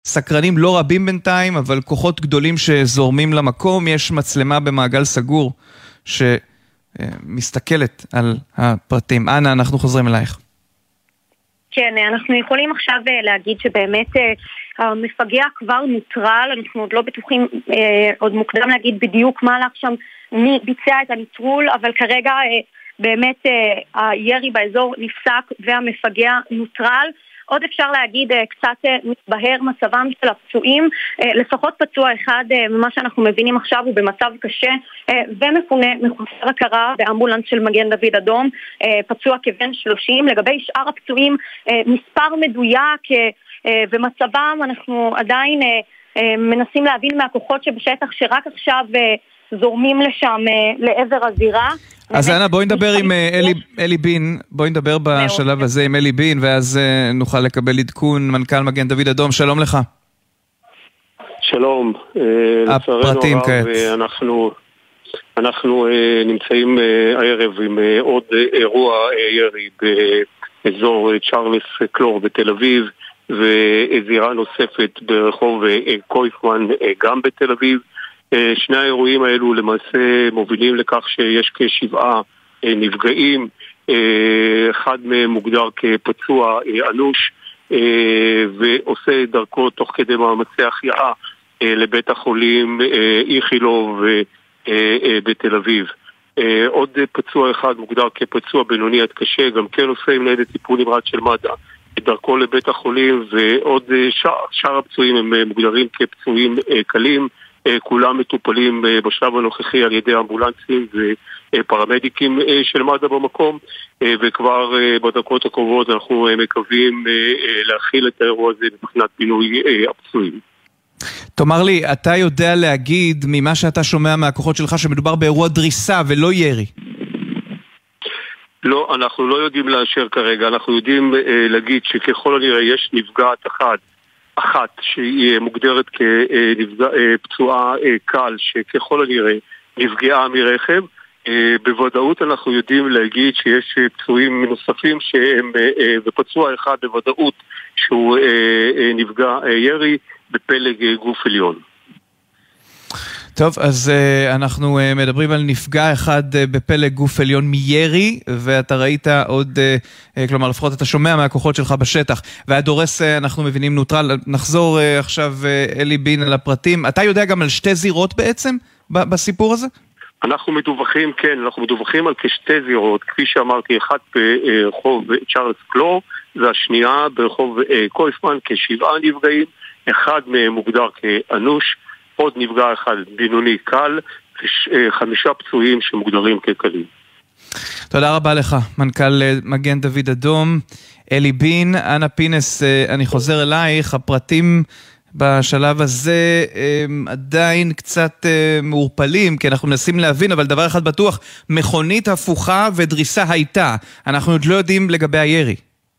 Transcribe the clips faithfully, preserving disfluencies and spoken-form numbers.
סקרנים לא רבים בינתיים, אבל כוחות גדולים שזורמים למקום. יש מצלמה במעגל סגור שמסתכלת על הפרטים. אנה, אנחנו חוזרים אלייך. כן, אנחנו יכולים עכשיו להגיד שבאמת המפגע כבר נוטרל, אנחנו עוד לא בטוחים, עוד מוקדם להגיד בדיוק מה הלך שם, מי ביצע את הניטרול, אבל כרגע באמת הירי באזור נפסק והמפגע נוטרל. עוד אפשר להגיד קצת מתבהר מצבם של הפצועים, לפחות פצוע אחד ממה שאנחנו מבינים עכשיו הוא במצב קשה ומפונה מחוסר הכרה באמבולנס של מגן דוד אדום, פצוע כבן שלושים. לגבי שאר הפצועים מספר מדויק ומצבם אנחנו עדיין מנסים להבין מהכוחות שבשטח שרק עכשיו זורמים לשם לעבר הזירה. אז אנה, בואי נדבר עם אלי, אלי בין, בואי נדבר בשלב הזה עם אלי בין, ואז נוכל לקבל עדכון. מנכ"ל מגן דוד אדום, שלום לך. שלום. הפרטים כעת. אנחנו, אנחנו נמצאים הערב עם עוד אירוע ירי באזור צ'ארלס קלור בתל אביב, וזירה נוספת ברחוב קויפמן גם בתל אביב. שני האירועים האלו למעשה מובילים לכך שיש כשבעה נפגעים, אחד מהם מוגדר כפצוע אנוש ועושה דרכו תוך כדי מאמצי החייאה לבית החולים איכילוב בתל אביב. עוד פצוע אחד מוגדר כפצוע בינוני עד קשה, גם כן עושה עם ניידת טיפול נמרץ של מד"א דרכו לבית החולים, ועוד שאר, שאר הפצועים הם מוגדרים כפצועים קלים. כולם מטופלים בשלב הנוכחי על ידי אמבולנסים ופרמדיקים של מד"א במקום, וכבר בדקות הקרובות אנחנו מקווים להכיל את האירוע הזה מבחינת פינוי הפצועים. תאמר לי, אתה יודע להגיד ממה שאתה שומע מהכוחות שלך שמדובר באירוע דריסה ולא ירי? לא, אנחנו לא יודעים לאשר כרגע. אנחנו יודעים להגיד שככל הנראה יש נפגעת אחת אחת שהיא מוגדרת כפצועה קל שככל הנראה נפגעה מרכב. בוודאות אנחנו יודעים להגיד שיש פצועים נוספים שהם, ופצוע אחד בוודאות שהוא נפגע ירי בפלג גוף עליון. טוב, אז uh, אנחנו uh, מדברים על נפגע אחד uh, בפלג גוף עליון מירי, ואתה ראית עוד, uh, uh, כלומר לפחות אתה שומע מהכוחות שלך בשטח, והדורס uh, אנחנו מבינים נוטרל. נחזור uh, עכשיו uh, אלי בין על הפרטים. אתה יודע גם על שתי זירות בעצם ב- בסיפור הזה? אנחנו מדווחים, כן, אנחנו מדווחים על כשתי זירות, כפי שאמרתי, אחת ברחוב צ'ארלס קלור, והשנייה ברחוב uh, קויפמן, כשבעה נפגעים, אחד מהם מוגדר כאנוש, עוד נפגע אחד בינוני קל, וחמישה פצועים שמוגדרים כקלים. תודה רבה לך, מנכ"ל מגן דוד אדום, אלי בין. אנה פינס, אני חוזר אלייך. הפרטים בשלב הזה הם עדיין קצת מעורפלים, כי אנחנו מנסים להבין, אבל דבר אחד בטוח, מכונית הפוכה ודריסה הייתה. אנחנו עוד לא יודעים לגבי הירי.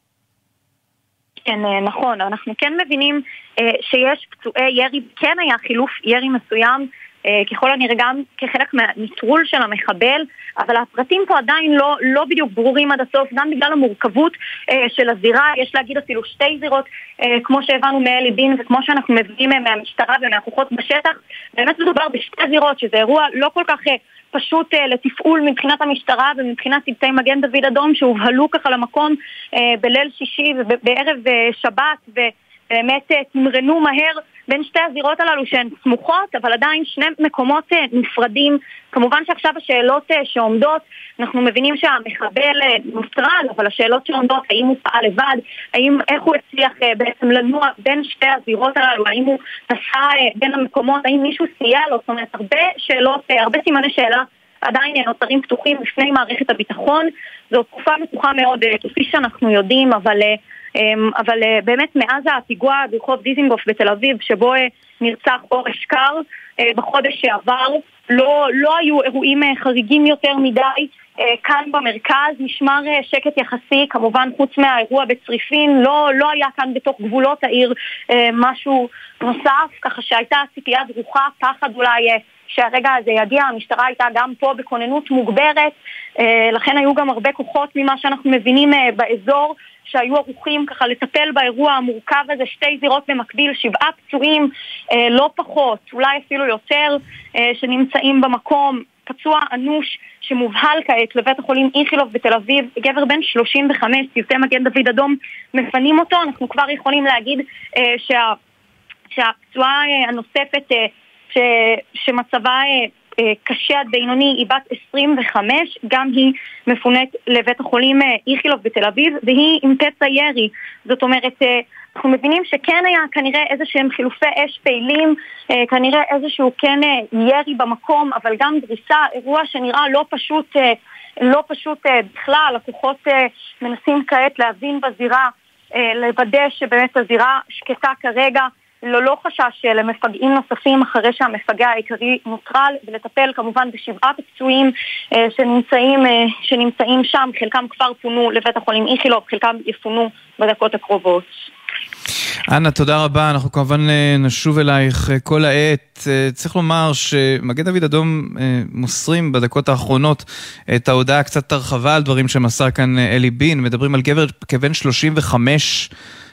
כן, נכון. אנחנו כן מבינים שיש פצועי ירי, כן היה חילוף ירי מסוים, ככל הנראה גם כחלק מהניטרול של המחבל, אבל הפרטים פה עדיין לא, לא בדיוק ברורים עד הסוף, גם בגלל המורכבות של הזירה. יש להגיד אפילו שתי זירות, כמו שהבנו מאלי בין וכמו שאנחנו מבינים מהמשטרה ומהכוחות בשטח. באמת מדובר בשתי זירות, שזה אירוע לא כל כך פשוט לתפעול מבחינת המשטרה ומבחינת צוותי מגן דוד אדום שהובהלו ככה למקום בליל שישי ובערב שבת, ובאמת תמרנו מהר בין שתי הזירות הללו שהן סמוכות, אבל עדיין שני מקומות נפרדים. כמובן שעכשיו השאלות שעומדות, אנחנו מבינים שהמחבל נוטרל, אבל השאלות שעומדות, האם הוא פעל לבד, האם, איך הוא הצליח בעצם לנוע בין שתי הזירות הללו, האם הוא נסע בין המקומות, האם מישהו סייע לו, זאת אומרת, הרבה שאלות, הרבה סימני שאלה עדיין נותרים פתוחים בפני מערכת הביטחון. זו תקופה מתוחה מאוד, כפי שאנחנו יודעים, אבל אבל באמת מאז הפיגוע ברחוב דיזינגוף בתל אביב, שבו נרצח אור אשכר בחודש שעבר, לא, לא היו אירועים חריגים יותר מדי. כאן במרכז נשמר שקט יחסי, כמובן חוץ מהאירוע בצריפין, לא, לא היה כאן בתוך גבולות העיר משהו נוסף, ככה שהייתה ציפייה דרוכה, פחד אולי שהרגע הזה יגיע. המשטרה הייתה גם פה בכוננות מוגברת, לכן היו גם הרבה כוחות ממה שאנחנו מבינים באזור, שהיו ערוכים ככה לטפל באירוע המורכב הזה, שתי זירות במקביל, שבעה פצועים, אה, לא פחות, אולי אפילו יותר, אה, שנמצאים במקום, פצוע אנוש שמובהל כעת לבית החולים איכילוב בתל אביב, גבר בן שלושים וחמש, צוותי מגן דוד אדום מפנים אותו. אנחנו כבר יכולים להגיד אה, שה, שהפצועה אה, הנוספת אה, ש, שמצבה אה, אה, קשה עד בינוני היא בת עשרים וחמש, גם היא מפונית לבית החולים אה, איכילוב בתל אביב, והיא עם פצע ירי. זאת אומרת, אה, אנחנו מבינים שכן היה כנראה איזה שהם חילופי אש פעילים, אה, כנראה איזשהו כן אה, ירי במקום, אבל גם דריסה, אירוע שנראה לא פשוט, אה, לא פשוט אה, בכלל. הכוחות אה, מנסים כעת להבין בזירה, אה, לוודא שבאמת הזירה שקטה כרגע, לא לא חשש למפגעים נוספים אחרי שהמפגע העיקרי נוטרל, ולטפל כמובן בשבעת הפצועים אה, שנמצאים, אה, שנמצאים שם. חלקם כבר פונו לבית החולים איכילוב, חלקם יפונו בדקות הקרובות. אנה, תודה רבה. אנחנו כמובן נשוב אלייך כל העת. צריך לומר שמגן דוד אדום מוסרים בדקות האחרונות את ההודעה קצת הרחבה על דברים שמסר כאן אלי בין. מדברים על גבר כבן שלושים וחמש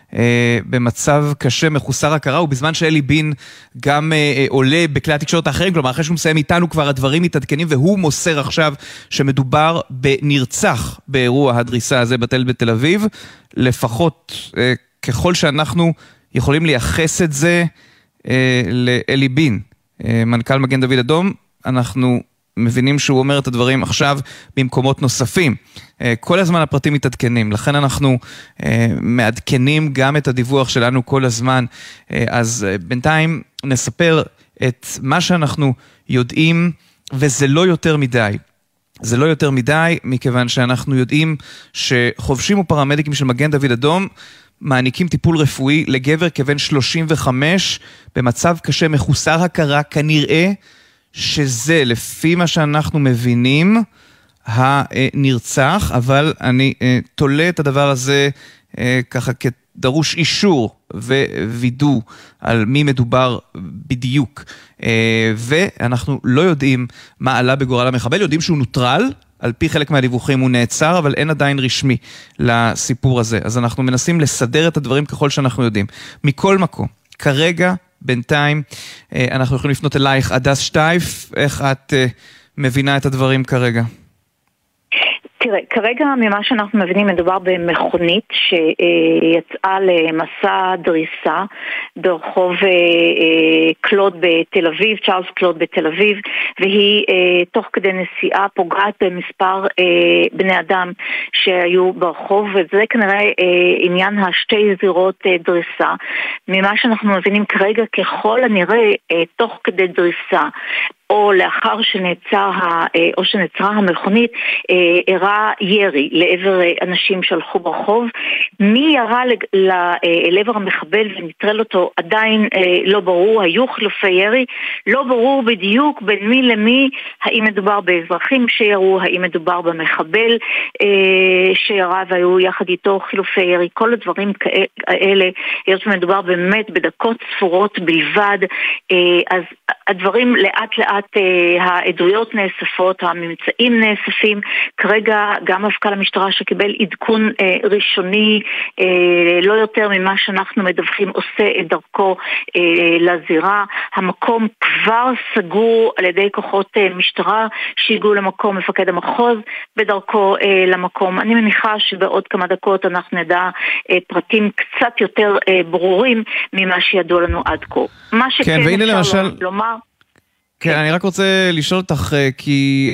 במצב קשה, מחוסר הכרה, ובזמן שאלי בין גם עולה בכלי התקשורת האחרים, כלומר אחרי שהוא מסיים איתנו כבר הדברים מתעדכנים, והוא מוסר עכשיו שמדובר בנרצח באירוע הדריסה הזה בתל בתל אביב, לפחות ככל שאנחנו יכולים לייחס את זה אה, לאלי בין, אה, מנכ"ל מגן דוד אדום. אנחנו מבינים שהוא אומר את הדברים עכשיו במקומות נוספים. אה, כל הזמן הפרטים מתעדכנים, לכן אנחנו אה, מעדכנים גם את הדיווח שלנו כל הזמן. אה, אז אה, בינתיים נספר את מה שאנחנו יודעים, וזה לא יותר מדי. זה לא יותר מדי, מכיוון שאנחנו יודעים שחובשים ופרמדיקים של מגן דוד אדום מעניקים טיפול רפואי לגבר כבן שלושים וחמש במצב קשה, מחוסר הכרה. כנראה שזה, לפי מה שאנחנו מבינים, הנרצח, אבל אני תולה את הדבר הזה ככה כדרוש אישור ווידוא על מי מדובר בדיוק, ואנחנו לא יודעים מה עלה בגורל המחבל. יודעים שהוא נוטרל, על פי חלק מהדיווחים הוא נעצר, אבל אין עדיין רשמי לסיפור הזה. אז אנחנו מנסים לסדר את הדברים ככל שאנחנו יודעים. מכל מקום, כרגע, בינתיים, אנחנו יכולים לפנות אלייך, הדס שטייף, איך את מבינה את הדברים כרגע? תראה, כרגע ממה שאנחנו מבינים מדובר במכונית שיצאה למסע דריסה ברחוב קלוד בתל אביב, צ'ארלס קלוד בתל אביב, והיא תוך כדי נסיעה פוגעת במספר בני אדם שהיו ברחוב, וזה כנראה עניין השתי זירות דריסה. ממה שאנחנו מבינים כרגע, ככל הנראה תוך כדי דריסה או לאחר שנעצר או שנעצרה המכונית, אירע ירי לעבר אנשים שהלכו ברחוב. מי ירה לעבר המחבל ונטרל אותו עדיין לא ברור. היו חילופי ירי, לא ברור בדיוק בין מי למי, האם מדובר באזרחים שירו, האם מדובר במחבל שירה והיו יחד איתו חילופי ירי. כל הדברים כאלה, היות שמדובר באמת בדקות ספורות בלבד, אז הדברים לאט לאט העדויות נאספות, הממצאים נאספים. כרגע גם מפכ"ל המשטרה שקיבל עדכון ראשוני, לא יותר ממה שאנחנו מדווחים, עושה את דרכו לזירה. המקום כבר סגור על ידי כוחות משטרה שהגיעו למקום, מפקד המחוז בדרכו למקום. אני מניחה שבעוד כמה דקות אנחנו נדע פרטים קצת יותר ברורים ממה שידוע לנו עד כה. מה שכן אפשר למשל... לומר... כן, אני רק רוצה לשאול אותך, כי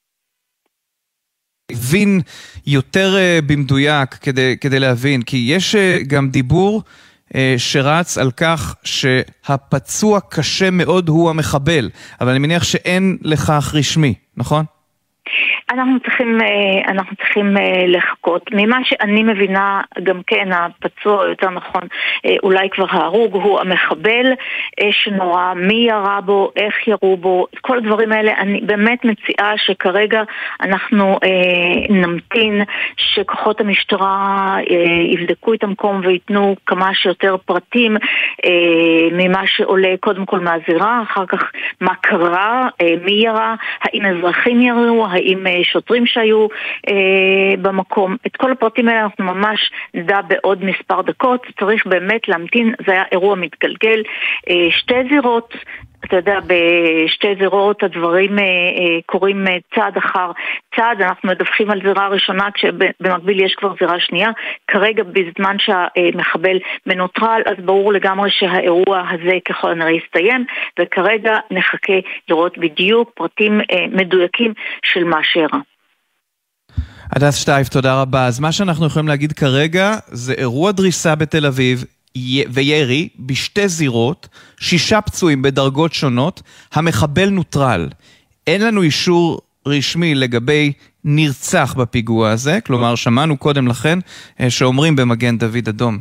להבין יותר במדויק כדי, כדי להבין, כי יש גם דיבור שרץ על כך שהפצוע קשה מאוד הוא המחבל, אבל אני מניח שאין לכך רשמי, נכון? אנחנו צריכים, אנחנו צריכים לחכות. ממה שאני מבינה, גם כן הפצוע, יותר נכון, אולי כבר ההרוג, הוא המחבל שנורא, מי ירה בו, איך ירו בו, כל הדברים האלה. אני באמת מציעה שכרגע אנחנו נמתין שכוחות המשטרה יבדקו את המקום ויתנו כמה שיותר פרטים ממה שעולה קודם כל מהזירה, אחר כך מה קרה, מי ירה, האם אזרחים ירו, האם שוטרים שהיו במקום. את כל הפרטים האלה אנחנו ממש נדע בעוד מספר דקות. צריך באמת להמתין, זה היה אירוע מתגלגל, שתי זירות, אתה יודע, בשתי זירות הדברים אה, אה, קורים אה, צעד אחר צעד. אנחנו מדווחים על זירה ראשונה כשבמקביל יש כבר זירה שנייה. כרגע בזמן שהמחבל מנוטרל, אז ברור לגמרי שהאירוע הזה ככל הנראה יסתיים, וכרגע נחכה לראות בדיוק פרטים אה, מדויקים של מה שאירע. הדס שטייף, תודה רבה. אז מה שאנחנו יכולים להגיד כרגע זה אירוע דריסה בתל אביב וירי בשתי זירות, שישה פצועים בדרגות שונות, המחבל נוטרל. אין לנו אישור רשמי לגבי נרצח בפיגוע הזה, כלומר שמענו קודם לכן שאומרים במגן דוד אדום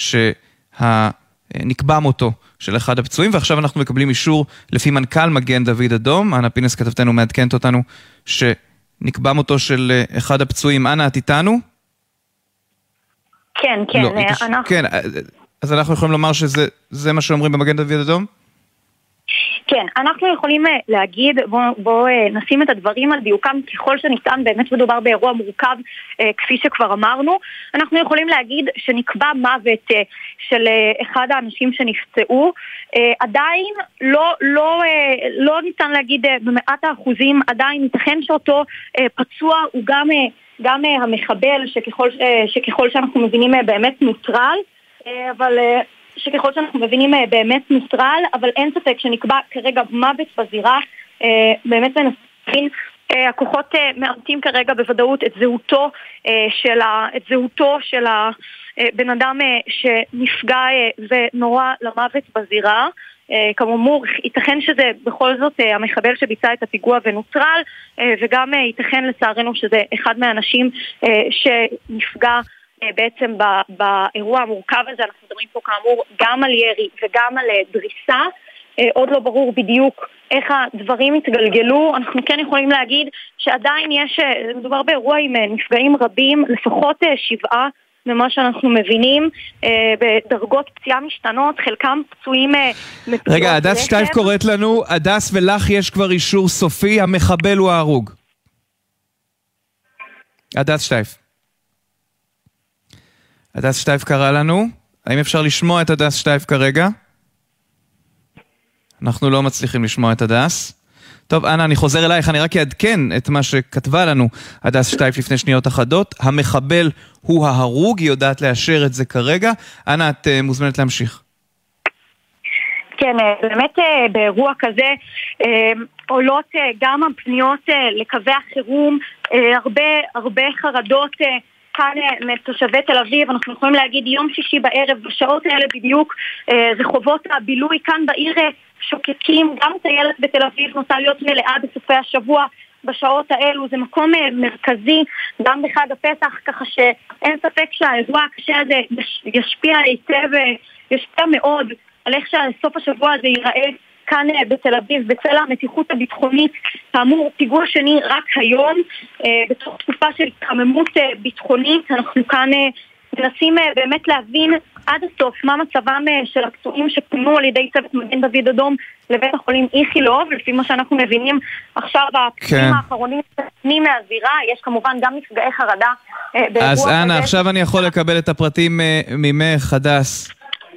שנקבע מותו של אחד הפצועים, ועכשיו אנחנו מקבלים אישור לפי מנכ"ל מגן דוד אדום. אנה פינס כתבתנו מעדכנת אותנו שנקבע מותו של אחד הפצועים. אנה, את איתנו? כן, כן, לא, אנחנו... כן, אז אנחנו יכולים לומר שזה זה מה שאומרים במגן דוד אדום? כן, אנחנו יכולים להגיד, בואו בוא, נשים את הדברים על דיוקם ככל שניתן, באמת מדובר באירוע מורכב, כפי שכבר אמרנו. אנחנו יכולים להגיד שנקבע מוות של אחד האנשים שנפצעו, עדיין לא, לא, לא ניתן להגיד במאת האחוזים, עדיין ייתכן שאותו פצוע הוא גם, גם המחבל שככל, שככל שאנחנו מבינים באמת נוטרל, אבל שככל שאנחנו מבינים באמת נוטרל, אבל אין ספק שנקבע כרגע מוות בזירה. באמת מנסים, הכוחות מאמתים כרגע בוודאות את זהותו של ה, את זהותו של הבן אדם שנפגע ונורא למוות בזירה. כמומור, ייתכן שזה בכל זאת המחבל שביצע את הפיגוע ונוטרל, וגם ייתכן לצערנו שזה אחד מהאנשים שנפגע בעצם באירוע המורכב הזה. אנחנו מדברים פה כאמור גם על ירי וגם על דריסה. עוד לא ברור בדיוק איך הדברים התגלגלו. אנחנו כן יכולים להגיד שעדיין יש, מדובר באירוע עם נפגעים רבים, לפחות שבעה ממה שאנחנו מבינים, בדרגות פציעה משתנות, חלקם פצועים מפגיעות. רגע, הדס שטייף קוראת לנו, הדס ולך יש כבר אישור סופי, המחבל הוא ההרוג. הדס שטייף. הדס שטייף קרא לנו. האם אפשר לשמוע את הדס שטייף כרגע? אנחנו לא מצליחים לשמוע את הדס. טוב, אנה, אני חוזר אלייך, אני רק אעדכן את מה שכתבה לנו הדס שטייף לפני שניות אחדות. המחבל הוא ההרוג, היא יודעת לאשר את זה כרגע. אנה, את uh, מוזמנת להמשיך. כן, באמת באירוע כזה עולות גם הפניות לקווי החירום, הרבה, הרבה חרדות כאן מתושבי תל אביב. אנחנו יכולים להגיד יום שישי בערב, בשעות האלה בדיוק, רחובות הבילוי כאן בעיר שוקקים, גם טיילת בתל אביב נוטה להיות מלאה בסופי השבוע בשעות האלו. זה מקום מרכזי גם בחג הפסח, ככה שאין ספק שהאירוע הקשה הזה ישפיע היטב, ישפיע מאוד על איך שסוף השבוע הזה ייראה כאן בתל אביב, בצל המתיחות הביטחונית. כאמור, פיגוע שני רק היום, בתוך תקופה של התחממות ביטחונית. אנחנו כאן מנסים באמת להבין עד הסוף מה מצבם של הפצועים שפונו על ידי צוות מגן דוד אדום לבית החולים איכילוב. לפי מה שאנחנו מבינים עכשיו, הפצועים כן. האחרונים פנים מהזירה, יש כמובן גם נפגעי חרדה. אז אנה, עכשיו אני יכול לקבל את הפרטים ממך, הדס.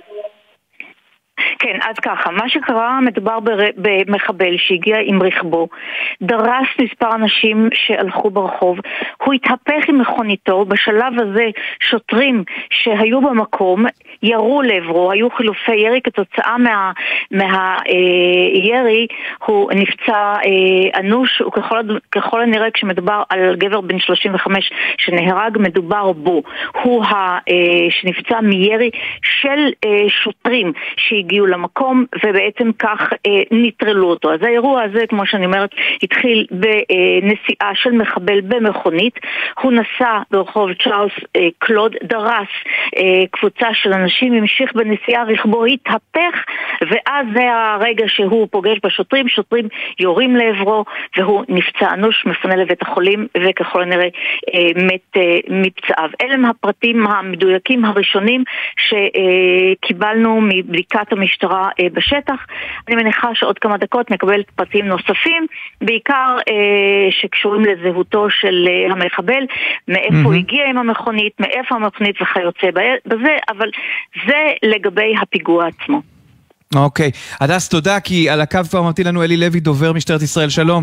כן, אז ככה, מה שקרה, מדובר בר... במחבל שהגיע עם רכבו, דרס מספר אנשים שהלכו ברחוב, הוא התהפך עם מכוניתו. בשלב הזה שוטרים שהיו במקום ירו לעברו, היו חילופי ירי. כתוצאה מה, מה אה, ירי הוא נפצע אה, אנוש, וככל ככל הנראה כשמדובר על גבר בן שלושים וחמש שנהרג, מדובר בו, הוא ה, אה, שנפצע מירי של אה, שוטרים שהגיעו למקום, ובעצם כך אה, ניטרלו אותו. אז האירוע הזה, כמו שאני אומרת, התחיל בנסיעה של מחבל במכונית. הוא נסע ברחוב צ'ארלס אה, קלוד, דרס אה, קבוצה של אנשים, המשיך בנסיעה, רכבו התהפך ואז זה הרגע שהוא פוגש בשוטרים, שוטרים יורים לעברו, והוא נפצע אנוש, מפנה לבית החולים, וככל הנראה מת מפצעיו. אלה הם הפרטים המדויקים הראשונים שקיבלנו מבדיקת המשטרה בשטח. אני מניחה שעוד כמה דקות נקבל פרטים נוספים, בעיקר שקשורים לזהותו של המחבל, מאיפה הוא הגיע עם המכונית, מאיפה המכונית וכיוצא בזה, אבל זה לגבי הפיגוע עצמו. אוקיי. הדס, תודה, כי על הקו כבר ממתין לנו אלי לוי, דובר משטרת ישראל. שלום.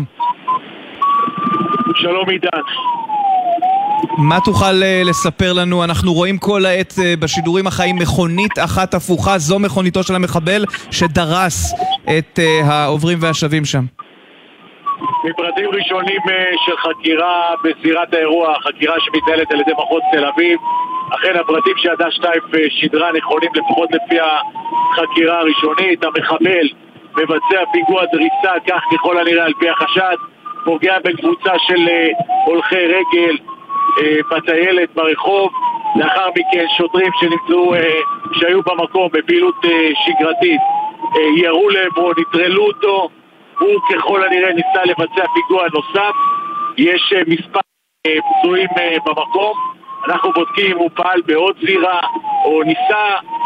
שלום עידן. מה תוכל לספר לנו? אנחנו רואים כל העת בשידורים החיים מכונית אחת הפוכה, זו מכוניתו של המחבל שדרס את העוברים והשבים שם. מפרטים ראשונים של חקירה בזירת האירוע, חקירה שמתנהלת על ידי מחוז תל אביב, אכן הפרטים שהדס שטייף שידרה נכונים לפחות לפי החקירה הראשונית. המחבל מבצע פיגוע דריסה, כך ככל הנראה על פי החשד, פוגע בקבוצה של הולכי רגל בטיילת ברחוב. לאחר מכן שוטרים שנמצאו שהיו במקום בפעילות שגרתית ירו לעברו, נטרלו אותו. הוא ככל הנראה ניסה לבצע פיגוע נוסף. יש מספר פצועים במקום. אנחנו בודקים אם הוא פעל בעוד זירה או ניסה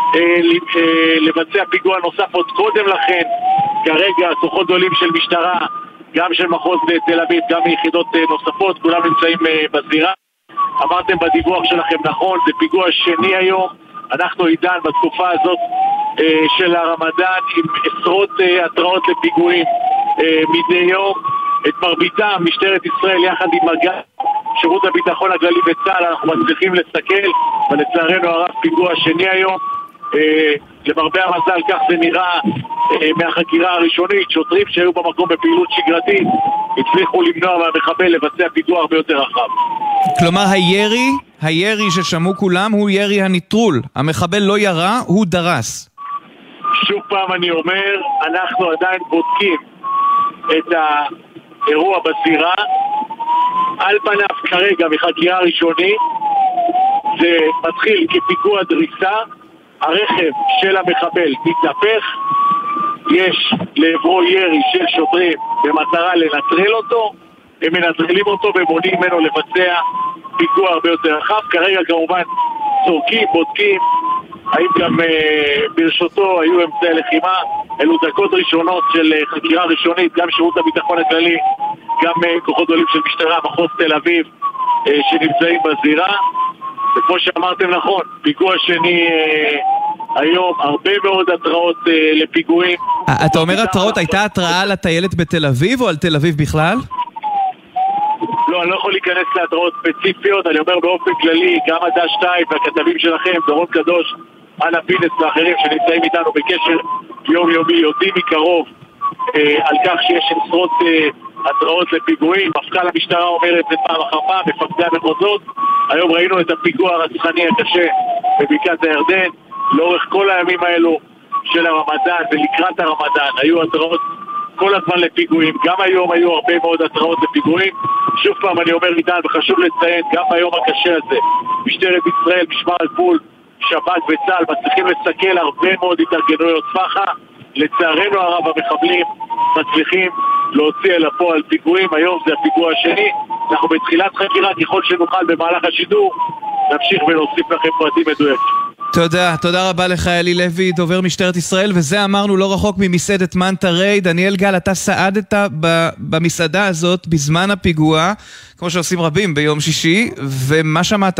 לבצע פיגוע נוסף עוד קודם לכן. כרגע כוחות גדולים של משטרה, גם של מחוז תל אביב, גם מיחידות נוספות, כולם נמצאים בזירה. אמרתם בדיווח שלכם נכון, זה פיגוע שני היום. אנחנו עידן בתקופה הזאת של הרמדאן עם עשרות התראות לפיגועים מדי יום. את מרביתם משטרת ישראל יחד עם מג"ב, שירות הביטחון הכללי וצה"ל, אנחנו מצליחים לסכל, ולצערנו הרב פיגוע שני היום. למרבה המזל כך זה נראה מהחקירה הראשונית. שוטרים שהיו במקום בפעילות שגרתית הצליחו למנוע מהמחבל לבצע פיגוע הרבה יותר רחב. כלומר הירי, הירי ששמעו כולם הוא ירי הניטרול. המחבל לא ירה, הוא דרס. שוב פעם אני אומר, אנחנו עדיין בודקים את האירוע בזירה. על פניו כרגע מחקירה ראשונית זה מתחיל כפיגוע דריסה. הרכב של המחבל מתהפך, יש לעברו ירי של שוטרים במטרה לנטרל אותו, הם מנטרלים אותו ומונעים ממנו לבצע פיגוע הרבה יותר רחב. כרגע כמובן צורקים, בודקים האם גם אה, ברשותו היו אמצעי לחימה. אלו דקות ראשונות של אה, חקירה ראשונית, גם שירות הביטחון הכללי, גם אה, כוחות גדולים של משטרה, מחוז תל אביב אה, שנמצאים בזירה. וכמו שאמרתם נכון, פיגוע שני אה, היום, הרבה מאוד התראות אה, לפיגועים. אתה אומר התראות, הייתה התראה על הטיילת בתל אביב או על תל אביב בכלל? לא, אני לא יכול להיכנס להתראות ספציפיות, אני אומר באופן כללי, גם הדס שטייף והכתבים שלכם, דורון קדוש, אנה פינס ואחרים שנמצאים איתנו בקשר יומיומי, יודעים מקרוב אה, על כך שיש עשרות אה, התראות לפיגועים. מפכ"ל המשטרה אומר את זה פעם אחר פעם, מפקדי המחוזות. היום ראינו את הפיגוע הרצחני הקשה בבקעת הירדן. לאורך כל הימים האלו של הרמדאן ולקראת הרמדאן היו התראות כל הזמן לפיגועים. גם היום היו הרבה מאוד התראות לפיגועים. שוב פעם אני אומר עידן, וחשוב לציין, גם ביום הקשה הזה משטרת ישראל, משמר הגבול, שב"כ וצה"ל מצליחים לסכל הרבה מאוד התארגנויות פח"ע. לצערנו הרב המחבלים מצליחים להוציא אל הפועל פיגועים. היום זה הפיגוע השני. אנחנו בתחילת חקירה, ככל שנוכל במהלך השידור נמשיך ונוסיף לכם פרטים מדויקים. תודה, תודה רבה לך אלי לוי, דובר משטרת ישראל, וזה אמרנו לא רחוק ממסעדת מנטה ריי. דניאל גל, אתה סעדת במסעדה הזאת בזמן הפיגוע, כמו שעושים רבים ביום שישי, ומה שמעת?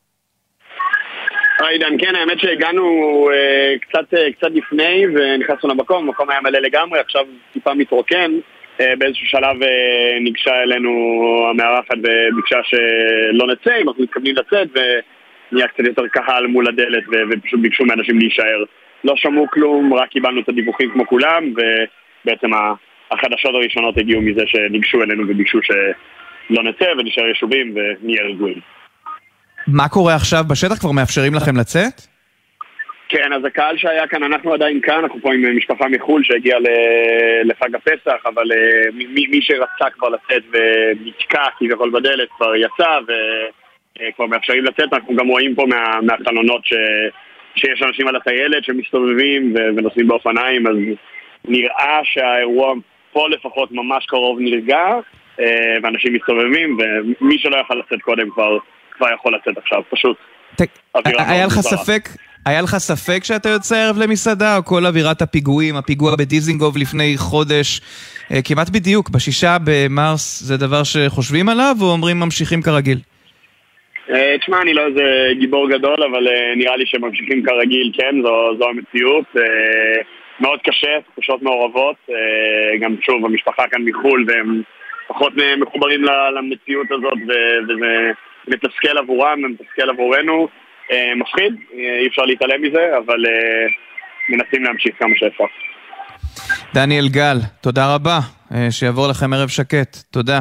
עידן, כן, האמת שהגענו אה, קצת, אה, קצת לפני ונכנסנו למקום, המקום היה מלא לגמרי, עכשיו טיפה מתרוקן. אה, באיזשהו שלב אה, ניגשה אלינו המארחת וביקשה שלא נצא, אנחנו מתכוונים לצאת ונהיה קצת יותר קהל מול הדלת ו- ופשוט ביקשו מאנשים להישאר. לא שמעו כלום, רק קיבלנו את הדיווחים כמו כולם, ובעצם החדשות הראשונות הגיעו מזה שניגשו אלינו וביקשו שלא נצא ונשאר יישובים ונהיה רגועים. מה קורה עכשיו בשטח? כבר מאפשרים לכם לצאת? כן, אז הקהל שהיה כאן, אנחנו עדיין כאן, אנחנו פה עם משפחה מחול שהגיעה לחג הפסח, אבל מי, מי שרצה כבר לצאת ונתקע כביכול בדלת כבר יצא וכבר מאפשרים לצאת. אנחנו גם רואים פה מה, מהחלונות ש, שיש אנשים על הטיילת שמסתובבים ונוסעים באופניים, אז נראה שהאירוע פה לפחות ממש קרוב נרגע, ואנשים מסתובבים, ומי שלא יכול לצאת קודם כבר, כבר יכול לצאת עכשיו, פשוט. היה לך ספק, היה לך ספק שאתה יוצא ערב למסעדה, או כל אווירת הפיגועים, הפיגוע בדיזינגוף לפני חודש, כמעט בדיוק, בשישה במרס, זה דבר שחושבים עליו, או אומרים ממשיכים כרגיל? תשמע, אני לא איזה גיבור גדול, אבל נראה לי שממשיכים כרגיל, כן, זו, זו המציאות. מאוד קשה, תחושות מעורבות, גם שוב, המשפחה כאן מחול, והם פחות מחוברים למציאות הזאת, וזה מתסכל עבורם, מתסכל עבורנו. מפחיד, אי אפשר להתעלם מזה, אבל מנסים להמשיך כמה שאפשר. דניאל גל, תודה רבה, שיעבור לכם ערב שקט, תודה.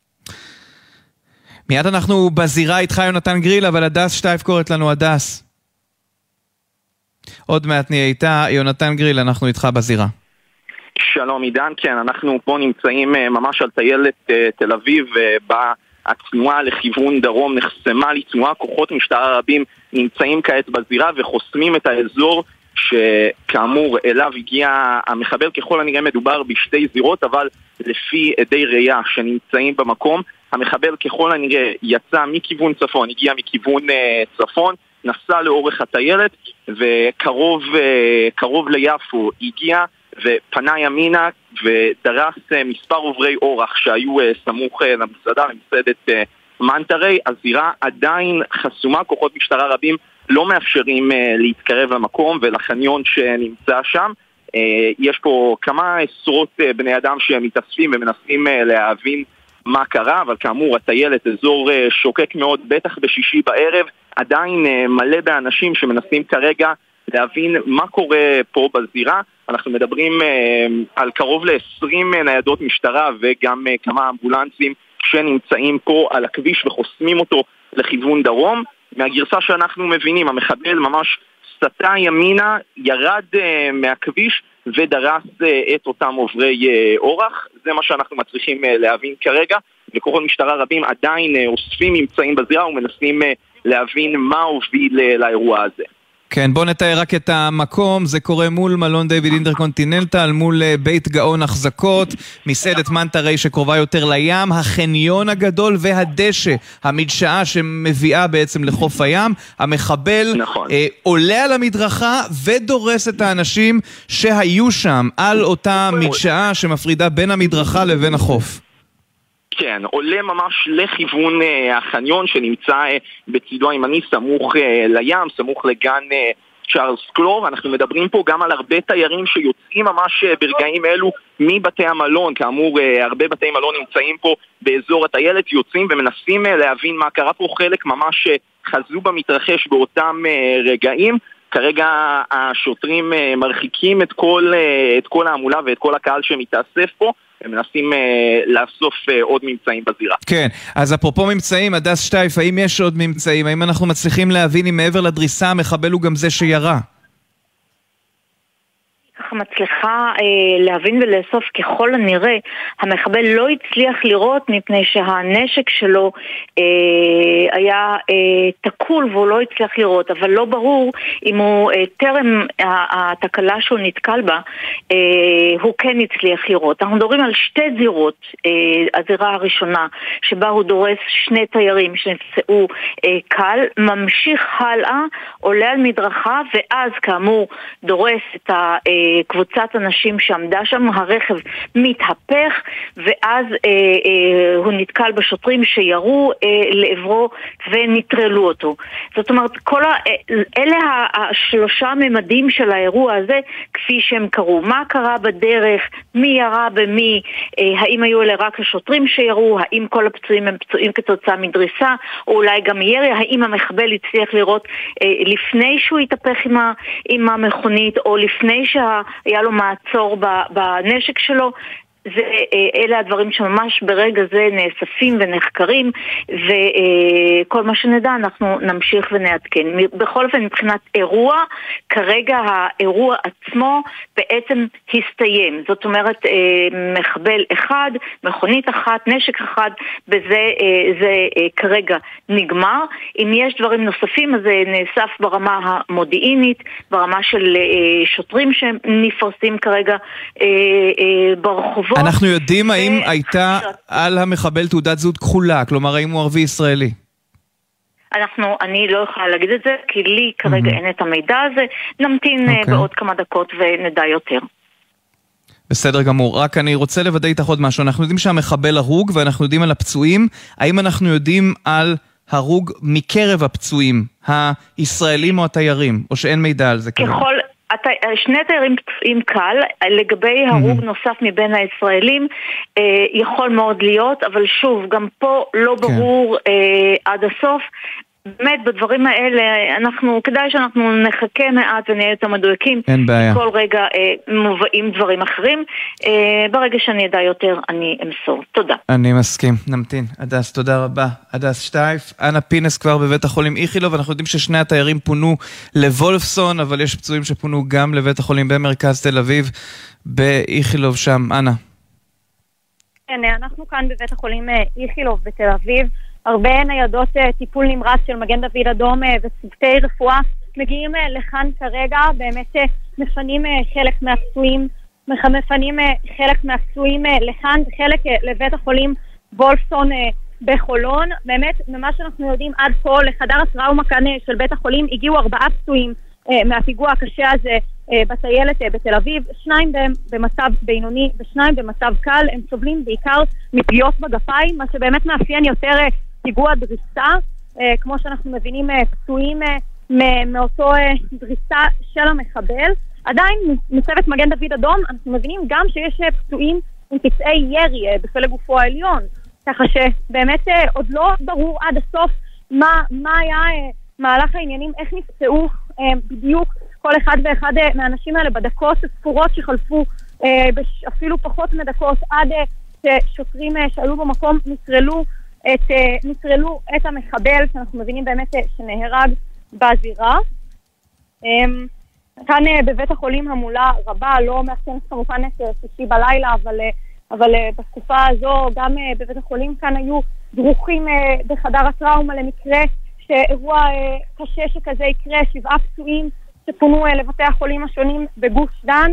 מיד אנחנו בזירה איתך יונתן גריל, אבל הדס שטייף קוראת לנו, הדס. עוד מעט נהיה איתה, יונתן גריל, אנחנו איתך בזירה. שלום עידן, כן, אנחנו פה נמצאים ממש על טיילת תל אביב, ובה התנועה לכיוון דרום נחסמה לתנועה, כוחות משטרה רבים נמצאים כעת בזירה וחוסמים את האזור שכאמור אליו הגיע המחבל. ככל הנראה מדובר בשתי זירות, אבל לפי עדי ראייה שנמצאים במקום, המחבל ככל הנראה יצא מכיוון צפון, הגיע מכיוון uh, צפון, נסע לאורך הטיילת וקרוב uh, קרוב ליפו הגיע ופנה ימינה ודרס uh, מספר עוברי אורח שהיו uh, סמוך uh, למסעדה, למסעדת uh, מנטרי. הזירה עדיין חסומה, כוחות משטרה רבים לא מאפשרים uh, להתקרב למקום ולחניון שנמצא שם. uh, יש פה כמה עשרות uh, בני אדם שמתאספים ומנסים uh, להבין מה קרה, אבל כאמור הטיילת אזור uh, שוקק מאוד, בטח בשישי בערב, עדיין uh, מלא באנשים שמנסים כרגע להבין מה קורה פה בזירה. אנחנו מדברים uh, על קרוב ל-עשרים ניידות משטרה וגם uh, כמה אמבולנסים שנמצאים פה על הכביש וחוסמים אותו לכיוון דרום. מהגרסה שאנחנו מבינים, המחבל ממש סטה ימינה, ירד uh, מהכביש ודרס uh, את אותם עוברי uh, אורח. זה מה שאנחנו מצליחים uh, להבין כרגע, וכוחות משטרה רבים עדיין uh, אוספים ממצאים בזירה ומנסים uh, להבין מה הוביל uh, לאירוע הזה. כן, בוא נתאר רק את המקום. זה קורה מול מלון דיוויד אינטרקונטיננטל, מול בית גאון החזקות, מסעדת מנטרי שקרובה יותר לים, החניון הגדול והדשא, המדשאה שמביאה בעצם לחוף הים. המחבל נכון. אה, עולה על המדרכה ודורס את האנשים שהיו שם על אותה מדשאה שמפרידה בין המדרכה לבין החוף. כן, עולה ממש לכיוון uh, החניון שנמצא uh, בצידו הימני, סמוך uh, לים, סמוך לגן uh, צ'ארלס קלור. אנחנו מדברים פה גם על הרבה תיירים שיוצאים ממש uh, ברגעים אלו מבתי המלון. כאמור, uh, הרבה בתי מלון נמצאים פה באזור הטיילת, יוצאים ומנסים uh, להבין מה קרה פה. חלק ממש uh, חזו במתרחש באותם uh, רגעים. כרגע השוטרים uh, מרחיקים את כל, uh, את כל העמולה ואת כל הקהל שמתאסף פה. הם מנסים uh, לאסוף uh, עוד ממצאים בזירה. כן, אז אפרופו ממצאים, הדס שטייף, האם יש עוד ממצאים? האם אנחנו מצליחים להבין אם מעבר לדריסה המחבל הוא גם זה שירה? ככה מצליחה אה, להבין ולאסוף ככל הנראה, המחבל לא הצליח לראות מפני שהנשק שלו אה, היה אה, תקול והוא לא הצליח לראות, אבל לא ברור אם הוא אה, טרם התקלה שהוא נתקל בה, אה, הוא כן הצליח לראות. אנחנו מדברים על שתי זירות, אה, הזירה הראשונה שבה הוא דורס שני תיירים שנפצעו אה, קל, ממשיך הלאה, עולה על מדרכה ואז כאמור דורס את ה... אה, קבוצת אנשים שעמדה שם, הרכב מתהפך ואז אה, אה, הוא נתקל בשוטרים שירו אה, לעברו ונטרלו אותו. זאת אומרת, כל ה, אלה השלושה ממדים של האירוע הזה כפי שהם קרו. מה קרה בדרך, מי ירה במי, אה, האם היו אלה רק השוטרים שירו, האם כל הפצועים הם פצועים כתוצאה מדריסה או אולי גם ירי, האם המחבל הצליח לראות אה, לפני שהוא התהפך עם, ה, עם המכונית או לפני שה היה לו מעצור בנשק שלו. זה, אלה הדברים שממש ברגע זה נאספים ונחקרים, וכל מה שנדע אנחנו נמשיך ונעדכן. בכל אופן, מבחינת אירוע, כרגע האירוע עצמו בעצם הסתיים. זאת אומרת, מחבל אחד, מכונית אחת, נשק אחד, וזה זה כרגע נגמר. אם יש דברים נוספים, אז זה נאסף ברמה המודיעינית, ברמה של שוטרים שנפרסים כרגע ברחובות. אנחנו יודעים האם הייתה על המחבל תעודת זהות כחולה, כלומר האם הוא ערבי ישראלי? אנחנו, אני לא יכולה להגיד את זה, כי לי כרגע אין את המידע הזה. נמתין בעוד כמה דקות ונדע יותר. בסדר גמור, רק אני רוצה לוודא איתך עוד משהו. אנחנו יודעים שהמחבל הרוג ואנחנו יודעים על הפצועים. האם אנחנו יודעים על הרוג מקרב הפצועים, הישראלים או התיירים, או שאין מידע על זה כרגע? ככל... שני תיירים פצועים קל, לגבי הרוג נוסף מבין הישראלים יכול מאוד להיות, אבל שוב, גם פה לא ברור עד הסוף. באמת בדברים האלה אנחנו, כדאי שאנחנו נחכה מעט ונהיה יותר מדויקים. אין בעיה. כל רגע אה, מובאים דברים אחרים. אה, ברגע שאני ידע יותר אני אמסור. תודה. אני מסכים, נמתין. הדס, תודה רבה. הדס שטייף, אנה פינס כבר בבית החולים איכילוב, אנחנו יודעים ששני התיירים פונו לוולפסון, אבל יש פצועים שפונו גם לבית החולים במרכז תל אביב, באיכילוב שם. אנה. כן, אנחנו כאן בבית החולים איכילוב בתל אביב. הרבה ניידות טיפול נמרץ של מגן דוד אדום וצוותי רפואה מגיעים לכאן כרגע, באמת מפנים חלק מהפצועים, מפנים חלק מהפצועים לכאן, חלק לבית החולים וולפסון בחולון. באמת, ממה שאנחנו יודעים עד פה, לחדר הטראומה כאן של בית החולים הגיעו ארבעה פצועים מהפיגוע הקשה הזה בטיילת בתל אביב, שניים בהם במצב בינוני ושניים במצב קל. הם סובלים בעיקר מפגיעות בגפיים, מה שבאמת מאפיין יותר פיגוע דריסה, כמו שאנחנו מבינים פצועים מאותו דריסה של המחבל. עדיין מצוות מגן דוד אדום אנחנו מבינים גם שיש פצועים עם פצעי ירי בפלג גופו העליון, ככה שבאמת עוד לא ברור עד הסוף מה, מה היה מהלך העניינים, איך נפצעו בדיוק כל אחד ואחד מהאנשים האלה בדקות ספורות שחלפו, אפילו פחות מדקות, עד ששוטרים שהיו במקום נטרלו את, נטרלו את המחבל, שאנחנו מבינים באמת שנהרג בזירה. כאן בבית החולים המולה רבה, לא מאחסנת כמובן את שישי בלילה, אבל, אבל בתקופה הזו גם בבית החולים כאן היו דרוכים בחדר הטראומה למקרה שאירוע קשה שכזה יקרה, שבעה פצועים שפונו לבתי החולים השונים בגוש דן.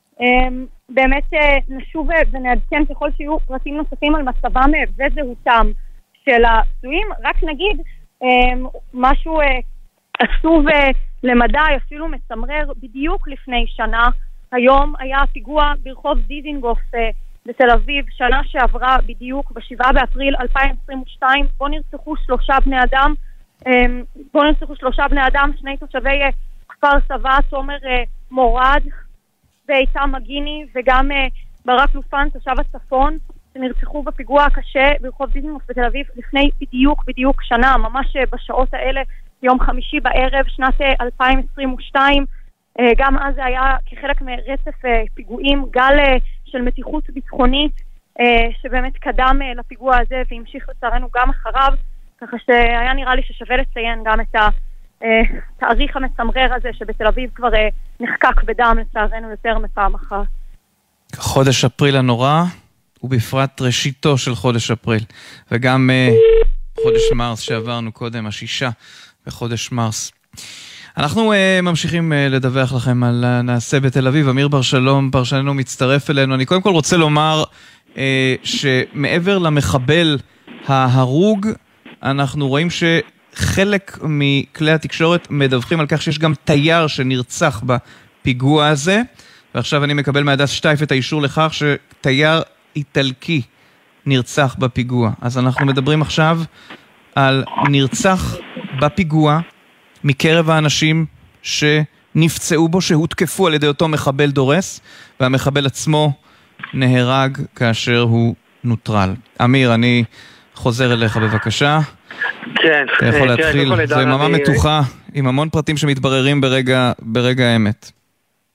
באמת נשוב ונעדכן ככל שיהיו פרטים נוספים על מצבם וזהותם של הפצועים. רק נגיד משהו עצוב למדי, אפילו מצמרר, בדיוק לפני שנה, היום היה פיגוע ברחוב דיזינגוף בתל אביב, שנה שעברה בדיוק בשבעה באפריל אלפיים עשרים ושתיים, בו נרצחו שלושה בני אדם, בו נרצחו שלושה בני אדם, שני תושבי כפר סבא, תומר מורד ואיתם מגיני, וגם ברק לופן, תושב הצפון, שנרצחו בפיגוע הקשה ברחוב דיזינגוף בתל אביב לפני בדיוק בדיוק שנה, ממש בשעות האלה, יום חמישי בערב, שנת אלפיים עשרים ושתיים. גם אז זה היה כחלק מרצף פיגועים, גל של מתיחות ביטחונית שבאמת קדם לפיגוע הזה והמשיך לצערנו גם אחריו, ככה שהיה נראה לי ששווה לציין גם את התאריך המצמרר הזה שבתל אביב כבר נחקק בדם לצערנו יותר מפעם אחת. חודש אפריל הנורא, ובפרט ראשיתו של חודש אפריל, וגם חודש מרס שעברנו קודם, השישה בחודש מרס. אנחנו uh, ממשיכים uh, לדווח לכם על הנעשה בתל אביב. אמיר בר שלום, פרשננו, מצטרף אלינו. אני קודם כל רוצה לומר uh, שמעבר למחבל ההרוג, אנחנו רואים שחלק מכלי התקשורת מדווחים על כך שיש גם תייר שנרצח בפיגוע הזה, ועכשיו אני מקבל מהדס שטייף את האישור לכך שתייר איטלקי נרצח בפיגוע. אז אנחנו מדברים עכשיו על נרצח בפיגוע מקרב האנשים שנפצעו בו, שהותקפו על ידי אותו מחבל דורס, והמחבל עצמו נהרג כאשר הוא נוטרל. אמיר, אני חוזר אליך בבקשה. כן. אתה יכול להתחיל. זו יממה מתוחה עם המון פרטים שמתבררים ברגע, ברגע האמת.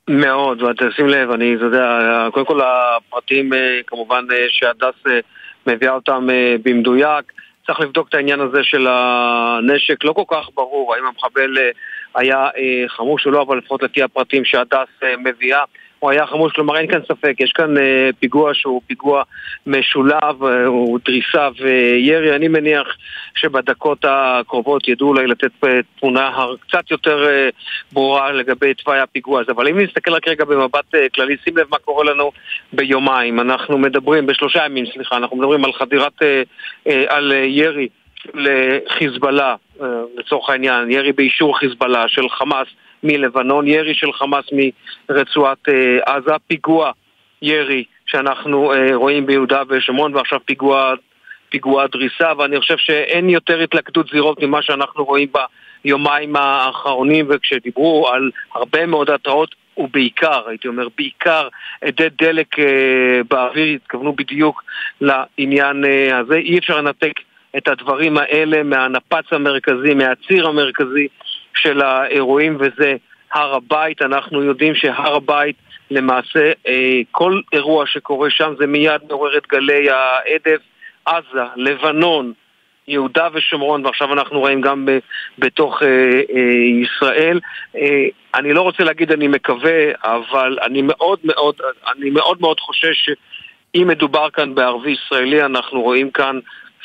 מאוד, ותשים לב, אני, אתה יודע, קודם כל הפרטים כמובן שהדס מביאה אותם במדויק, צריך לבדוק את העניין הזה של הנשק, לא כל כך ברור, האם המחבל היה חמוש או לא, אבל לפחות לפי הפרטים שהדס מביאה, הוא היה חמוש, כלומר אין כאן ספק, יש כאן פיגוע שהוא פיגוע משולב, הוא דריסה וירי, אני מניח שבדקות הקרובות ידעו אולי לתת תמונה קצת יותר ברורה לגבי תוואי הפיגוע הזה, אבל אם נסתכל רק רגע במבט כללי, שים לב מה קורה לנו ביומיים, אנחנו מדברים, בשלושה ימים, סליחה, אנחנו מדברים על חדירת, על ירי לחיזבאללה, לצורך העניין, ירי באישור חיזבאללה של חמאס מלבנון, ירי של חמאס מרצועת עזה, פיגוע ירי שאנחנו רואים ביהודה ושומרון, ועכשיו פיגוע, פיגוע דריסה, ואני חושב שאין יותר התלכדות זירות ממה שאנחנו רואים ביומיים האחרונים, וכשדיברו על הרבה מאוד התראות, ובעיקר, הייתי אומר, בעיקר עדי דלק באוויר, התכוונו בדיוק לעניין הזה, אי אפשר לנתק את הדברים האלה מהנפץ המרכזי, מהציר המרכזי של האירועים, וזה הר הבית. אנחנו יודעים שהר הבית למעשה כל אירוע שקורה שם זה מיד מעורר את גלי העדף, עזה, לבנון, יהודה ושומרון, ועכשיו אנחנו רואים גם בתוך ישראל. אני לא רוצה להגיד אני מקווה, אבל אני מאוד מאוד אני מאוד מאוד חושש שאם מדובר כאן בערבי ישראלי, אנחנו רואים כאן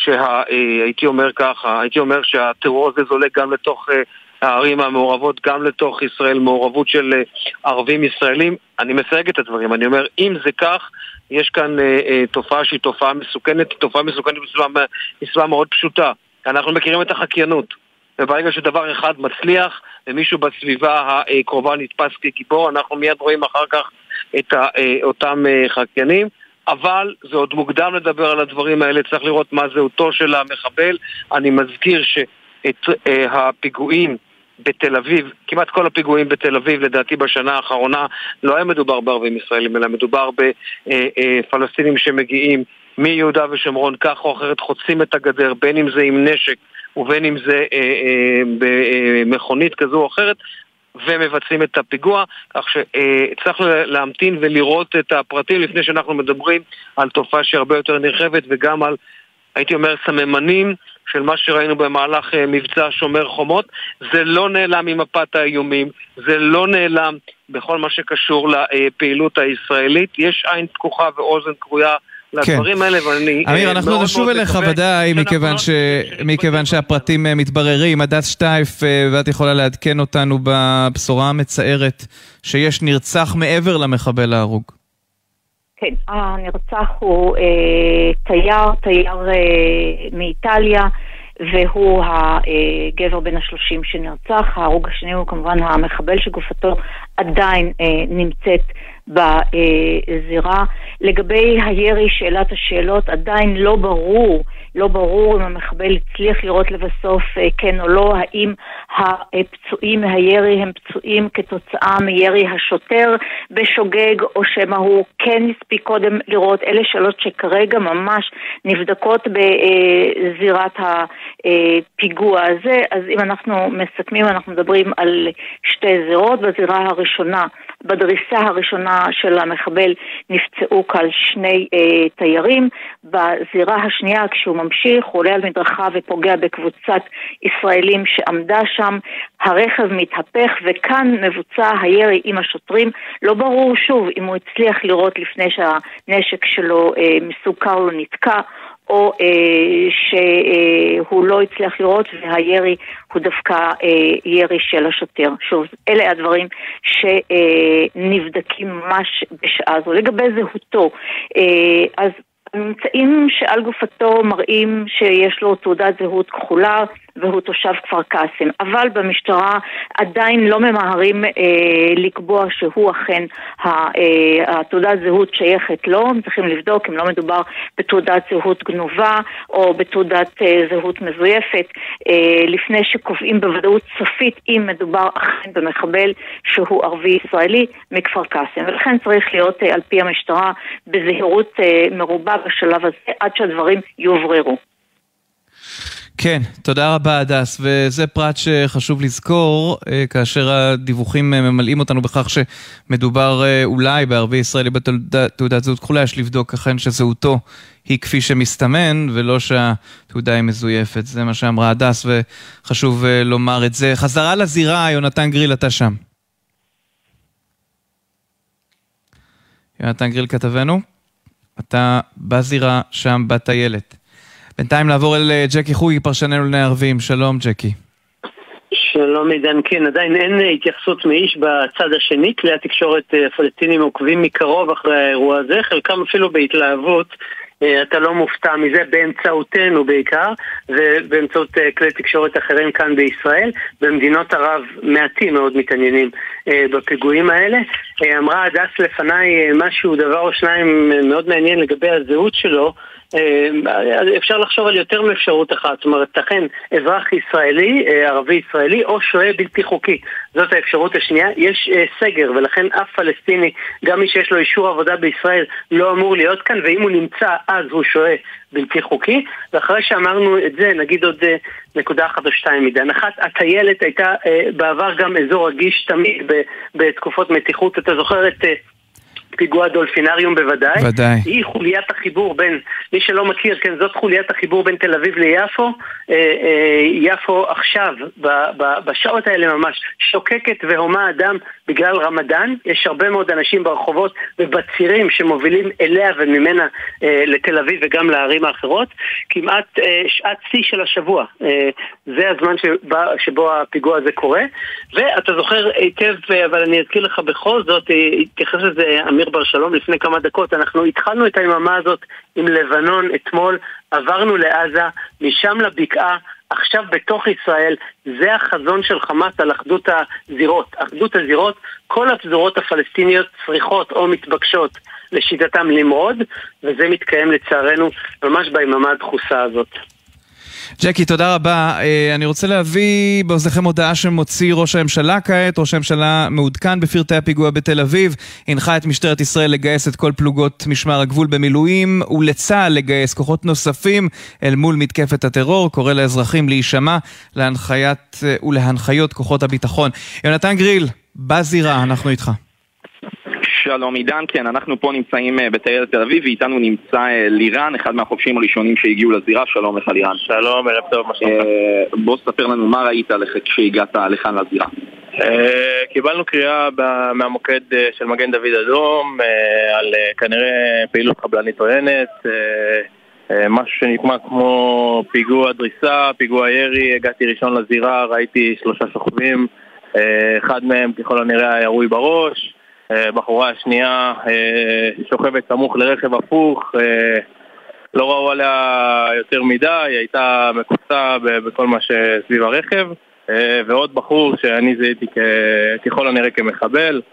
שהייתי אומר ככה, הייתי אומר שהטרור הזה זולג גם לתוך הערים המעורבות, גם לתוך ישראל, מעורבות של ערבים ישראלים. אני מסייג את הדברים, אני אומר, אם זה כך, יש כאן אה, תופעה שהיא תופעה מסוכנת, תופעה מסוכנת בסביבה מאוד פשוטה. אנחנו מכירים את החקיינות, וברגע שדבר אחד מצליח, ומישהו בסביבה הקרובה נתפס כגיבור, אנחנו מיד רואים אחר כך את אה, אותם אה, חקיינים, אבל זה עוד מוקדם לדבר על הדברים האלה, צריך לראות מה זהותו של המחבל. אני מזכיר שאת אה, הפיגועים בתל אביב, כמעט כל הפיגועים בתל אביב, לדעתי בשנה האחרונה, לא היה מדובר בערבים ישראלים, אלא מדובר בפלסטינים שמגיעים מיהודה ושומרון, כך או אחרת חוצים את הגדר, בין אם זה עם נשק ובין אם זה במכונית כזו או אחרת, ומבצעים את הפיגוע, כך שצריך להמתין ולראות את הפרטים לפני שאנחנו מדברים על תופעה שהרבה יותר נרחבת, וגם על, הייתי אומר, סממנים של מה שראינו במהלך מבצע שומר חומות. זה לא נעלם ממפת האיומים, זה לא נעלם בכל מה שקשור לפעילות הישראלית. יש עין פקוחה ואוזן קרויה לדברים האלה, ואני... אמיר, אנחנו נשוב אליך ודאי, מכיוון שהפרטים מתבררים. הדס שטייף, ואת יכולה לעדכן אותנו בבשורה המצערת שיש נרצח מעבר למחבל ההרוג. כן, הנרצח הוא אה, תייר, תייר אה, מאיטליה, והוא הגבר בן השלושים שנרצח. ההרוג השני הוא כמובן המחבל שגופתו עדיין אה, נמצאת בזירה. לגבי הירי, שאלת השאלות, עדיין לא ברור, לא ברור אם המחבל הצליח לראות לבסוף כן או לא, האם הפצועים מהירי הם פצועים כתוצאה מירי השוטר בשוגג, או שמה הוא כן הספיק קודם לראות. אלה שאלות שכרגע ממש נבדקות בזירת הפיגוע הזה. אז אם אנחנו מסכמים, אנחנו מדברים על שתי זירות. בזירה הראשונה, בדריסה הראשונה של המחבל, נפצעו כאן שני אה, תיירים. בזירה השנייה, כשהוא ממשיך, הוא עולה על מדרכה ופוגע בקבוצת ישראלים שעמדה שם, הרכב מתהפך, וכאן מבוצע הירי עם השוטרים. לא ברור שוב אם הוא הצליח לראות לפני שהנשק שלו אה, מסוכר לו נתקע, או אה, שהוא לא הצליח לראות, והירי הוא דווקא אה, ירי של השוטר. שוב, אלה הדברים שנבדקים ממש בשעה זו. לגבי זהותו, אה, אז הממצאים שעל גופתו מראים שיש לו תעודת זהות כחולה, והוא תושב כפר קאסם, אבל במשטרה עדיין לא ממהרים אה, לקבוע שהוא אכן התעודת זהות שייכת לו. הם צריכים לבדוק אם לא מדובר בתעודת זהות גנובה או בתעודת אה, זהות מזויפת, אה, לפני שקובעים בוודאות סופית אם מדובר אכן במחבל שהוא ערבי ישראלי מכפר קאסם. ולכן צריך להיות אה, על פי המשטרה בזהירות אה, מרובה בשלב הזה עד שהדברים יובררו. כן, תודה רבה הדס, וזה פרט שחשוב לזכור, כאשר הדיווחים ממלאים אותנו בכך שמדובר אולי בערבי ישראלי בתעודת זהות כחולה, יש לבדוק אכן שזהותו היא כפי שמסתמן, ולא שהתעודה היא מזויפת, זה מה שאמרה הדס, וחשוב לומר את זה. חזרה לזירה, יונתן גריל, אתה שם. יונתן גריל כתבנו, אתה בזירה שם בטיילת. בינתיים לעבור אל ג'קי חוגי, פרשננו לענייני ערבים. שלום ג'קי. שלום עידן, כן, עדיין אין התייחסות מאיש בצד השני, כלי התקשורת הפלסטינים עוקבים מקרוב אחרי האירוע הזה, חלקם אפילו בהתלהבות, אתה לא מופתע מזה, באמצעותנו בעיקר, ובאמצעות כלי תקשורת אחרים כאן בישראל. במדינות ערב מעטים מאוד מתעניינים בפיגועים האלה. אמרה הדס לפניי משהו, דבר או שניים מאוד מעניין לגבי הזהות שלו. אפשר לחשוב על יותר מאפשרות אחת, זאת אומרת, תכן אזרח ישראלי, ערבי ישראלי, או שוהה בלתי חוקי. זאת האפשרות השנייה. יש סגר, ולכן אף פלסטיני, גם מי שיש לו אישור עבודה בישראל, לא אמור להיות כאן, ואם הוא נמצא, אז הוא שוהה בלתי חוקי. ואחרי שאמרנו את זה, נגיד עוד נקודה אחת או שתיים מדן. אחת, הטיילת הייתה בעבר גם אזור רגיש תמיד בתקופות מתיחות. אתה זוכר את פיגוע דולפינריום בוודאי. ודאי. היא חוליית החיבור בין, מי שלא מכיר, כן, זאת חוליית החיבור בין תל אביב ליפו. יפו עכשיו, בשעות האלה ממש, שוקקת והומה אדם בגלל רמדאן. יש הרבה מאוד אנשים ברחובות ובצירים שמובילים אליה וממנה לתל אביב וגם לערים האחרות. כמעט שעת שיא של השבוע. זה הזמן שבו הפיגוע הזה קורה. ואתה זוכר היטב, אבל אני אזכיר לך בכל זאת, התייחס לזה אמיר בר שלום לפני כמה דקות. אנחנו התחלנו את היממה הזאת עם לבנון אתמול, עברנו לעזה, משם לבקעה, עכשיו בתוך ישראל. זה החזון של חמאס על אחדות הזירות. אחדות הזירות, כל הפזורות הפלסטיניות צריכות או מתבקשות לשיטתם למרוד, וזה מתקיים לצערנו ממש ביממה הדחוסה הזאת. ג'קי, תודה רבה. אני רוצה להביא באוזניכם הודעה שמוציא ראש הממשלה כעת. ראש הממשלה מעודכן בפרטי הפיגוע בתל אביב, הנחה את משטרת ישראל לגייס את כל פלוגות משמר הגבול במילואים, ולצה"ל לגייס כוחות נוספים אל מול מתקפת הטרור. קורא לאזרחים להישמע להנחיית ולהנחיות כוחות הביטחון. יונתן גריל, בזירה, אנחנו איתך. שלום עידן, כן, אנחנו פה נמצאים בטיילת תל אביב, ואיתנו נמצא לירן, אחד מהחופשים הראשונים שהגיעו לזירה. שלום לך לירן. שלום, ערב טוב, מה שלומך? בוא ספר לנו מה ראית כשהגעת לכאן לזירה. קיבלנו קריאה מהמוקד של מגן דוד אדום על כנראה פעילות חבלנית עוינת, משהו שנשמע כמו פיגוע דריסה, פיגוע ירי. הגעתי ראשון לזירה, ראיתי שלושה שוכבים, אחד מהם ככל הנראה היה ירוי בראש. בחורה השנייה שוכבת סמוך לרכב הפוך, לא ראו עליה יותר מדי, היא הייתה מקוצה בכל מה שסביב הרכב, ועוד בחור שאני זיהיתי ככל הנראה כמחבל.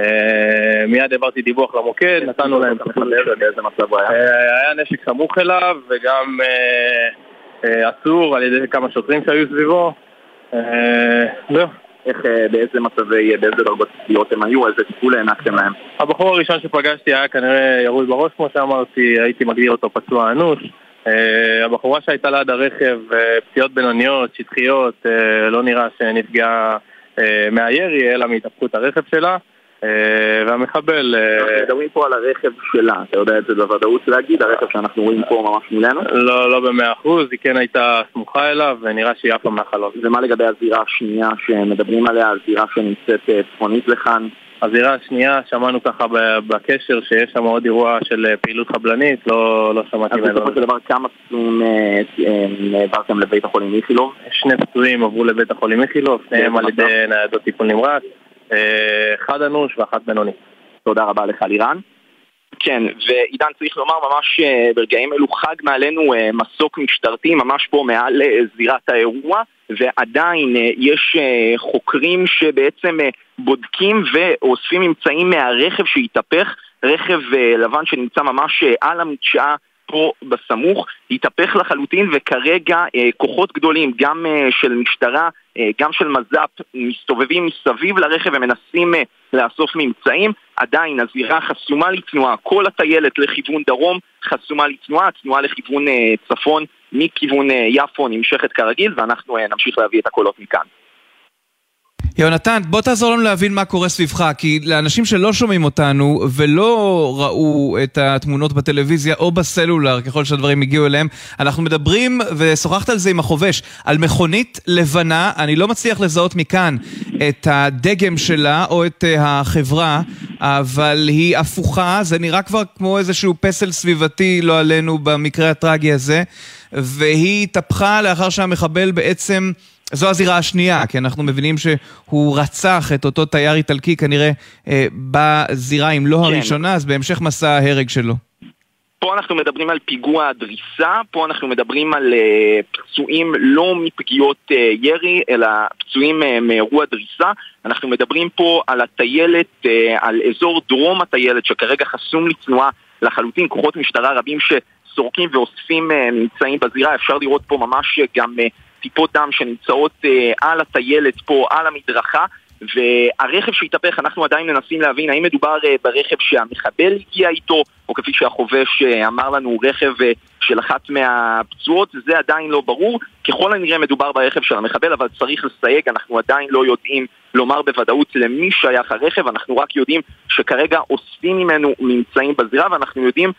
מיד העברתי דיווח למוקד, נתנו להם את המחבל. באיזה מצב היה? היה נשק סמוך אליו וגם עצור על ידי כמה שוטרים שהיו סביבו. זהו. איך, באיזה מצבי, באיזה דרגות פציעות הם היו, איזה טיפול הענקתם להם? הבחור הראשון שפגשתי היה כנראה ירוי בראש, כמו שאמרתי, הייתי מגדיר אותו פצוע אנוש. הבחורה שהייתה ליד הרכב, פציעות בינוניות, שטחיות, לא נראה שנפגעה מהירי, אלא מהתהפכות הרכב שלה. והמחבל... אנחנו מדברים פה על הרכב שלה, אתה יודע את זה בוודאות להגיד, הרכב שאנחנו רואים פה ממש מולנו? לא, לא במאה אחוז, היא כן הייתה סמוכה אליו, ונראה שהיא אף פעם מהחלות. ומה לגבי הזירה השנייה שמדברים עליה, הזירה שנמצאת צפונית לכאן? הזירה השנייה, שמענו ככה בקשר שיש שם עוד אירוע של פעילות חבלנית, לא, לא שמעתי ממנו. אז בסופו של דבר כמה פצועים עברתם לבית החולים איכילוב? שני פצועים עברו לבית החולים איכילוב, שניהם על ידי ניידות טיפול נמרץ. אחד אנוש ואחת בינוני. תודה רבה לך לירן. כן, ועידן צריך לומר ממש ברגעים אלו חג מעלינו מסוק משטרתי ממש פה מעל זירת האירוע, ועדיין יש חוקרים שבעצם בודקים ואוספים ממצאים מהרכב שהתהפך, רכב לבן שנמצא ממש על המדשאה פה בסמוך, התהפך לחלוטין, וכרגע אה, כוחות גדולים, גם אה, של משטרה, אה, גם של מז"פ, מסתובבים מסביב לרכב ומנסים אה, לאסוף ממצאים. עדיין הזירה חסומה לתנועה, כל הטיילת לכיוון דרום חסומה לתנועה, התנועה לכיוון אה, צפון מכיוון יפו נמשכת כרגיל, ואנחנו נמשיך להביא את הקולות מכאן. יונתן, בוא תעזור לנו להבין מה קורה סביבך, כי לאנשים שלא שומעים אותנו ולא ראו את התמונות בטלוויזיה או בסלולר, ככל שהדברים הגיעו אליהם, אנחנו מדברים, ושוחחת על זה עם החובש, על מכונית לבנה, אני לא מצליח לזהות מכאן את הדגם שלה או את החברה, אבל היא הפוכה, זה נראה כבר כמו איזשהו פסל סביבתי, לא עלינו במקרה הטרגי הזה, והיא התהפכה לאחר שהמחבל בעצם... זו הזירה השנייה, כי אנחנו מבינים שהוא רצח את אותו תייר איטלקי כנראה אה, בזירה, אם לא כן. הראשונה, אז בהמשך מסע ההרג שלו. פה אנחנו מדברים על פיגוע דריסה, פה אנחנו מדברים על uh, פצועים לא מפגיעות uh, ירי, אלא פצועים uh, מאירוע דריסה. אנחנו מדברים פה על הטיילת, uh, על אזור דרום הטיילת, שכרגע חסום לתנועה לחלוטין, כוחות משטרה רבים שסורקים ואוספים uh, נמצאים בזירה. אפשר לראות פה ממש גם... Uh, טיפות דם שנמצאות uh, על הטיילת פה, על המדרכה, והרכב שהתהפך, אנחנו עדיין מנסים להבין האם מדובר uh, ברכב שהמחבל הגיע איתו, או כפי שהחובש uh, אמר לנו, רכב uh, של אחת מהפצועות, זה עדיין לא ברור. ככל הנראה מדובר ברכב של המחבל, אבל צריך לסייג, אנחנו עדיין לא יודעים לומר בוודאות למי שייך הרכב, אנחנו רק יודעים שכרגע אוספים ממנו ממצאים בזירה, ואנחנו יודעים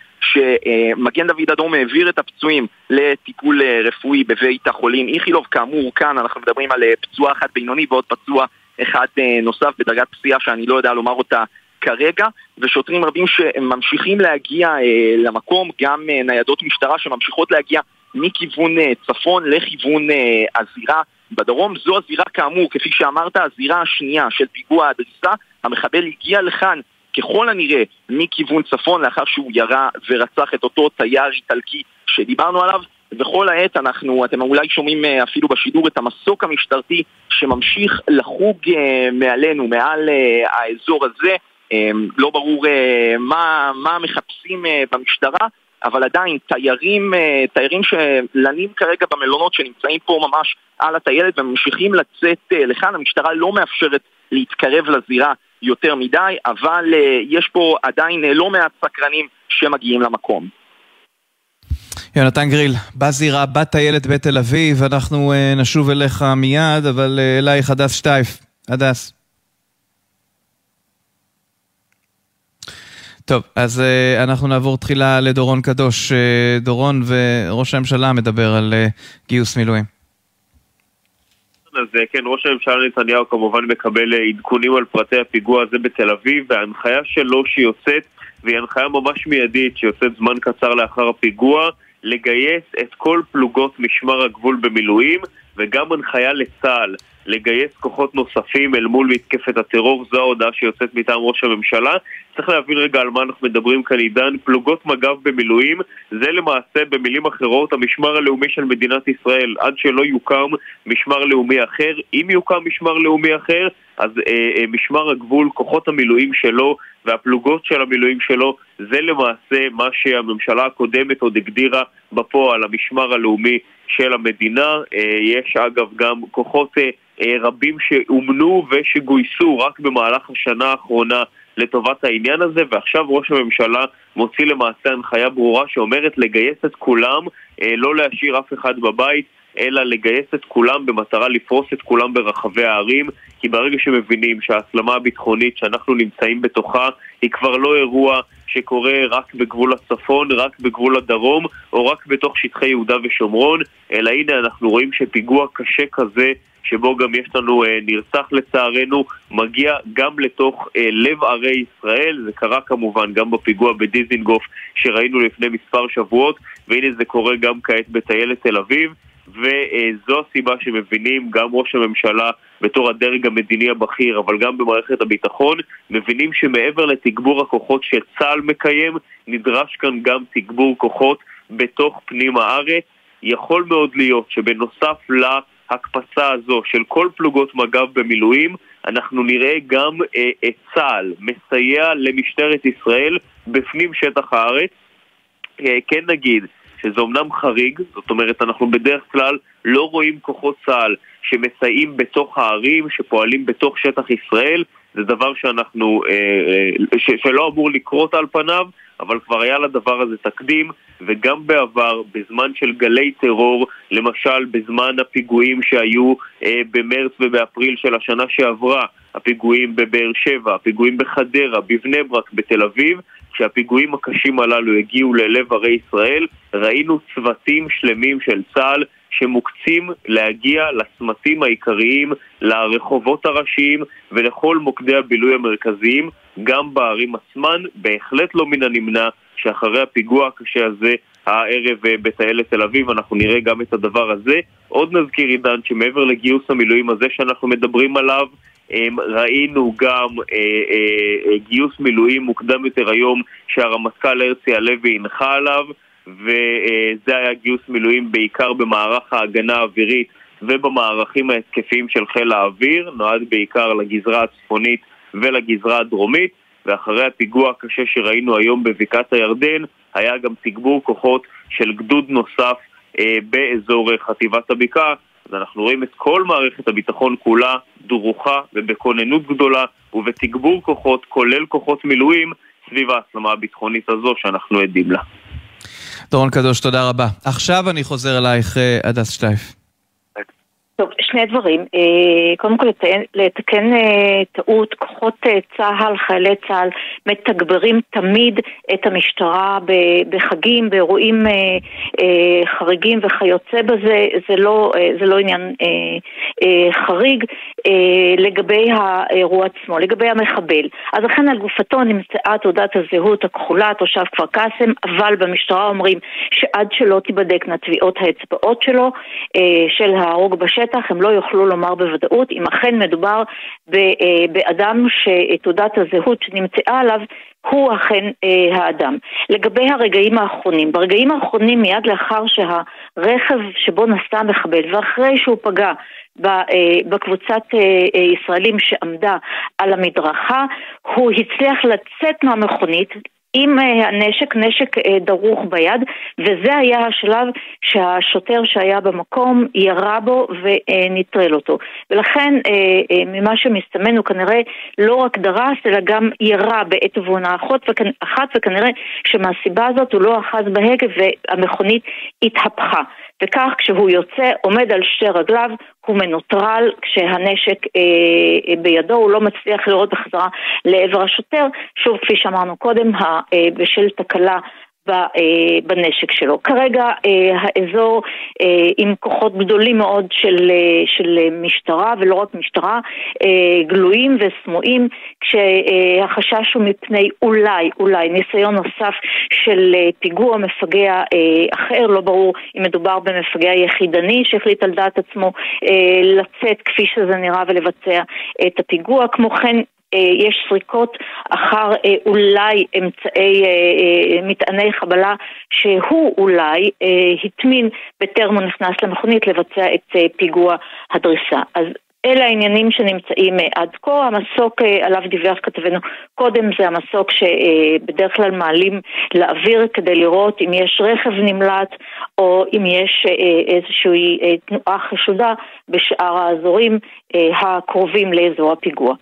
שמגן דוד אדום העביר את הפצועים לטיפול רפואי בבית החולים איכילוב. כאמור, כאן אנחנו מדברים על פצוע אחת בינוני ועוד פצוע אחד נוסף בדרגת פציעה שאני לא יודע לומר אותה כרגע, ושוטרים רבים שממשיכים להגיע למקום, גם ניידות משטרה שממשיכות להגיע מכיוון צפון לכיוון הזירה בדרום. זו הזירה כאמור, כפי שאמרת, הזירה השנייה של פיגוע הדריסה. המחבל הגיע לכאן ככל הנראה מכיוון צפון לאחר שהוא ירה ורצח את אותו תייר איטלקי שדיברנו עליו. וכל העת אנחנו, אתם אולי שומעים אפילו בשידור את המסוק המשטרתי שממשיך לחוג מעלינו, מעל האזור הזה. לא ברור מה, מה מחפשים במשטרה, אבל עדיין תיירים, תיירים שלנים כרגע במלונות שנמצאים פה ממש על הטיילת וממשיכים לצאת לכאן. המשטרה לא מאפשרת להתקרב לזירה יותר מדי, אבל יש פה עדיין לא מעט סקרנים שמגיעים למקום. יונתן גריל, בזירה, בטיילת בתל אביב, אנחנו נשוב אליך מיד, אבל אלייך הדס שטייף. הדס. טוב, אז uh, אנחנו נעבור תחילה לדורון קדוש. Uh, דורון וראש הממשלה מדבר על uh, גיוס מילואים. אז כן, ראש הממשלה נתניהו כמובן מקבל עדכונים על פרטי הפיגוע הזה בתל אביב, וההנחיה שלו שיוצאת, והיא הנחיה ממש מיידית שיוצאת זמן קצר לאחר הפיגוע, לגייס את כל פלוגות משמר הגבול במילואים, וגם הנחיה לצה"ל לגייס כוחות נוספים אל מול מתקפת הטרור. זו ההודעה שיוצאת מטעם ראש הממשלה. צריך להבין רגע על מה אנחנו מדברים כאן, עידן. פלוגות מג"ב במילואים זה למעשה במילים אחרות המשמר הלאומי של מדינת ישראל. עד שלא יוקם משמר לאומי אחר, אם יוקם משמר לאומי אחר, אז אה, אה, משמר הגבול, כוחות המילואים שלו והפלוגות של המילואים שלו, זה למעשה מה שהממשלה הקודמת עוד הגדירה בפועל, המשמר הלאומי של המדינה. אה, יש אגב גם כוחות אה, אה, רבים שאומנו ושגויסו רק במהלך השנה האחרונה לטובת העניין הזה, ועכשיו ראש הממשלה מוציא למעשה הנחיה ברורה שאומרת לגייס את כולם, אה, לא להשאיר אף אחד בבית, אלא לגייס את כולם במטרה לפרוס את כולם ברחבי הערים, כי ברגע שמבינים שההסלמה הביטחונית שאנחנו נמצאים בתוכה היא כבר לא אירוע שקורה רק בגבול הצפון, רק בגבול הדרום, או רק בתוך שטחי יהודה ושומרון, אלא הנה אנחנו רואים שפיגוע קשה כזה, שבו גם יש לנו אה, נרצח לצערנו, מגיע גם לתוך אה, לב ערי ישראל. זה קרה כמובן גם בפיגוע בדיזינגוף שראינו לפני מספר שבועות, והנה זה קורה גם כעת בטיילת תל אביב, וזו הסיבה שמבינים גם ראש הממשלה בתור הדרג המדיני הבכיר, אבל גם במערכת הביטחון, מבינים שמעבר לתגבור הכוחות שצה"ל מקיים, נדרש כאן גם תגבור כוחות בתוך פנים הארץ. יכול מאוד להיות שבנוסף להקפצה הזו של כל פלוגות מג"ב במילואים, אנחנו נראה גם אה, את צה"ל מסייע למשטרת ישראל בפנים שטח הארץ. אה, כן נגיד שזה אומנם חריג, זאת אומרת אנחנו בדרך כלל לא רואים כוחות צה"ל שמסייעים בתוך הערים, שפועלים בתוך שטח ישראל. זה דבר שאנחנו, ש, שלא אמור לקרות על פניו, אבל כבר היה לדבר הזה תקדים, וגם בעבר, בזמן של גלי טרור, למשל בזמן הפיגועים שהיו אה, במרץ ובאפריל של השנה שעברה, הפיגועים בבאר שבע, הפיגועים בחדרה, בבני ברק, בתל אביב, כשהפיגועים הקשים הללו הגיעו ללב ערי ישראל, ראינו צוותים שלמים של צה"ל שמוקצים להגיע לסמטים העיקריים, לרחובות הראשיים ולכל מוקדי הבילוי המרכזיים, גם בערים עצמן. בהחלט לא מן הנמנע שאחרי הפיגוע הקשה הזה הערב בטיילת תל אביב אנחנו נראה גם את הדבר הזה. עוד נזכיר עידן שמעבר לגיוס המילואים הזה שאנחנו מדברים עליו, ראינו גם אה, אה, גיוס מילואים מוקדם יותר היום שהרמטכ"ל הרצי הלוי הנחה עליו, וזה היה גיוס מילואים בעיקר במערך ההגנה האווירית ובמערכים ההתקפיים של חיל האוויר, נועד בעיקר לגזרה הצפונית ולגזרה הדרומית. ואחרי הפיגוע הקשה שראינו היום בבקעת הירדן היה גם תגבור כוחות של גדוד נוסף אה, באזור חטיבת הבקעה. אז אנחנו רואים את כל מערכת הביטחון כולה דרוכה ובכוננות גדולה ובתגבור כוחות, כולל כוחות מילואים, סביב ההסלמה הביטחונית הזו שאנחנו עדים לה. דורון קדוש, תודה רבה. עכשיו אני חוזר אלייך, הדס שטייף. טוב, שני דברים. קודם כל לתקן, לתקן טעות, כוחות צה"ל, חיילי צה"ל מתגברים תמיד את המשטרה בחגים, באירועים חריגים וכיוצא בזה. זה לא, זה לא עניין חריג. לגבי האירוע עצמו, לגבי המחבל, אז לכן על גופתו נמצאה תעודת הזהות הכחולה, תושב כפר קאסם, אבל במשטרה אומרים שעד שלא תיבדקנה טביעות האצבעות שלו, של ההרוג בשטח, הם לא יוכלו לומר בוודאות אם אכן מדובר באדם שתעודת הזהות שנמצאה עליו הוא אכן אה, האדם. לגבי הרגעים האחרונים, ברגעים האחרונים מיד לאחר שהרכב שבו נסע המחבל ואחרי שהוא פגע בקבוצת ישראלים שעמדה על המדרכה, הוא הצליח לצאת מהמכונית עם הנשק, נשק דרוך ביד, וזה היה השלב שהשוטר שהיה במקום ירה בו ונטרל אותו. ולכן ממה שמסתמן הוא כנראה לא רק דרס, אלא גם ירה בעת ובעונה אחת, וכנראה שמהסיבה הזאת הוא לא אחז בהגה והמכונית התהפכה. וכך כשהוא יוצא עומד על שתי רגליו, הוא מנוטרל, כשהנשק אה, בידו הוא לא מצליח לראות בחזרה לעבר השוטר, שוב כפי שאמרנו קודם, ה, אה, בשל תקלה בנשק שלו. כרגע אה, האזור אה, עם כוחות גדולים מאוד של, אה, של משטרה, ולא רק משטרה, אה, גלויים וסמויים, כשהחשש הוא מפני אולי, אולי ניסיון נוסף של אה, פיגוע מפגע אה, אחר, לא ברור אם מדובר במפגע יחידני שהחליט על דעת עצמו אה, לצאת כפי שזה נראה ולבצע את הפיגוע. כמו כן יש סריקות אחר אולי אמצעי מטעני חבלה שהוא אולי התמין בטרם הוא נכנס למכונית לבצע את פיגוע הדריסה. אז אלה העניינים שנמצאים עד כה. המסוק עליו דיווח כתבנו קודם זה המסוק שבדרך כלל מעלים לאוויר כדי לראות אם יש רכב נמלט או אם יש איזושהי תנועה חשודה בשאר האזורים הקרובים לאזור הפיגוע.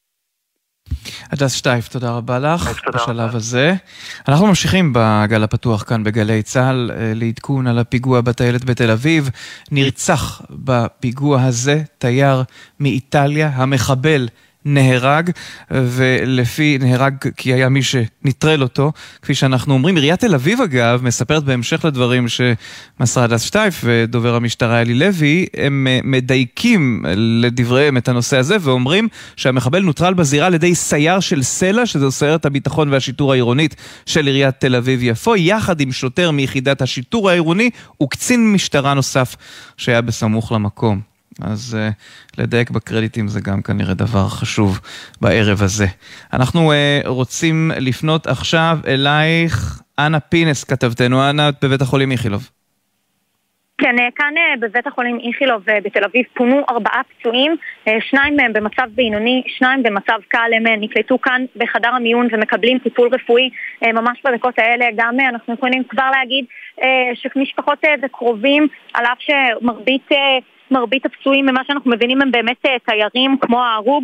הדס שטייף, תודה רבה לך בשלב הזה. אנחנו ממשיכים בגל הפתוח כאן בגלי צה"ל לעדכון על הפיגוע בטיילת בתל אביב. נרצח בפיגוע הזה תייר מאיטליה, המחבל נהרג, ולפי נהרג כי היה מי שנטרל אותו, כפי שאנחנו אומרים. עיריית תל אביב אגב מספרת בהמשך לדברים שמסרה הדס שטייף ודובר המשטרה אלי לוי, הם מדייקים לדבריהם את הנושא הזה ואומרים שהמחבל נוטרל בזירה על ידי סייר של סלע, שזו סיירת הביטחון והשיטור העירונית של עיריית תל אביב יפו, יחד עם שוטר מיחידת השיטור העירוני וקצין משטרה נוסף שהיה בסמוך למקום. אז uh, לדייק בקרדיטים זה גם כנראה דבר חשוב בערב הזה. אנחנו uh, רוצים לפנות עכשיו אלייך, אנה פינס כתבתנו. אנה, בבית החולים איכילוב. כן, כאן בבית החולים איכילוב בתל אביב פונו ארבעה פצועים, שניים מהם במצב בינוני, שניים במצב קל, הם נקלטו כאן בחדר המיון ומקבלים טיפול רפואי ממש בדקות האלה. גם אנחנו יכולים כבר להגיד שמשפחות וקרובים, על אף שמרבית מרבית הפצועים ממה שאנחנו מבינים הם באמת תיירים כמו ההרוג,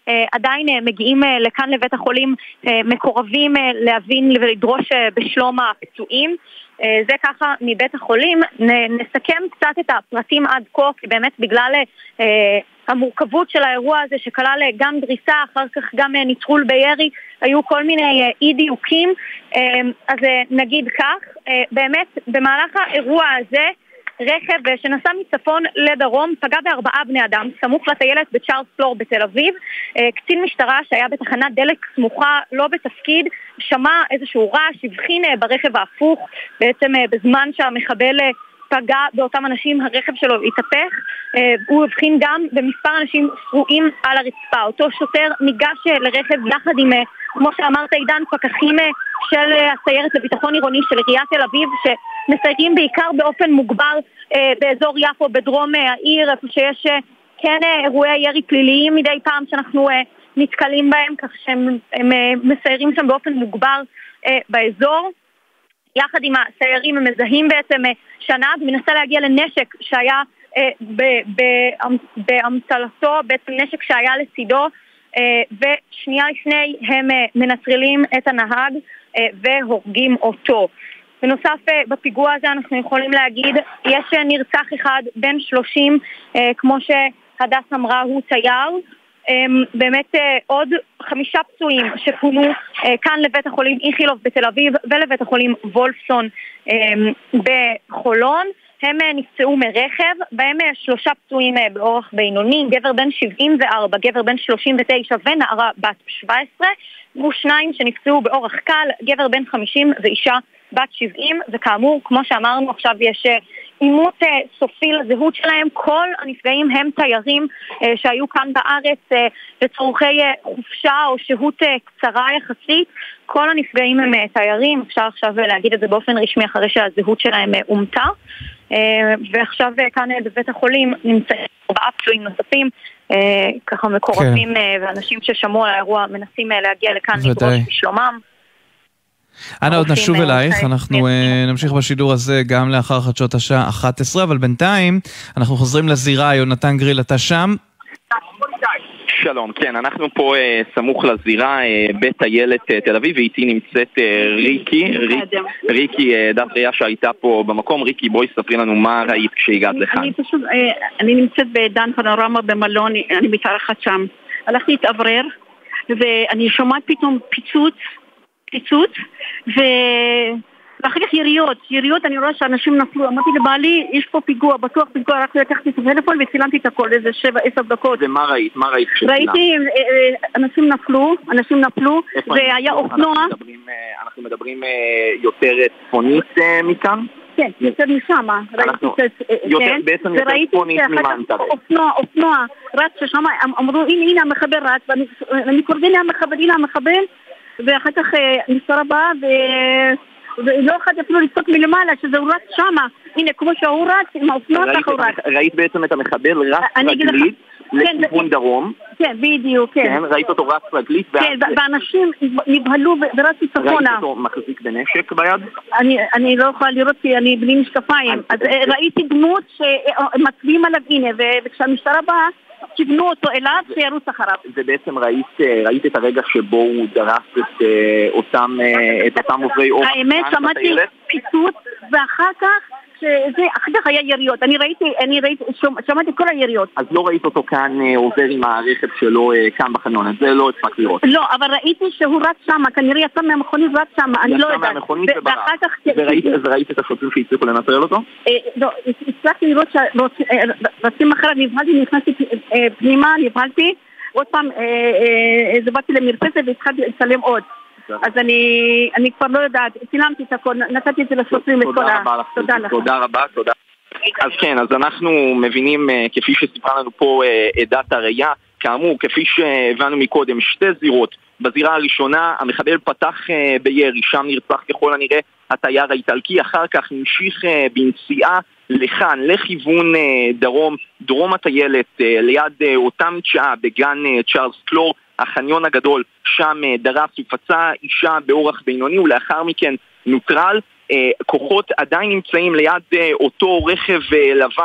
עדיין מגיעים לכאן לבית החולים מקורבים להבין ולדרוש בשלום הפצועים. זה ככה מבית החולים. נסכם קצת את הפרטים עד כה, כי באמת בגלל המורכבות של האירוע הזה שכלל גם דריסה, אחר כך גם ניטרול בירי, היו כל מיני אי דיוקים. אז נגיד כך, באמת במהלך האירוע הזה רכב שנסע מצפון לדרום פגע בארבעה בני אדם סמוך לטיילת בצ'ארלס פלור בתל אביב. קצין משטרה שהיה בתחנת דלק סמוכה לא בתפקיד שמע איזשהו רעש, הבחין ברכב ההפוך, בעצם בזמן שהמחבל פגע באותם אנשים הרכב שלו התהפך. הוא הבחין גם במספר אנשים שרועים על הרצפה. אותו שוטר ניגש לרכב יחד עם, כמו שאמרת עידן, פקחים של הסיירת לביטחון עירוני של עיריית תל אביב שמסיירים בעיקר באופן מוגבר באזור יפו בדרום העיר, איפה שיש כן אירועי ירי פליליים מדי פעם שאנחנו נתקלים בהם, כך שהם מסיירים שם באופן מוגבר באזור. יחד עם הסיירים הם מזהים בעצם שהנהג מנסה להגיע לנשק שהיה באמצלתו, בעצם נשק שהיה לצידו, ושנייה לפני הם מנטרלים את הנהג והורגים אותו. בנוסף, בפיגוע הזה אנחנו יכולים להגיד, יש נרצח אחד בן שלושים, כמו שהדס אמרה, הוא תייר. באמת עוד חמישה פצועים שפונו כאן לבית החולים איכילוב בתל אביב ולבית החולים וולפסון בחולון. הם נפצעו מרכב, בהם שלושה פצועים באורח בינוני, גבר בן שבעים וארבע, גבר בן שלושים ותשע ונערה בת שבע עשרה, ושניים שנפצעו באורח קל, גבר בן חמישים ואישה בת שבעים, וכאמור, כמו שאמרנו, עכשיו יש אימות סופי לזהות שלהם. כל הנפגעים הם תיירים שהיו כאן בארץ לצורכי חופשה או שהות קצרה יחסית. כל הנפגעים הם תיירים, אפשר עכשיו להגיד את זה באופן רשמי אחרי שהזהות שלהם אומתה. ועכשיו כאן בבית החולים נמצאים ארבעה פצועים נוספים, ככה מקורבים ואנשים ששמעו על האירוע מנסים להגיע לכאן לדרוש בשלומם. אנה, עוד נשוב אלייך, אנחנו נמשיך בשידור הזה גם לאחר חדשות השעה אחת עשרה, אבל בינתיים אנחנו חוזרים לזירה. יונתן גריל, אתה שם? שלום, כן, אנחנו פה סמוך לזירה בטיילת תל אביב, ואיתי נמצאת ריקי, ריקי דת ראייה שהייתה פה במקום. ריקי, בואי ספרי לנו מה ראית כשהגעת לכאן. אני פשוט, אני נמצאת בדן פנורמה במלון, אני מתארחת שם. הלכתי להתאוורר, ואני שומעת פתאום פיצוץ, פיצוץ, ו... ואחר כך יריות, יריות, אני רואה שאנשים נפלו. אמרתי לבעלי, יש פה פיגוע, בטוח פיגוע, רק לקחתי את הטלפון וצילמתי את הכל, איזה שבע, עשר דקות. ומה ראית? מה ראית כשצילמת? ראיתי, אנשים נפלו, אנשים נפלו, והיה אופנוע. אנחנו מדברים, אנחנו מדברים יותר צפונית מכאן? כן, יותר משם. בעצם יותר צפונית ממנטרה. אופנוע, אופנוע, רץ ששם, אמרו, הנה, הנה המחבל רץ, ואני קוראים, הנה המחבל, הנה המחבל, ואחר כך משטרה באה, ו... ולא אחד אפילו לצפות מלמעלה, שזה הוא רץ שמה. הנה, כמו שהוא רץ, עם האופנוע ככה הוא רץ. ראית בעצם את המחבל רץ רגלית לכיוון דרום? כן, בדיוק, כן. כן, ראית אותו רץ רגלית? כן, ואנשים נבהלו ורצו צפונה. ראית אותו מחזיק בנשק ביד? אני לא יכולה לראות כי אני בלי משקפיים. אז ראיתי דמות שמצביעים עליו, הנה, וכשהמשטרה באה, כיוונו אותו אליו שירוץ אחריו. ובעצם ראית, ראית את הרגע שבו הוא דרס את אותם, את אותם עוברי אורח. האמת, שמעתי פיצוץ, ואחר כך, שזה, אחר כך היה יריות. אני ראיתי, אני ראיתי, שמעתי כל היריות. אז לא ראית אותו כאן עובר עם הרכב שלו כאן בחנון, אז זה לא הצפק לראות. לא, אבל ראיתי שהוא רץ שם, כנראה יצא מהמכונית רץ שם, אני לא יודעת. יצא מהמכונית וברח. וראית את השוטרים שהצליחו לנטרל אותו? לא, הצלחתי לראות שרצים אחריו, נבהלתי, נכנסתי פנימה, נבהלתי, עוד פעם זבתי למרפסת והתחלתי לצלם עוד. אז אני, אני כבר לא יודעת, צילמתי את הכל, נתתי את זה לשוטרים את כל ה... תודה לך. תודה רבה, תודה. אז כן, אז אנחנו מבינים, כפי שסיפרה לנו פה עדת הראייה, כאמור, כפי שהבנו מקודם, שתי זירות. בזירה הראשונה, המחבל פתח בירי, שם נרצח ככל הנראה התייר האיטלקי, אחר כך המשיך בנסיעה לכאן, לכיוון דרום, דרום הטיילת, ליד אותה מדשאה בגן צ'ארלס קלור, החניון הגדול, שם דרס ופצע אישה באורח בינוני, ולאחר מכן נוטרל. כוחות עדיין נמצאים ליד אותו רכב לבן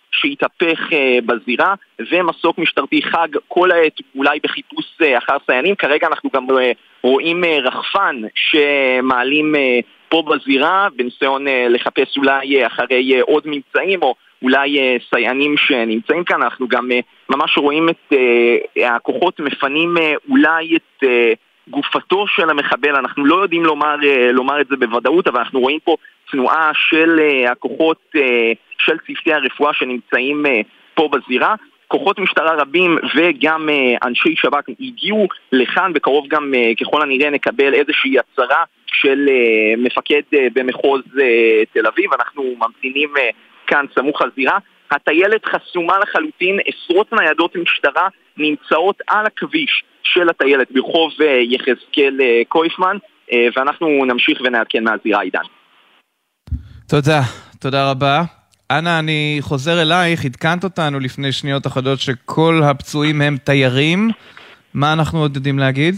שהתהפך בזירה, ומסוק משטרתי חג כל העת אולי בחיפוש אחר סיינים. כרגע אנחנו גם רואים רחפן שמעלים פה בזירה בניסיון לחפש אולי אחרי עוד ממצאים או אולי סיינים שנמצאים כאן. אנחנו גם ממש רואים את הכוחות מפנים אולי את גופתו של המחבל. אנחנו לא יודעים לומר, לומר את זה בוודאות, אבל אנחנו רואים פה תנועה של הכוחות של צוותי הרפואה שנמצאים פה בזירה. כוחות משטרה רבים וגם אנשי שב"כ הגיעו לכאן, בקרוב גם ככל הנראה נקבל איזושהי הצהרה של מפקד במחוז תל אביב. אנחנו ממתינים כאן סמוך הזירה. הטיילת חסומה לחלוטין, עשרות ניידות משטרה נמצאות על הכביש של הטיילת ברחוב יחזקאל קויפמן, ואנחנו נמשיך ונעדכן מהזירה. עידן. תודה, תודה רבה. אנה, אני חוזר אלייך, התקנת אותנו לפני שניות אחדות שכל הפצועים הם תיירים. מה אנחנו עוד יודעים להגיד?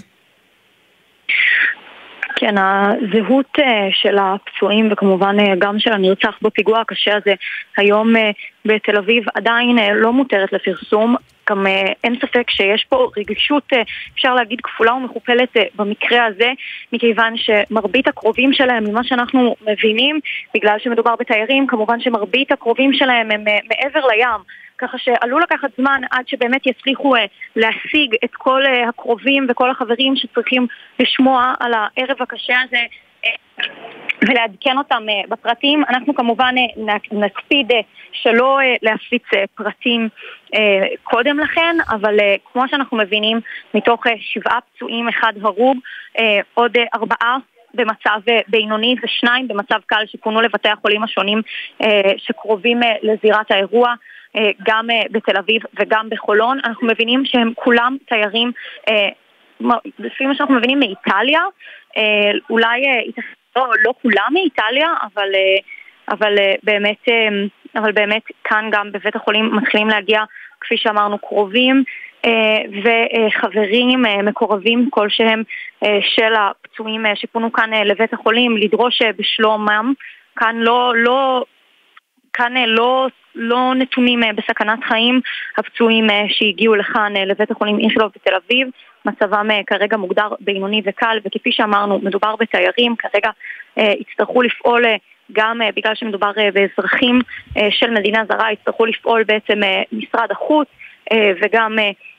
כן, הזהות של הפצועים וכמובן גם של הנרצח בפיגוע הקשה הזה היום בתל אביב עדיין לא מותרת לפרסום. גם אין ספק שיש פה רגישות, אפשר להגיד, כפולה ומכופלת במקרה הזה, מכיוון שמרבית הקרובים שלהם, ממה שאנחנו מבינים, בגלל שמדובר בתיירים, כמובן שמרבית הקרובים שלהם הם מעבר לים, ככה שעלול לקחת זמן עד שבאמת יצליחו להשיג את כל הקרובים וכל החברים שצריכים לשמוע על הערב הקשה הזה ולעדכן אותם בפרטים. אנחנו כמובן נקפיד שלא להפיץ פרטים קודם לכן, אבל כמו שאנחנו מבינים, מתוך שבעה פצועים אחד הרוג, עוד ארבעה במצב בינוני ושניים במצב קל שפונו לבתי החולים השונים שקרובים לזירת האירוע, גם בתל אביב וגם בחולון. אנחנו מבינים שהם כולם תיירים, לפי מה שאנחנו מבינים, מאיטליה, אולי לא, לא כולם מאיטליה, אבל, אבל באמת, אבל באמת כאן גם בבית החולים מתחילים להגיע, כפי שאמרנו, קרובים וחברים מקורבים כלשהם של הפצועים שפונו כאן לבית החולים, לדרוש בשלומם. כאן לא, לא, כאן לא, לא נתונים בסכנת חיים הפצועים שהגיעו לכאן לבית החולים איכילוב בתל אביב. מצבם כרגע מוגדר בינוני וקל, וכפי שאמרנו, מדובר בתיירים, כרגע יצטרכו לפעול גם בגלל שמדובר באזרחים של מדינה זרה, יצטרכו לפעול בעצם משרד החוץ וגם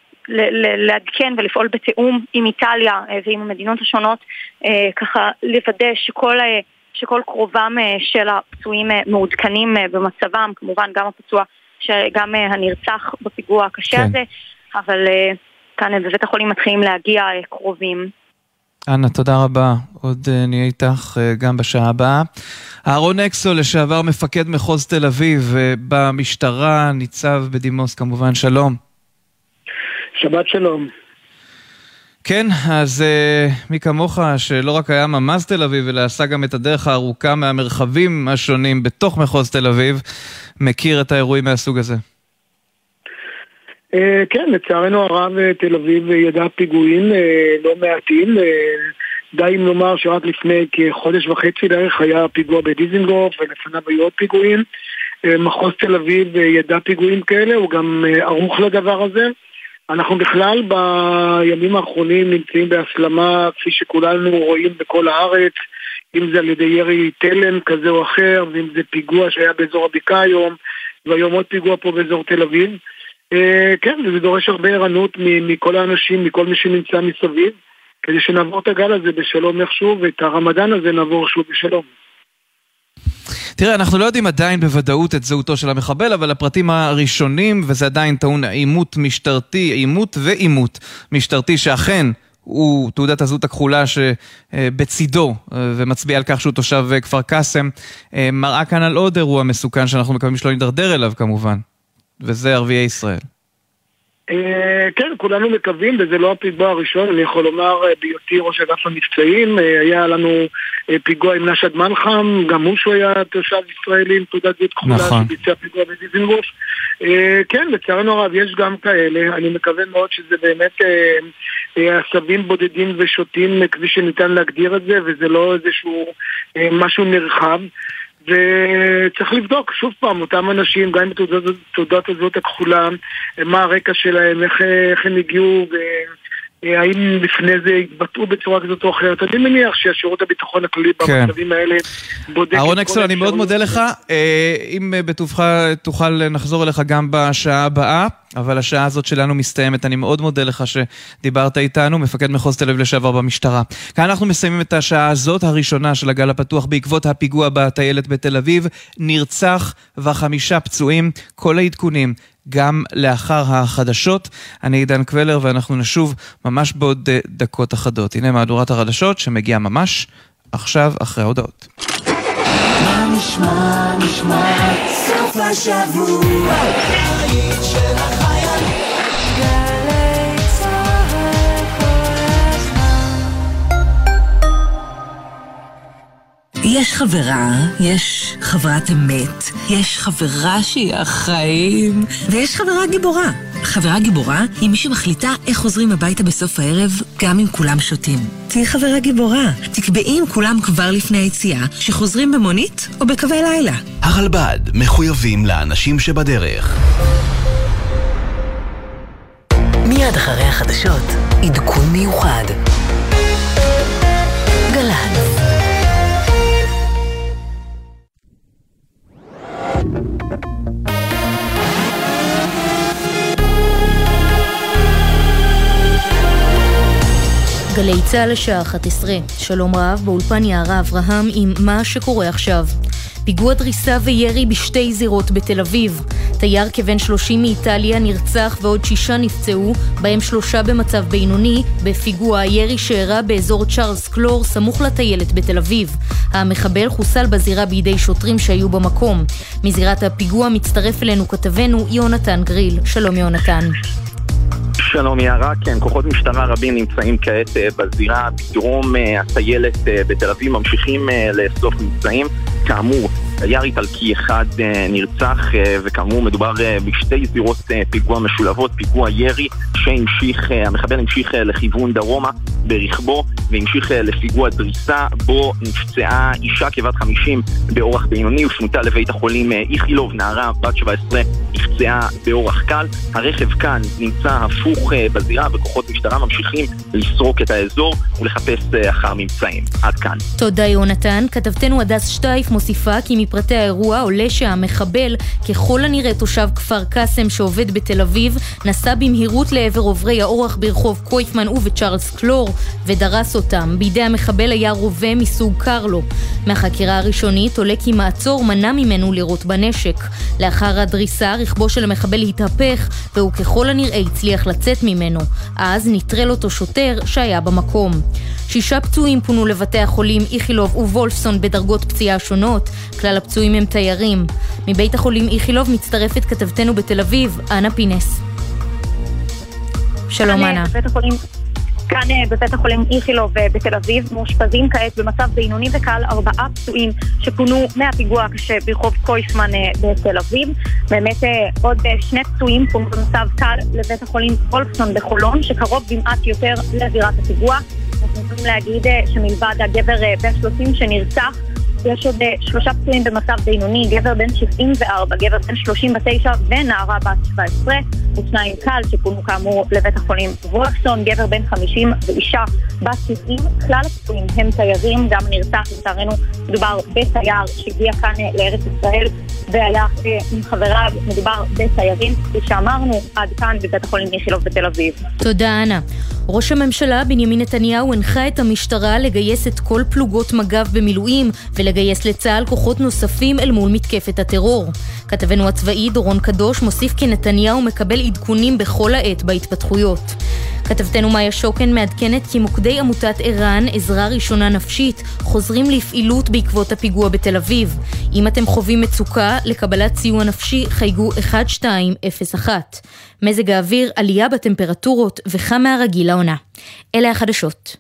לעדכן ולפעול בתיאום עם איטליה ועם המדינות השונות, ככה לוודא שכל שכל קרובם של הפצועים מעודכנים במצבם, כמובן גם הפצוע, גם הנרצח בפיגוע הקשה כן. הזה, אבל כאן בבית החולים מתחילים להגיע קרובים. אנה, תודה רבה. עוד נהיה איתך גם בשעה הבאה. אהרון אקסול, לשעבר מפקד מחוז תל אביב במשטרה, ניצב בדימוס כמובן, שלום. שבת שלום. כן, אז uh, מי כמוך שלא רק היה ממז תל אביב, אלא עשה גם את הדרך הארוכה מהמרחבים השונים בתוך מחוז תל אביב, מכיר את האירועים מהסוג הזה. Uh, כן, לצערנו הרב תל אביב ידע פיגועים uh, לא מעטים. Uh, די אם לומר שרק לפני כחודש וחצי דרך היה פיגוע בדיזנגוף, ולפניו היו עוד פיגועים. Uh, מחוז תל אביב uh, ידע פיגועים כאלה, הוא גם uh, ערוך לדבר הזה. אנחנו בכלל בימים האחרונים נמצאים בהסלמה, כפי שכולנו רואים בכל הארץ, אם זה על ידי ירי תלם כזה או אחר, ואם זה פיגוע שהיה באזור הבקעה היום, והיום עוד פיגוע פה באזור תל אביב. כן, וזה דורש הרבה ערנות מכל האנשים, מכל מי שנמצא מסביב, כדי שנעבור את הגל הזה בשלום איכשהו, ואת הרמדאן הזה נעבור שוב בשלום. תראה, אנחנו לא יודעים עדיין בוודאות את זהותו של המחבל, אבל הפרטים הראשונים, וזה עדיין טעון עימות משטרתי, עימות ועימות משטרתי, שאכן הוא תעודת הזהות הכחולה שבצידו, ומצביע על כך שהוא תושב כפר קאסם, מראה כאן על עוד אירוע מסוכן שאנחנו מקווים שלא נדרדר אליו כמובן, וזה ערביי ישראל. כן, כולנו מקווים, וזה לא הפיגוע הראשון. אני יכול לומר, בהיותי ראש אגף המבצעים, היה לנו פיגוע עם נשד מלחם, גם הוא שהוא היה תושב ישראלי עם תעודת זהות כחולה שביצע פיגוע בדיזנגוף. כן, לצערנו הרב, יש גם כאלה. אני מקווה מאוד שזה באמת עשבים בודדים ושוטים, כפי שניתן להגדיר את זה, וזה לא איזשהו משהו נרחב. וצריך לבדוק שוב פעם אותם אנשים, גם בתעודת הזאת הכחולה, מה הרקע שלהם, איך, איך הם הגיעו, האם לפני זה התבטאו בצורה כזאת או אחרת. אני מניח שהשירות הביטחון הכללי כן. במצבים האלה בודק... אהרון אקסול, אני מאוד מודה לך. אם בטובך תוכל נחזור אליך גם בשעה הבאה, אבל השעה הזאת שלנו מסתיימת. אני מאוד מודה לך שדיברת איתנו, מפקד מחוז תל אביב לשעבר במשטרה. כאן אנחנו מסיימים את השעה הזאת, הראשונה של הגל הפתוח, בעקבות הפיגוע בטיילת בתל אביב. נרצח וחמישה פצועים, כל העדכונים גם לאחר החדשות. אני עידן קבלר ואנחנו נשוב ממש בעוד דקות אחדות. הנה מהדורת החדשות שמגיעה ממש עכשיו אחרי ההודעות. מה נשמע, נשמע, סוף השבוע, היית של החייל, גלי צהל כל הזמן. יש חברה, יש חברת אמת, יש חברה שהיא החיים, ויש חברה גיבורה. חברה גיבורה היא מי שמחליטה איך חוזרים הביתה בסוף הערב גם אם כולם שותים. תהי חברה גיבורה. תקבעי עם כולם כבר לפני היציאה שחוזרים במונית או בקווי לילה. הרלב"ד מחויבים לאנשים שבדרך. מיד אחרי החדשות, עדכון מיוחד. גל"צ. גלי צהל לשעה אחת עשרה. שלום רב, באולפן יערה אברהם עם מה שקורה עכשיו. פיגוע דריסה וירי בשתי זירות בתל אביב. תייר כבן שלושים מאיטליה נרצח ועוד שישה נפצעו, בהם שלושה במצב בינוני, בפיגוע הירי שאירע באזור צ'ארלס קלור סמוך לטיילת בתל אביב. המחבל חוסל בזירה בידי שוטרים שהיו במקום. מזירת הפיגוע מצטרף אלינו כתבנו יונתן גריל. שלום יונתן. שלום יערה, כן, כוחות משטרה רבים נמצאים כעת בזירה בדרום הטיילת בתל אביב, ממשיכים לאסוף מבצעים. כאמור, תייר איטלקי אחד נרצח, וכאמור מדובר בשתי זירות פיגוע משולבות, פיגוע ירי שהמשיך, המחבל המשיך לכיוון דרומה ברכבו, והמשיך לפיגוע דריסה בו נפצעה אישה כבת חמישים באורח בינוני ושנותה לבית החולים איכילוב. נערה בת שבע עשרה נפצעה באורח קל. הרכב כאן נמצא הפוך בזירה, וכוחות משטרה ממשיכים לסרוק את האזור ולחפש אחר ממצאים. עד כאן. תודה יונתן. כתבתנו הדס שטייף מוסיפה כי מפרטי האירוע עולה שהמחבל, ככל הנראה תושב כפר קסם שעובד בתל אביב, נסע במהירות לעבר עוברי האורח ברחוב קויפמן ובצ'ארלס קלור ודרס אותם. בידי המחבל היה רובה מסוג קרלו. מהחקירה הראשונית עולה כי מעצור מנע ממנו לירות בנשק. לאחר הדריסה רכבו של המחבל התהפך והוא ככל הנראה הצליח לצאת ממנו. אז נטרל אותו שוטר שהיה במקום. שישה פצועים פונו לבתי החולים איכילוב ווולפסון בדרגות פציעה שונות. כלל הפצועים הם תיירים. מבית החולים איכילוב מצטרפת כתבתנו בתל אביב, אנה פינס. שלום אנה. בבית החולים כאן בבית החולים איכילוב בתל אביב מאושפזים כעת במצב בינוני וקל ארבעה פצועים שפונו מהפיגוע הקשה ברחוב קויפמן בתל אביב. באמת עוד שני פצועים פונו במצב קל לבית החולים וולפסון בחולון שקרוב במעט יותר לזירת הפיגוע. אנחנו יכולים להגיד שמלבד הגבר בן שלושים שנרצח, יש עוד שלושה פצועים במצב בינוני, גבר בן שבעים וארבע, גבר בן שלושים ותשע ונערה בת שבע עשרה, ושניים קל שפונו כאמור לבית החולים וולפסון, גבר בן חמישים ואישה בת שבעים. כלל הפצועים הם תיירים, גם נרצח לצערנו מדובר בתייר שהגיע כאן לארץ ישראל והיה עם חבריו, מדובר בתיירים, כפי שאמרנו, עד כאן בבית החולים איכילוב בתל אביב. תודה אנה. ראש הממשלה בנימין נתניהו הנחה את המשטרה לגייס את כל פלוגות מג"ב במילואים ולגייס לצה"ל כוחות נוספים אל מול מתקפת הטרור. כתבנו הצבאי דורון קדוש מוסיף כי נתניהו מקבל עדכונים בכל העת בהתפתחויות. כתבתנו מאיה שוקן מעדכנת כי מוקדי עמותת ערן, עזרה ראשונה נפשית, חוזרים לפעילות בעקבות הפיגוע בתל אביב. אם אתם חווים מצוקה לקבלת סיוע נפשי, חייגו אחת שתיים אפס אחת. מזג האוויר, עלייה בטמפרטורות וחם מהרגיל לעונה. אלה החדשות.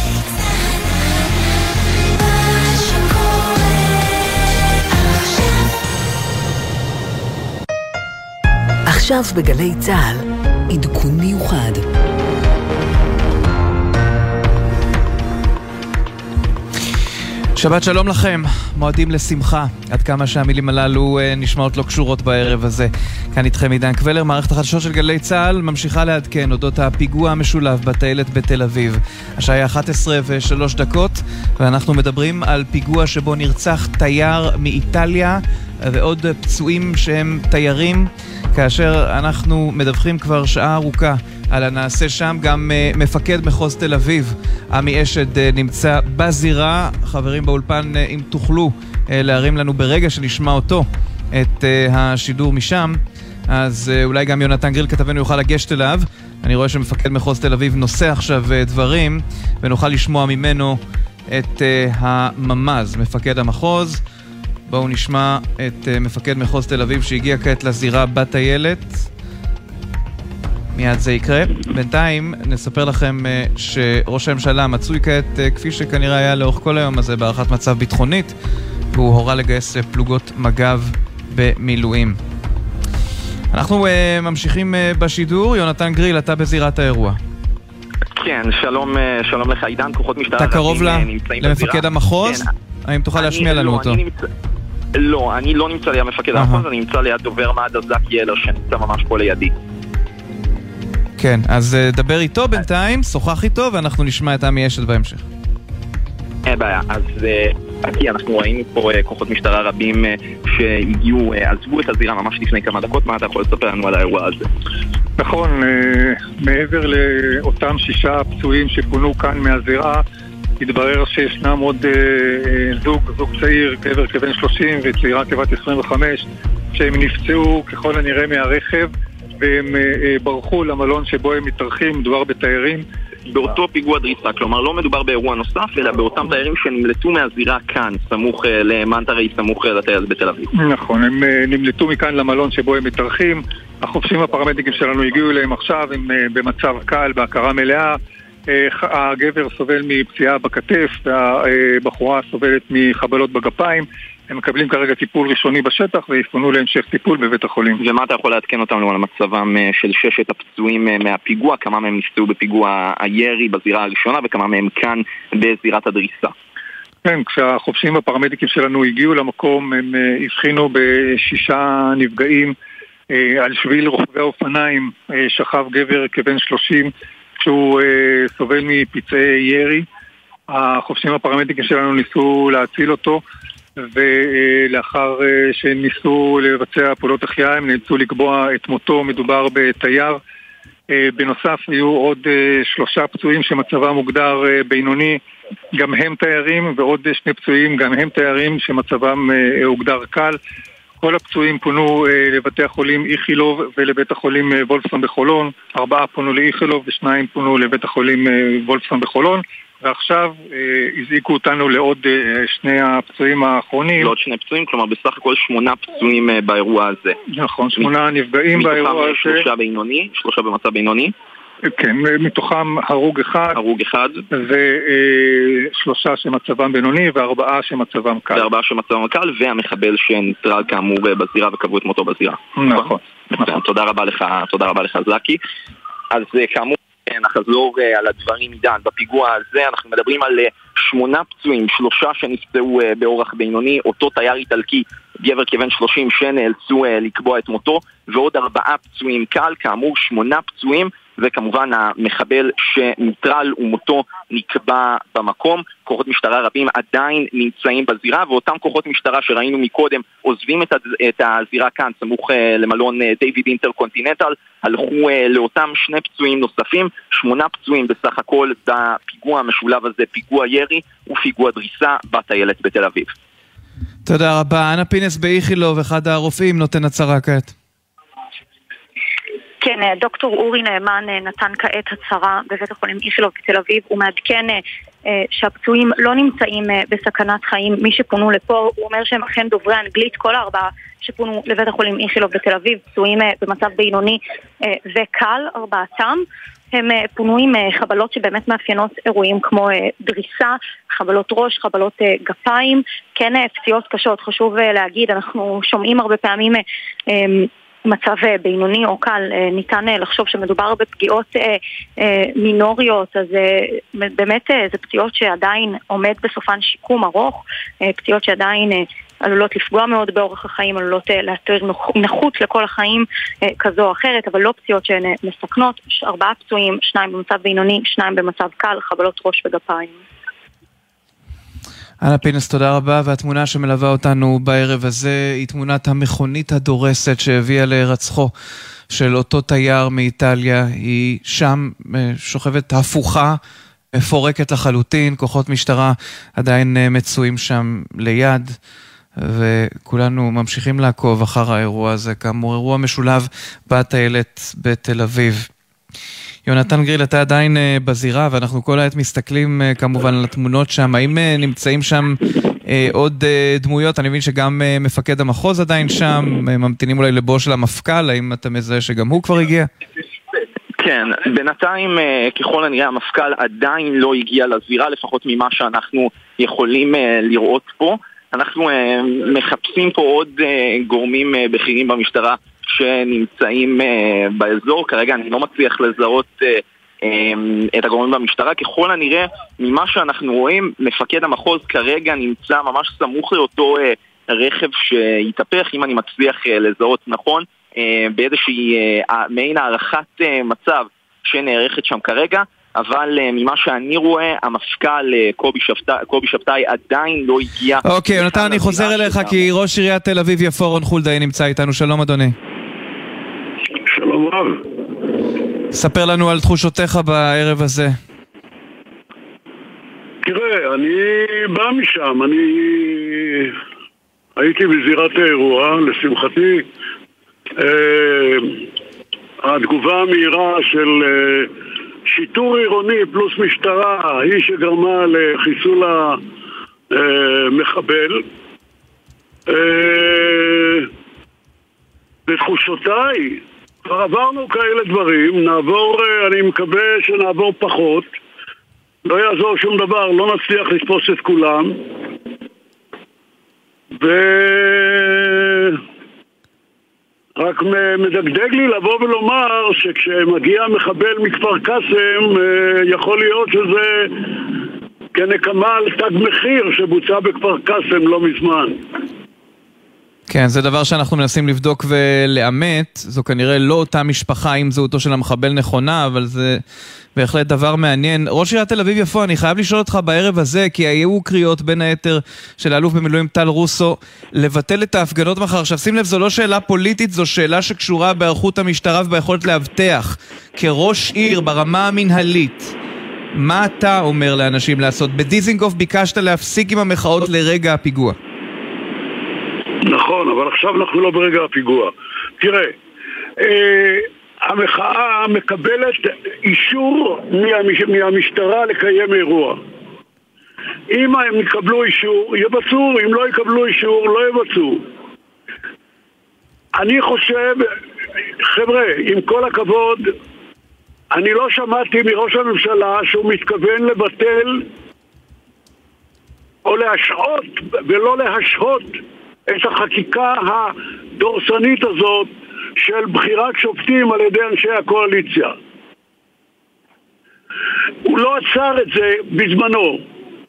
עכשיו בגלי צהל, עדכון מיוחד. שבת שלום לכם, מועדים לשמחה, עד כמה שהמילים הללו נשמעות לא קשורות בערב הזה. כאן איתכם עידן קבלר, מערכת החדשות של גלי צה"ל ממשיכה לעדכן אודות הפיגוע המשולב בטיילת בתל אביב. השעה אחת עשרה ושלוש דקות, ואנחנו מדברים על פיגוע שבו נרצח תייר מאיטליה ועוד פצועים שהם תיירים, כאשר אנחנו מדווחים כבר שעה ארוכה על הנעשה שם. גם uh, מפקד מחוז תל אביב, עמי אשד, uh, נמצא בזירה. חברים באולפן, uh, אם תוכלו uh, להרים לנו ברגע שנשמע אותו את uh, השידור משם, אז uh, אולי גם יונתן גריל כתבנו יוכל לגשת אליו. אני רואה שמפקד מחוז תל אביב נושא עכשיו uh, דברים, ונוכל לשמוע ממנו את uh, הממז, מפקד המחוז. בואו נשמע את uh, מפקד מחוז תל אביב שהגיע כעת לזירה בטיילת. מיד זה יקרה. בינתיים נספר לכם uh, שראש הממשלה מצוי כעת, uh, כפי שכנראה היה לאורך כל היום הזה, בהערכת מצב ביטחונית, והוא הורה לגייס uh, פלוגות מג"ב במילואים. אנחנו uh, ממשיכים uh, בשידור. יונתן גריל, אתה בזירת האירוע. כן, שלום, שלום לך עידן, כוחות משטרה. אתה קרוב למפקד המחוז? כן. האם תוכל להשמיע לנו לא, אותו? אני נמצא, לא, אני לא נמצא ליד מפקד המחוז, אני נמצא ליד דובר מד"א זקי אלר שנמצא ממש פה לידי. כן, אז דבר איתו בינתיים, שוחח איתו, ואנחנו נשמע את עמי אשד בהמשך. אין בעיה, אז כי אנחנו ראינו פה כוחות משטרה רבים שהגיעו, עזבו את הזירה ממש לפני כמה דקות. מה אתה יכול לספר לנו על האירוע הזה? נכון, מעבר לאותם שישה פצועים שפונו כאן מהזירה, התברר שישנם עוד זוג, זוג צעיר, גבר כבן שלושים וצעירה כבת עשרים וחמש, שהם נפצעו ככל הנראה מהרכב, והם ברחו למלון שבו הם מתארחים. מדובר בתיירים באותו פיגוע דריסה, כלומר לא מדובר באירוע נוסף, אלא באותם תיירים שנמלטו מהזירה כאן, סמוך למנטרי, סמוך לטיילת בתל אביב. נכון, הם נמלטו מכאן למלון שבו הם מתארחים. החובשים הפרמדיקים שלנו הגיעו אליהם עכשיו, הם במצב קל, בהכרה מלאה. הגבר סובל מפציעה בכתף, והבחורה סובלת מחבלות בגפיים. הם מקבלים כרגע טיפול ראשוני בשטח ויפונו להמשך טיפול בבית החולים. ומה אתה יכול לעדכן אותנו על מצבם של ששת הפצועים מהפיגוע? כמה מהם נפצעו בפיגוע הירי בזירה הראשונה וכמה מהם כאן בזירת הדריסה? כן, כשהחובשים הפרמדיקים שלנו הגיעו למקום, הם הבחינו בשישה נפגעים. על שביל רוכבי האופניים שכב גבר כבן שלושים שהוא סובל מפצעי ירי. החובשים הפרמדיקים שלנו ניסו להציל אותו, ולאחר שניסו לבצע פעולות החייאה הם נאלצו לקבוע את מותו. מדובר בתייר. בנוסף היו עוד שלושה פצועים שמצבם מוגדר בינוני, גם הם תיירים, ועוד שני פצועים גם הם תיירים שמצבם הוגדר קל. כל הפצועים פונו לבתי החולים איכילוב ולבית החולים וולפסון בחולון. ארבעה פונו לאיכילוב ושניים פונו לבית החולים וולפסון בחולון. ועכשיו אה, הזעיקו אותנו לעוד אה, שני הפצועים האחרונים. לעוד שני פצועים, כלומר בסך הכל שמונה פצועים אה, באירוע הזה. נכון, שמונה נפגעים באירוע הזה. מתוכם שלושה בינוני, שלושה במצב בינוני. כן, מתוכם הרוג אחד. הרוג אחד. ושלושה אה, שמצבם בינוני וארבעה שמצבם קל. וארבעה שמצבם קל, והמחבל שנטרל כאמור בזירה וקבעו את מותו בזירה. נכון. נכון. תודה רבה לך, תודה רבה לך זקי. אז כאמור, נחזור uh, על הדברים עידן. בפיגוע הזה אנחנו מדברים על uh, שמונה פצועים, שלושה שנפצעו uh, באורח בינוני, אותו תייר איטלקי, גבר כבן שלושים שנאלצו uh, לקבוע את מותו, ועוד ארבעה פצועים קל, כאמור שמונה פצועים, וכמובן המחבל שנטרל ומותו נקבע במקום. כוחות משטרה רבים עדיין נמצאים בזירה, ואותם כוחות משטרה שראינו מקודם עוזבים את, את הזירה כאן, סמוך למלון דיוויד אינטרקונטיננטל, הלכו לאותם שני פצועים נוספים, שמונה פצועים בסך הכל בפיגוע המשולב הזה, פיגוע ירי ופיגוע דריסה בטיילת בתל אביב. תודה רבה. אנה פינס באיכילוב, אחד הרופאים, נותן הצהרה כעת. כן, דוקטור אורי נאמן נתן כעת הצהרה בבית החולים איכילוב בתל אביב. הוא מעדכן שהפצועים לא נמצאים בסכנת חיים. מי שפונו לפה, הוא אומר שהם אכן דוברי אנגלית. כל הארבעה שפונו לבית החולים איכילוב בתל אביב פצועים במצב בינוני וקל, ארבעתם. הם פונו עם חבלות שבאמת מאפיינות אירועים כמו דריסה, חבלות ראש, חבלות גפיים, כן פציעות קשות. חשוב להגיד, אנחנו שומעים הרבה פעמים מצב בינוני או קל, ניתן לחשוב שמדובר בפגיעות מינוריות, אז באמת זה פציעות שעדיין עומד בסופן שיקום ארוך, פציעות שעדיין עלולות לפגוע מאוד באורח החיים, עלולות להתיר נכות לכל החיים כזו או אחרת, אבל לא פציעות שהן מסכנות. ארבעה פצועים, שניים במצב בינוני, שניים במצב קל, חבלות ראש וגפיים. אנה פינס, תודה רבה, והתמונה שמלווה אותנו בערב הזה היא תמונת המכונית הדורסת שהביאה להירצחו של אותו תייר מאיטליה. היא שם שוכבת הפוכה, מפורקת לחלוטין, כוחות משטרה עדיין מצויים שם ליד, וכולנו ממשיכים לעקוב אחר האירוע הזה, כאמור אירוע משולב בטיילת בתל אביב. יונתן גריל, אתה עדיין בזירה, ואנחנו כל העת מסתכלים כמובן על התמונות שם. האם נמצאים שם עוד דמויות? אני מבין שגם מפקד המחוז עדיין שם, ממתינים אולי לבוא של המפכ"ל, האם אתה מזהה שגם הוא כבר הגיע? כן, בינתיים ככל הנראה המפכ"ל עדיין לא הגיע לזירה, לפחות ממה שאנחנו יכולים לראות פה. אנחנו מחפשים פה עוד גורמים בכירים במשטרה שנמצאים באזור. כרגע אני לא מצליח לזהות את הגורמים במשטרה. ככל הנראה, ממה שאנחנו רואים, מפקד המחוז כרגע נמצא ממש סמוך לאותו רכב שהתהפך, אם אני מצליח לזהות נכון, באיזושהי מעין הערכת מצב שנערכת שם כרגע. אבל ממה שאני רואה, המפכ"ל קובי שבתאי, קובי שבתאי עדיין לא הגיע. אוקיי, יונתן, אני חוזר אליך כי ראש עיריית תל אביב יפו רון חולדאי נמצא איתנו. שלום אדוני. שלום רב. ספר לנו על תחושותיך בערב הזה. תראה, אני בא משם, אני הייתי בזירת האירוע, לשמחתי. התגובה המהירה של שיטור עירוני פלוס משטרה היא שגרמה לחיסול המחבל. בתחושותיי כבר עברנו כאלה דברים, נעבור, אני מקווה שנעבור פחות, לא יעזור שום דבר, לא נצליח לתפוס את כולם, ו... רק מדגדג לי לבוא ולומר שכשמגיע מחבל מכפר קאסם יכול להיות שזה כנקמה על תג מחיר שבוצע בכפר קאסם לא מזמן. כן, זה דבר שאנחנו מנסים לבדוק ולאמת. זו כנראה לא אותה משפחה עם זהותו של המחבל נכונה, אבל זה בהחלט דבר מעניין. ראש עיריית תל אביב יפו, אני חייב לשאול אותך בערב הזה, כי היו קריאות בין היתר של האלוף במילואים טל רוסו לבטל את ההפגנות מחר. עכשיו שים לב, זו לא שאלה פוליטית, זו שאלה שקשורה בהיערכות המשטרה וביכולת להבטח. כראש עיר ברמה המנהלית, מה אתה אומר לאנשים לעשות? בדיזינגוף ביקשת להפסיק עם המחאות לרגע הפיגוע. נכון, אבל עכשיו אנחנו לא ברגע הפיגוע. תראה, אה, המחאה מקבלת אישור מהמש... מהמשטרה לקיים אירוע. אם הם יקבלו אישור, יבצעו, אם לא יקבלו אישור, לא יבצעו. אני חושב, חבר'ה, עם כל הכבוד, אני לא שמעתי מראש הממשלה שהוא מתכוון לבטל או להשעות ולא להשהות את החקיקה הדורסנית הזאת של בחירת שופטים על ידי אנשי הקואליציה. הוא לא עצר את זה בזמנו.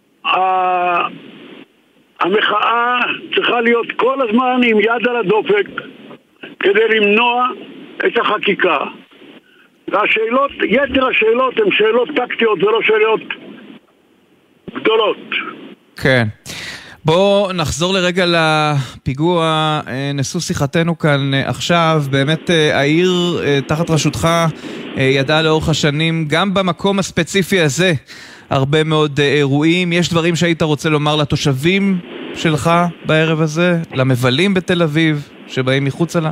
המחאה צריכה להיות כל הזמן עם יד על הדופק כדי למנוע את החקיקה. והשאלות, יתר השאלות הן שאלות טקטיות ולא שאלות גדולות. כן. בואו נחזור לרגע לפיגוע. נשוא שיחתנו כאן עכשיו. באמת העיר תחת רשותך ידעה לאורך השנים, גם במקום הספציפי הזה, הרבה מאוד אירועים. יש דברים שהיית רוצה לומר לתושבים שלך בערב הזה, למבלים בתל אביב שבאים מחוץ לה?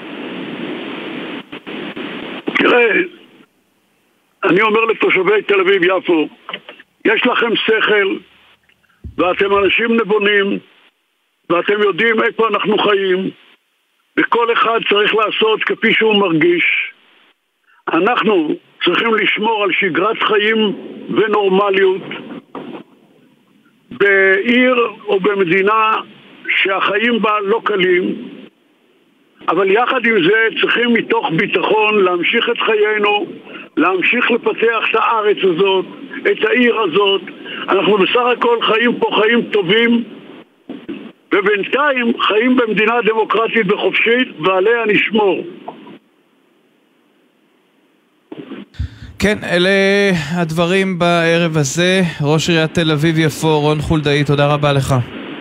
תראה, אני אומר לתושבי תל אביב יפו, יש לכם שכל ואתם אנשים נבונים ואתם יודעים איפה אנחנו חיים, וכל אחד צריך לעשות כפי שהוא מרגיש. אנחנו צריכים לשמור על שגרת חיים ונורמליות בעיר או במדינה שהחיים בה לא קלים. אבל יחד עם זה צריכים מתוך ביטחון להמשיך את חיינו, להמשיך לפתח את הארץ הזאת, את העיר הזאת. אנחנו בסך הכל חיים פה חיים טובים, ובינתיים חיים במדינה דמוקרטית וחופשית, ועליה נשמור. כן, אלה הדברים בערב הזה. ראש עיריית תל אביב-יפו, רון חולדאי, תודה רבה לך.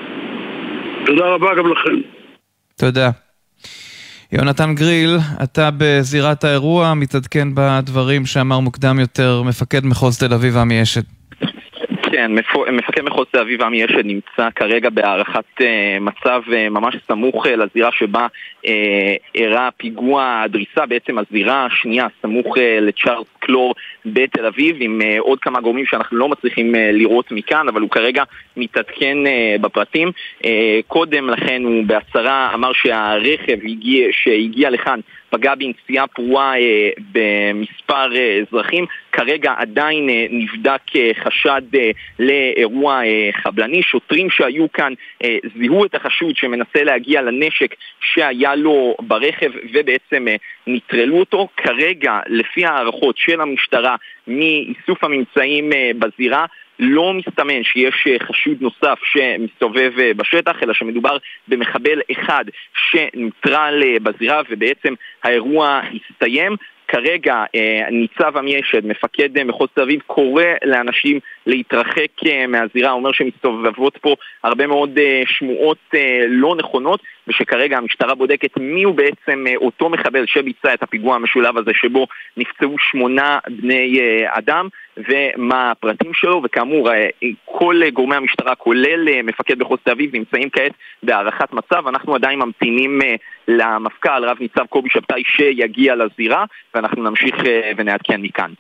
תודה רבה גם לכם. תודה. יונתן גריל, אתה בזירת האירוע, מתעדכן בדברים שאמר מוקדם יותר מפקד מחוז תל אביב עמי אשד. כן, מפקד מחוז תל אביב עמי אשד נמצא כרגע בהערכת uh, מצב uh, ממש סמוך uh, לזירה שבה אירע uh, פיגוע הדריסה, בעצם הזירה השנייה סמוך uh, לצ'ארלס קלור בתל אביב, עם uh, עוד כמה גורמים שאנחנו לא מצליחים uh, לראות מכאן, אבל הוא כרגע מתעדכן uh, בפרטים. Uh, קודם לכן הוא בהצהרה אמר שהרכב הגיע, שהגיע לכאן פגע בנסיעה פרועה אה, במספר אה, אזרחים. כרגע עדיין אה, נבדק אה, חשד אה, לאירוע אה, חבלני. שוטרים שהיו כאן אה, זיהו את החשוד שמנסה להגיע לנשק שהיה לו ברכב ובעצם אה, נטרלו אותו. כרגע לפי הערכות של המשטרה מאיסוף הממצאים אה, בזירה, לא מסתמן שיש חשוד נוסף שמסתובב בשטח, אלא שמדובר במחבל אחד שנטרל בזירה ובעצם האירוע הסתיים. כרגע ניצב עמי אשד, מפקד מחוז תל אביב, קורא לאנשים להתרחק מהזירה, אומר שמסתובבות פה הרבה מאוד שמועות לא נכונות, ושכרגע המשטרה בודקת מי הוא בעצם אותו מחבל שביצע את הפיגוע המשולב הזה שבו נפצעו שמונה בני אדם ומה הפרטים שלו. וכאמור כל גורמי המשטרה כולל מפקד מחוז תל אביב נמצאים כעת בהערכת מצב. אנחנו עדיין ממתינים למפכ"ל רב ניצב קובי שבתאי שיגיע לזירה, ואנחנו נמשיך ונעדכן מכאן.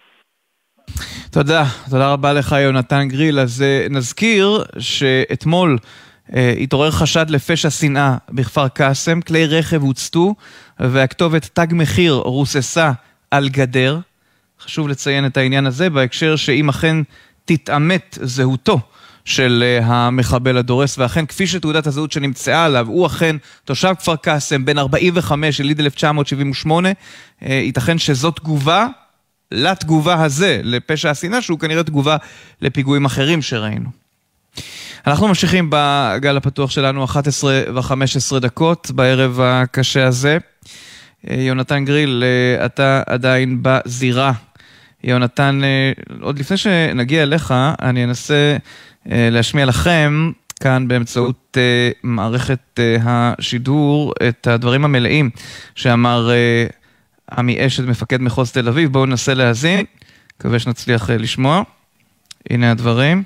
תודה, תודה רבה לך יונתן גריל. אז נזכיר שאתמול התעורר חשד לפשע שנאה בכפר קאסם, כלי רכב הוצתו והכתובת תג מחיר רוססה על גדר. חשוב לציין את העניין הזה בהקשר שאם אכן תתאמת זהותו של המחבל הדורס, ואכן כפי שתעודת הזהות שנמצאה עליו הוא אכן תושב כפר קאסם בן ארבעים וחמש יליד אלף תשע מאות שבעים ושמונה, ייתכן שזאת תגובה לתגובה הזה, לפשע השנאה, שהוא כנראה תגובה לפיגועים אחרים שראינו. אנחנו ממשיכים בגל הפתוח שלנו, אחת עשרה וחמש עשרה דקות בערב הקשה הזה. יונתן גריל, אתה עדיין בזירה. יונתן, עוד לפני שנגיע אליך, אני אנסה להשמיע לכם כאן באמצעות מערכת השידור את הדברים המלאים שאמר עמי אשד, מפקד מחוז תל אביב. בואו ננסה להאזין, מקווה שנצליח לשמוע. הנה הדברים.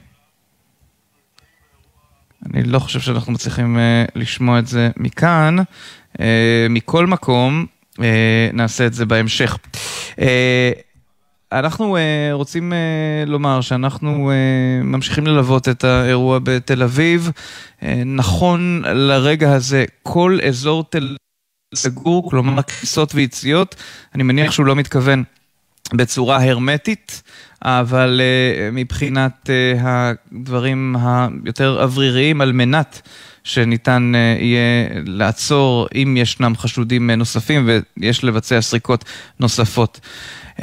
אני לא חושב שאנחנו מצליחים uh, לשמוע את זה מכאן. Uh, מכל מקום, uh, נעשה את זה בהמשך. Uh, אנחנו uh, רוצים uh, לומר שאנחנו uh, ממשיכים ללוות את האירוע בתל אביב. Uh, נכון לרגע הזה, כל אזור תל אביב סגור, כלומר כניסות ויציאות. אני מניח שהוא לא מתכוון בצורה הרמטית, אבל uh, מבחינת uh, הדברים היותר אווריריים, על מנת שניתן uh, יהיה לעצור אם ישנם חשודים uh, נוספים ויש לבצע סריקות נוספות. Uh,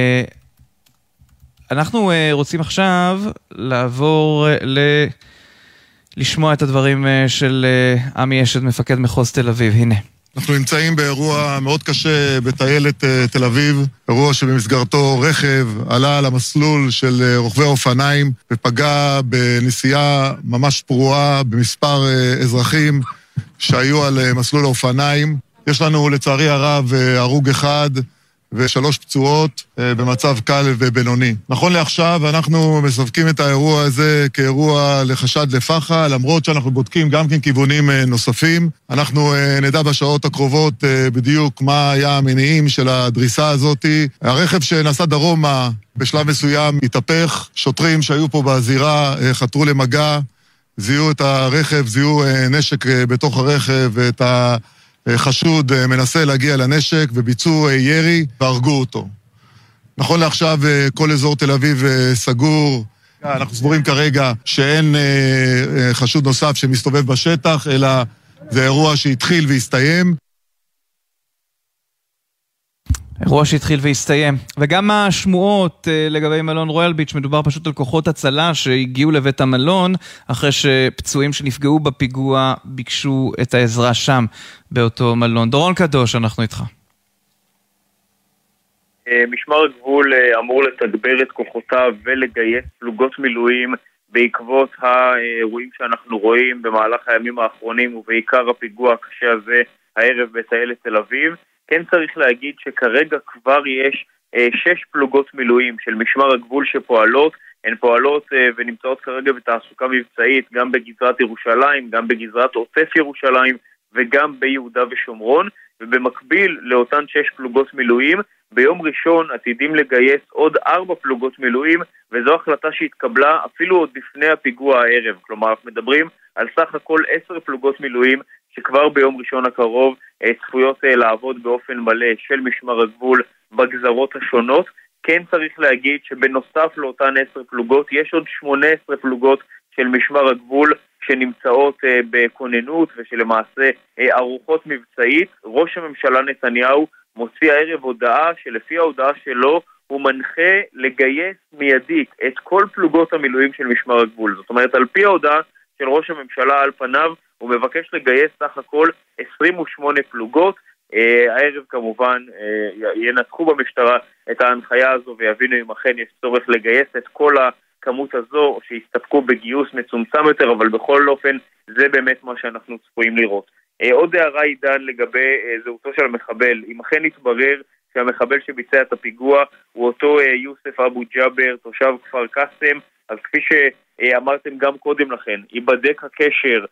אנחנו uh, רוצים עכשיו לעבור uh, ל... לשמוע את הדברים uh, של uh, עמי אשד, מפקד מחוז תל אביב. הנה. אנחנו נמצאים באירוע מאוד קשה בטיילת תל אביב, אירוע שבמסגרתו רכב עלה על המסלול של רוכבי האופניים ופגע בנסיעה ממש פרועה במספר אזרחים שהיו על מסלול האופניים. יש לנו לצערי הרב הרוג אחד ושלוש פצועות במצב קל ובינוני. נכון לעכשיו אנחנו מסווגים את האירוע הזה כאירוע לחשד לפח"ע, למרות שאנחנו בודקים גם כן כיוונים נוספים. אנחנו נדע בשעות הקרובות בדיוק מה היה המניעים של הדריסה הזאת. הרכב שנסע דרומה בשלב מסוים התהפך, שוטרים שהיו פה בזירה חתרו למגע, זיהו את הרכב, זיהו נשק בתוך הרכב ואת ה... חשוד מנסה להגיע לנשק וביצעו ירי והרגו אותו. נכון לעכשיו כל אזור תל אביב סגור. אנחנו סבורים כרגע שאין חשוד נוסף שמסתובב בשטח, אלא זה אירוע שהתחיל והסתיים. אירוע שהתחיל והסתיים. וגם השמועות לגבי מלון רויאל ביץ', מדובר פשוט על כוחות הצלה שהגיעו לבית המלון, אחרי שפצועים שנפגעו בפיגוע ביקשו את העזרה שם, באותו מלון. דורון קדוש, אנחנו איתך. משמר הגבול אמור לתגבר את כוחותיו ולגייס פלוגות מילואים בעקבות האירועים שאנחנו רואים במהלך הימים האחרונים, ובעיקר הפיגוע הקשה הזה הערב בטיילת תל אביב. כן צריך להגיד שכרגע כבר יש שש פלוגות מילואים של משמר הגבול שפועלות, הן פועלות ונמצאות כרגע בתעסוקה מבצעית גם בגזרת ירושלים, גם בגזרת עוטף ירושלים וגם ביהודה ושומרון, ובמקביל לאותן שש פלוגות מילואים, ביום ראשון עתידים לגייס עוד ארבע פלוגות מילואים, וזו החלטה שהתקבלה אפילו עוד לפני הפיגוע הערב. כלומר, אנחנו מדברים על סך הכל עשר פלוגות מילואים שכבר ביום ראשון הקרוב צפויות לעבוד באופן מלא של משמר הגבול בגזרות השונות. כן צריך להגיד שבנוסף לאותן עשר פלוגות יש עוד שמונה עשרה פלוגות של משמר הגבול שנמצאות בכוננות ושלמעשה ערוכות מבצעית. ראש הממשלה נתניהו מוציא הערב הודעה שלפי ההודעה שלו הוא מנחה לגייס מיידית את כל פלוגות המילואים של משמר הגבול. זאת אומרת, על פי ההודעה של ראש הממשלה על פניו הוא מבקש לגייס סך הכל עשרים ושמונה פלוגות. הערב כמובן ינתחו במשטרה את ההנחיה הזו ויבינו אם אכן יש צורך לגייס את כל הכמות הזו או שיסתפקו בגיוס מצומצם יותר, אבל בכל אופן זה באמת מה שאנחנו צפויים לראות. עוד הערה עידן לגבי זהותו של המחבל. אם אכן יתברר שהמחבל שביצע את הפיגוע הוא אותו יוסף אבו ג'אבר, תושב כפר קאסם, אז כפי שאמרתם גם קודם לכן, ייבדק הקשר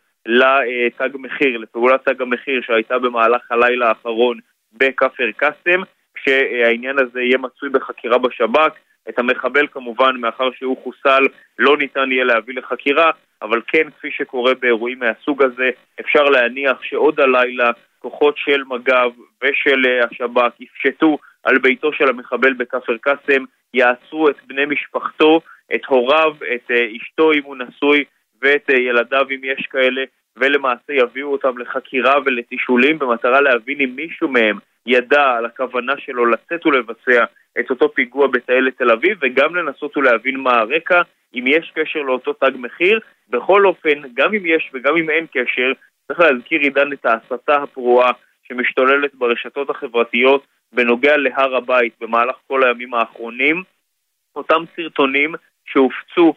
לתג מחיר, לפעולת תג המחיר שהייתה במהלך הלילה האחרון בכפר קאסם, כשהעניין הזה יהיה מצוי בחקירה בשב"כ. את המחבל כמובן, מאחר שהוא חוסל, לא ניתן יהיה להביא לחקירה, אבל כן, כפי שקורה באירועים מהסוג הזה, אפשר להניח שעוד הלילה כוחות של מג"ב ושל השב"כ יפשטו על ביתו של המחבל בכפר קאסם, יעצרו את בני משפחתו, את הוריו, את אשתו אם הוא נשוי, ואת ילדיו אם יש כאלה, ולמעשה יביאו אותם לחקירה ולתישולים במטרה להבין אם מישהו מהם ידע על הכוונה שלו לצאת ולבצע את אותו פיגוע בטיילת תל אביב, וגם לנסות ולהבין מה הרקע, אם יש קשר לאותו תג מחיר. בכל אופן, גם אם יש וגם אם אין קשר, צריך להזכיר עידן את ההסתה הפרועה שמשתוללת ברשתות החברתיות בנוגע להר הבית במהלך כל הימים האחרונים. אותם סרטונים שהופצו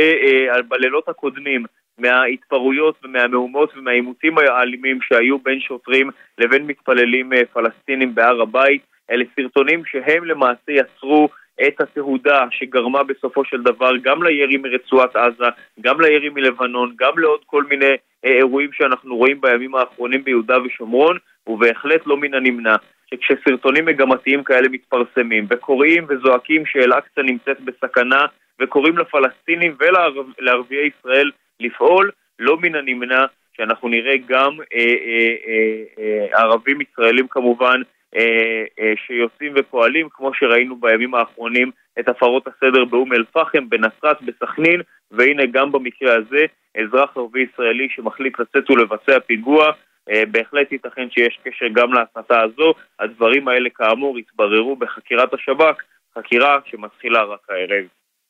ב- בלילות הקודמים מההתפרעויות ומהמהומות ומהעימותים האלימים שהיו בין שוטרים לבין מתפללים פלסטינים בהר הבית, אלה סרטונים שהם למעשה יצרו את התהודה שגרמה בסופו של דבר גם לירי מרצועת עזה, גם לירי מלבנון, גם לעוד כל מיני אירועים שאנחנו רואים בימים האחרונים ביהודה ושומרון. ובהחלט לא מן הנמנע שכשסרטונים מגמתיים כאלה מתפרסמים וקוראים וזועקים שאל-אקצא נמצאת בסכנה וקוראים לפלסטינים ולערביי ישראל לפעול, לא מן הנמנע שאנחנו נראה גם אה, אה, אה, אה, ערבים ישראלים כמובן אה, אה, שיוצאים ופועלים, כמו שראינו בימים האחרונים את הפרות הסדר באום אל-פחם, בנצרת, בסכנין, והנה גם במקרה הזה אזרח ערבי ישראלי שמחליט לצאת ולבצע פיגוע. אה, בהחלט ייתכן שיש קשר גם להסתה הזו. הדברים האלה כאמור יתבררו בחקירת השב"כ, חקירה שמתחילה רק הערב.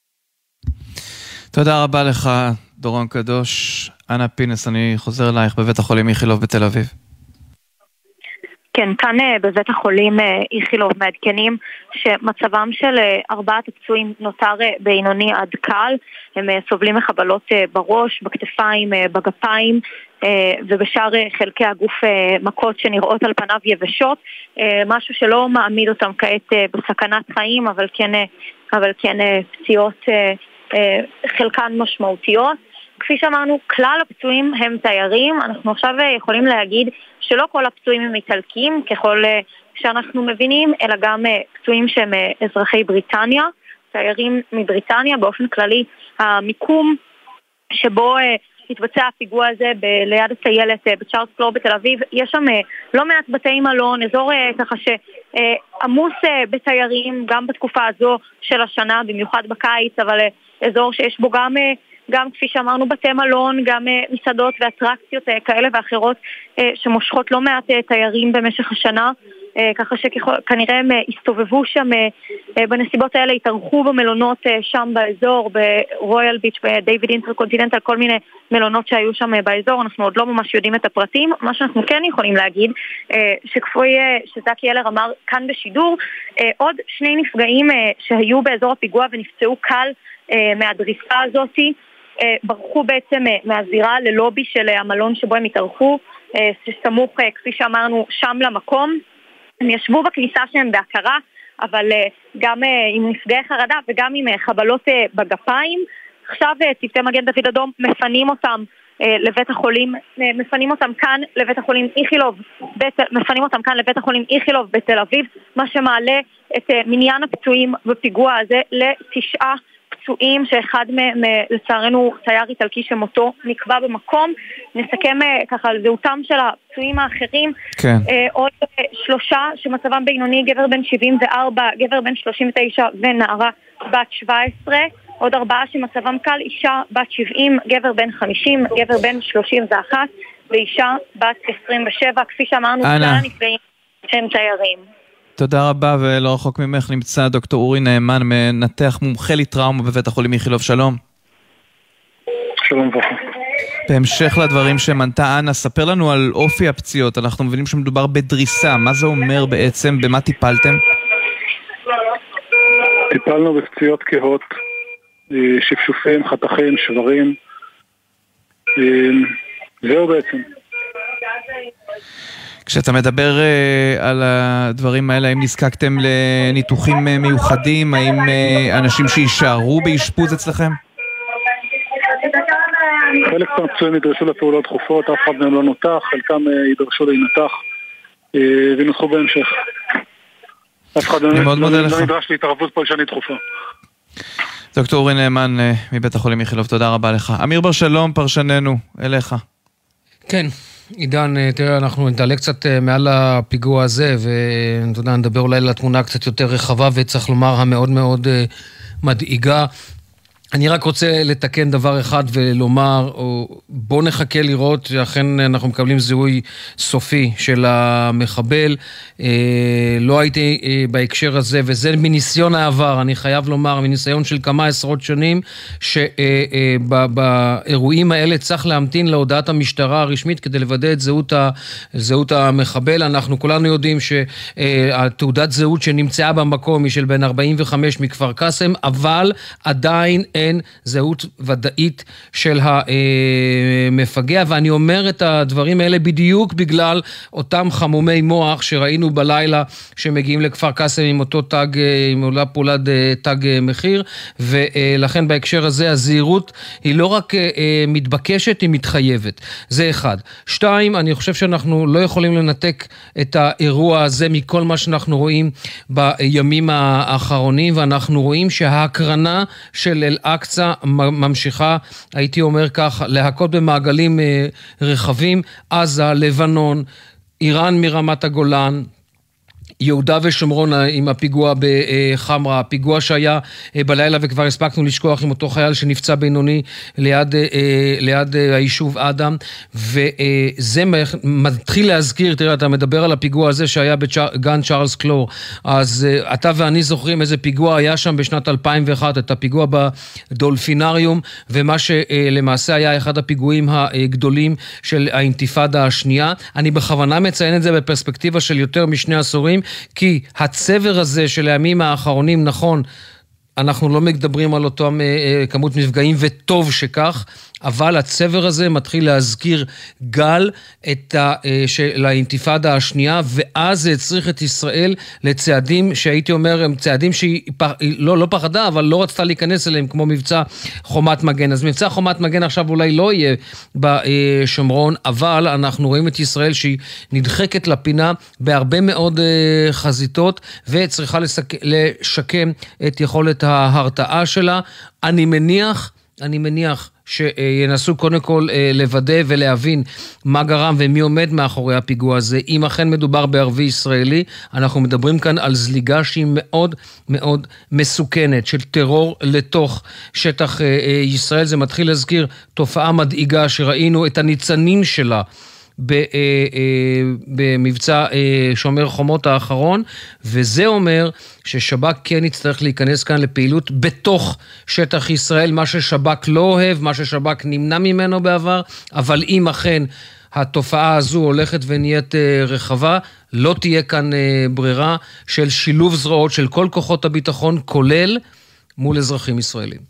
תודה רבה לך דורון קדוש. אנה פינס, אני חוזר אלייך בבית החולים איכילוב בתל אביב. כן, כאן בבית החולים איכילוב מעדכנים שמצבם של ארבעת הפצועים נותר בינוני עד קל. הם סובלים מחבלות בראש, בכתפיים, בגפיים ובשאר חלקי הגוף מכות שנראות על פניו יבשות, משהו שלא מעמיד אותם כעת בסכנת חיים, אבל כן, אבל כן פציעות חלקן משמעותיות. כפי שאמרנו, כלל הפצועים הם תיירים. אנחנו עכשיו יכולים להגיד שלא כל הפצועים הם איטלקים ככל שאנחנו מבינים, אלא גם פצועים שהם אזרחי בריטניה, תיירים מבריטניה. באופן כללי המיקום שבו התבצע הפיגוע הזה ליד הטיילת בצ'ארלס קלור בתל אביב, יש שם לא מעט בתי מלון, אזור ככה שעמוס בתיירים גם בתקופה הזו של השנה, במיוחד בקיץ, אבל אזור שיש בו גם גם כפי שאמרנו בתי מלון, גם מסעדות ואטרקציות כאלה ואחרות שמושכות לא מעט תיירים במשך השנה. ככה שכנראה הם הסתובבו שם בנסיבות האלה, התארחו במלונות שם באזור, ברויאל ביץ', בדייוויד אינטרקונטיננטל, כל מיני מלונות שהיו שם באזור. אנחנו עוד לא ממש יודעים את הפרטים. מה שאנחנו כן יכולים להגיד, שכפוי שזקי אלר אמר כאן בשידור, עוד שני נפגעים שהיו באזור הפיגוע ונפצעו קל מהדריסה הזאת, ברחו בעצם מהזירה ללובי של המלון שבו הם התארחו, שסמוך, כפי שאמרנו, שם למקום. הם ישבו בכניסה שהם בהכרה, אבל גם עם נפגעי חרדה וגם עם חבלות בגפיים. עכשיו צוותי מגן דוד אדום מפנים אותם לבית החולים, מפנים אותם כאן לבית החולים איכילוב, מפנים אותם כאן לבית החולים איכילוב בתל אביב, מה שמעלה את מניין הפצועים בפיגוע הזה לתשעה פצועים, שאחד מהם לצערנו צייר איטלקי שמותו נקבע במקום. נסכם ככה על זהותם של הפצועים האחרים. כן. עוד שלושה שמצבם בינוני, גבר בן שבעים וארבע, גבר בן שלושים ותשע ונערה בת שבע עשרה. עוד ארבעה שמצבם קל, אישה בת שבעים, גבר בן חמישים, גבר בן שלושים ואחת ואישה בת עשרים ושבע. כפי שאמרנו, כלל הנפגעים הם תיירים. תודה רבה, ולא רחוק ממך נמצא דוקטור אורי נאמן, מנתח מומחה לטראומה בבית החולים איכילוב. שלום. שלום וברכה. בהמשך לדברים שמנתה אנה, ספר לנו על אופי הפציעות. אנחנו מבינים שמדובר בדריסה. מה זה אומר בעצם? במה טיפלתם? טיפלנו בפציעות כהות, שפשופים, חתכים, שברים. זהו בעצם. כשאתה מדבר uh, על הדברים האלה, האם נזקקתם לניתוחים uh, מיוחדים? האם uh, אנשים שישארו באשפוז אצלכם? חלק מהפצועים ידרשו לפעולות דחופות, אף אחד מהם לא נותח, חלקם uh, ידרשו להינתח uh, ונותחו בהמשך. אף אחד לא, לא, לא נדרש להתערבות פולשנית דחופה. דוקטור אורי נאמן uh, מבית החולים איכילוב, תודה רבה לך. אמיר בר שלום, פרשננו, אליך. כן. עידן, תראה, אנחנו נתעלה קצת מעל הפיגוע הזה, ואתה יודע, נדבר אולי לתמונה קצת יותר רחבה, וצריך לומר המאוד מאוד מדאיגה. אני רק רוצה לתקן דבר אחד ולומר, בוא נחכה לראות שאכן אנחנו מקבלים זיהוי סופי של המחבל. לא הייתי בהקשר הזה, וזה מניסיון העבר, אני חייב לומר, מניסיון של כמה עשרות שנים, שבאירועים האלה צריך להמתין להודעת המשטרה הרשמית כדי לוודא את זהות, ה, זהות המחבל. אנחנו כולנו יודעים שהתעודת זהות שנמצאה במקום היא של בן ארבעים וחמש מכפר קאסם, אבל עדיין אין זהות ודאית של המפגע, ואני אומר את הדברים האלה בדיוק בגלל אותם חמומי מוח שראינו בלילה שמגיעים לכפר קאסם עם אותו תג, עם עולה פולד תג מחיר, ולכן בהקשר הזה הזהירות היא לא רק מתבקשת, היא מתחייבת. זה אחד. שתיים, אני חושב שאנחנו לא יכולים לנתק את האירוע הזה מכל מה שאנחנו רואים בימים האחרונים, ואנחנו רואים שההקרנה של אל-אקצה ממשיכה, הייתי אומר כך, להכות במעגלים רחבים, עזה, לבנון, איראן מרמת הגולן, יהודה ושומרון עם הפיגוע בחמרה, הפיגוע שהיה בלילה וכבר הספקנו לשכוח עם אותו חייל שנפצע בינוני ליד, ליד היישוב אדם, וזה מתחיל להזכיר, תראה, אתה מדבר על הפיגוע הזה שהיה בגן צ'ארלס קלור, אז אתה ואני זוכרים איזה פיגוע היה שם בשנת אלפיים ואחת, את הפיגוע בדולפינריום, ומה שלמעשה היה אחד הפיגועים הגדולים של האינתיפאדה השנייה. אני בכוונה מציין את זה בפרספקטיבה של יותר משני עשורים, כי הצבר הזה של הימים האחרונים, נכון, אנחנו לא מדברים על אותם כמות מפגעים, וטוב שכך, אבל הצבר הזה מתחיל להזכיר גל את ה, של האינתיפאדה השנייה, ואז זה צריך את ישראל לצעדים שהייתי אומר, הם צעדים שהיא לא, לא פחדה, אבל לא רצתה להיכנס אליהם, כמו מבצע חומת מגן. אז מבצע חומת מגן עכשיו אולי לא יהיה בשומרון, אבל אנחנו רואים את ישראל שהיא נדחקת לפינה בהרבה מאוד חזיתות, וצריכה לסק... לשקם את יכולת ההרתעה שלה. אני מניח, אני מניח, שינסו קודם כל לוודא ולהבין מה גרם ומי עומד מאחורי הפיגוע הזה. אם אכן מדובר בערבי ישראלי, אנחנו מדברים כאן על זליגה שהיא מאוד מאוד מסוכנת, של טרור לתוך שטח ישראל. זה מתחיל להזכיר תופעה מדאיגה שראינו את הניצנים שלה במבצע שומר חומות האחרון, וזה אומר ששב"כ כן יצטרך להיכנס כאן לפעילות בתוך שטח ישראל, מה ששב"כ לא אוהב, מה ששב"כ נמנע ממנו בעבר, אבל אם אכן התופעה הזו הולכת ונהיית רחבה, לא תהיה כאן ברירה של שילוב זרועות של כל כוחות הביטחון, כולל מול אזרחים ישראלים.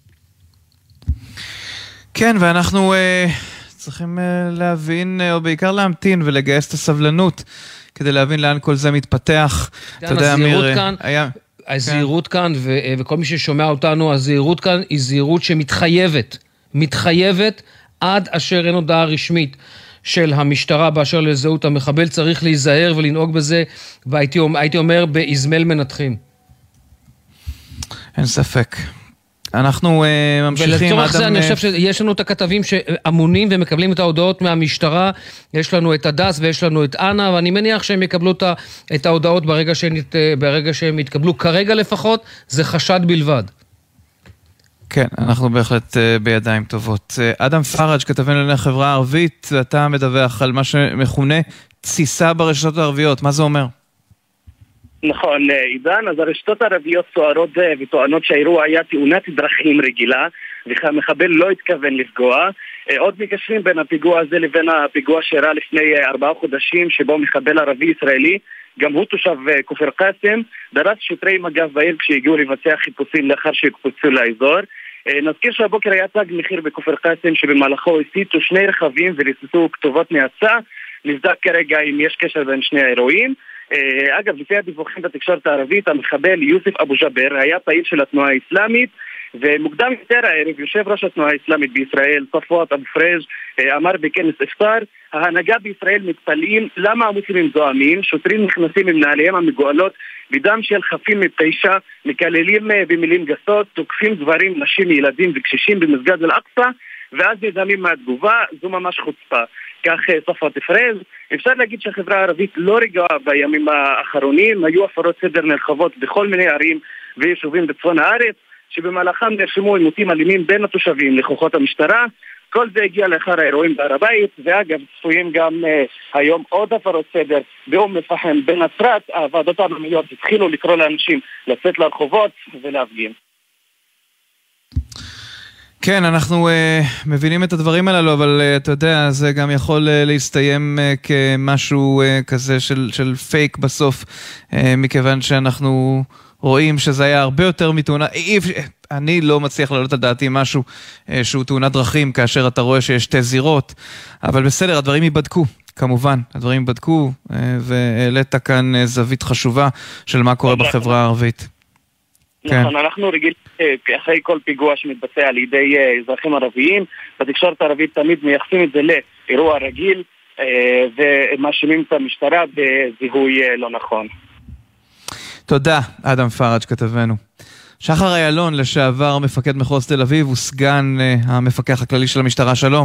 כן, ואנחנו uh, צריכים uh, להבין, uh, או בעיקר להמתין ולגייס את הסבלנות, כדי להבין לאן כל זה מתפתח. אתה יודע, אמיר, היה... הזהירות כאן, ו- וכל מי ששומע אותנו, הזהירות כאן היא זהירות שמתחייבת, מתחייבת עד אשר אין הודעה רשמית של המשטרה באשר לזהות המחבל, צריך להיזהר ולנהוג בזה, והייתי הייתי אומר באזמל מנתחים. אין ספק. אנחנו uh, ממשיכים. ולצורך זה אני חושב שיש לנו את הכתבים שאמונים ומקבלים את ההודעות מהמשטרה, יש לנו את הדס ויש לנו את אנה, ואני מניח שהם יקבלו את ההודעות ברגע שהם, ברגע שהם יתקבלו, כרגע לפחות, זה חשד בלבד. כן, אנחנו בהחלט uh, בידיים טובות. Uh, אדם פראג' כתבנו לענייני חברה הערבית, ואתה מדווח על מה שמכונה תסיסה ברשתות הערביות, מה זה אומר? נכון, עידן, אז הרשתות הערביות סוערות וטוענות שהאירוע היה תאונת דרכים רגילה, והמחבל לא התכוון לפגוע. עוד מקשרים בין הפיגוע הזה לבין הפיגוע שאירע לפני ארבעה חודשים, שבו מחבל ערבי ישראלי, גם הוא תושב כפר קאסם, דרס שוטרי מג"ב בעיר כשהגיעו לבצע חיפושים לאחר שהקפצו לאזור. נזכיר שהבוקר היה תג מחיר בכפר קאסם שבמהלכו הסיטו שני רכבים וריססו כתובות נאצה. נבדק כרגע אם יש קשר בין שני האירועים. אגב, לפי הדיווחים בתקשורת הערבית, המחבל יוסף אבו ג'אבר היה פעיל של התנועה האסלאמית, ומוקדם יותר הערב יושב ראש התנועה האסלאמית בישראל, ספואת אבו פריג', אמר בכנס אפטר, ההנהגה בישראל מתפלאים למה המוסלמים זועמים, שוטרים נכנסים עם נעליהם המגואלות בדם של חפים מפשע, מקללים במילים גסות, תוקפים דברים, נשים, ילדים וקשישים במסגד אל-אקצא, ואז נזמים מהתגובה, זו ממש חוצפה. כך ספואת פריג'. אפשר להגיד שהחברה הערבית לא רגעה בימים האחרונים, היו הפרות סדר נרחבות בכל מיני ערים ויישובים בצפון הארץ, שבמהלכם נרשמו עימותים אלימים בין התושבים לכוחות המשטרה. כל זה הגיע לאחר האירועים בהר הבית, ואגב צפויים גם uh, היום עוד הפרות סדר באום אל-פחם בנצרת. הוועדות העממיות התחילו לקרוא לאנשים לצאת לרחובות ולהפגין. כן, אנחנו uh, מבינים את הדברים הללו, אבל uh, אתה יודע, זה גם יכול uh, להסתיים uh, כמשהו uh, כזה של, של פייק בסוף, uh, מכיוון שאנחנו רואים שזה היה הרבה יותר מתאונה. אני לא מצליח להעלות על דעתי משהו uh, שהוא תאונת דרכים, כאשר אתה רואה שיש שתי זירות, אבל בסדר, הדברים ייבדקו. כמובן, הדברים ייבדקו, uh, והעלית כאן uh, זווית חשובה של מה קורה בחברה הערבית. נכון, אנחנו רגילים אחרי כל פיגוע שמתבצע על ידי אזרחים ערביים, בתקשורת הערבית תמיד מייחסים את זה לאירוע רגיל, ומאשימים את המשטרה בזיהוי לא נכון. תודה, אדם פראג' כתבנו. שחר איילון, לשעבר מפקד מחוז תל אביב, הוא סגן המפקח הכללי של המשטרה, שלום.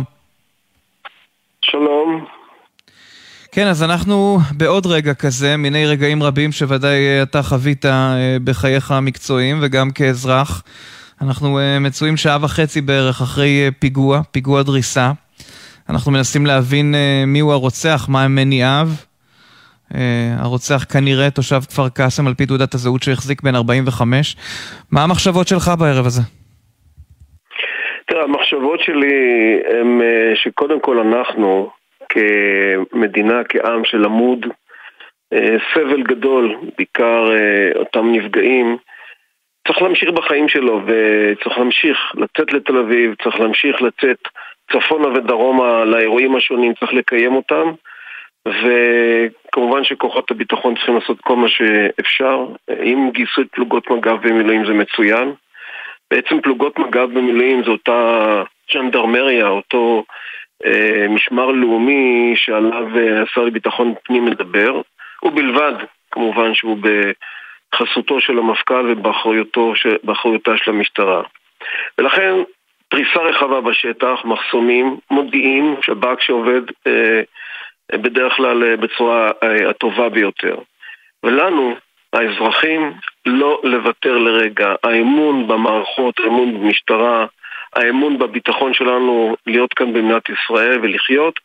שלום. כן, אז אנחנו בעוד רגע כזה, מיני רגעים רבים שוודאי אתה חווית בחייך המקצועיים וגם כאזרח. אנחנו מצויים שעה וחצי בערך אחרי פיגוע, פיגוע דריסה. אנחנו מנסים להבין מיהו הרוצח, מה הם מניעיו. הרוצח כנראה תושב כפר קאסם על פי תעודת הזהות שהחזיק בין ארבעים וחמש. מה המחשבות שלך בערב הזה? תראה, המחשבות שלי הם שקודם כל אנחנו כמדינה, כעם של עמוד, סבל גדול, בעיקר אותם נפגעים, צריך להמשיך בחיים שלו וצריך להמשיך לצאת לתל אביב, צריך להמשיך לצאת צפונה ודרומה לאירועים השונים, צריך לקיים אותם, וכמובן שכוחות הביטחון צריכים לעשות כל מה שאפשר. אם גייסו את פלוגות מג"ב במילואים זה מצוין. בעצם פלוגות מג"ב במילואים זה אותה ז'נדרמריה, אותו משמר לאומי שעליו השר לביטחון פנים מדבר, ובלבד כמובן שהוא בחסותו של המפכ"ל ובאחריותה של המשטרה. ולכן פריסה רחבה בשטח, מחסומים, מודיעין, שב"כ שעובד אה, בדרך כלל בצורה אה, הטובה ביותר. ולנו, האזרחים, לא לוותר לרגע. האמון במערכות, האמון במשטרה, האמון בביטחון שלנו להיות כאן במדינת ישראל ולחיות,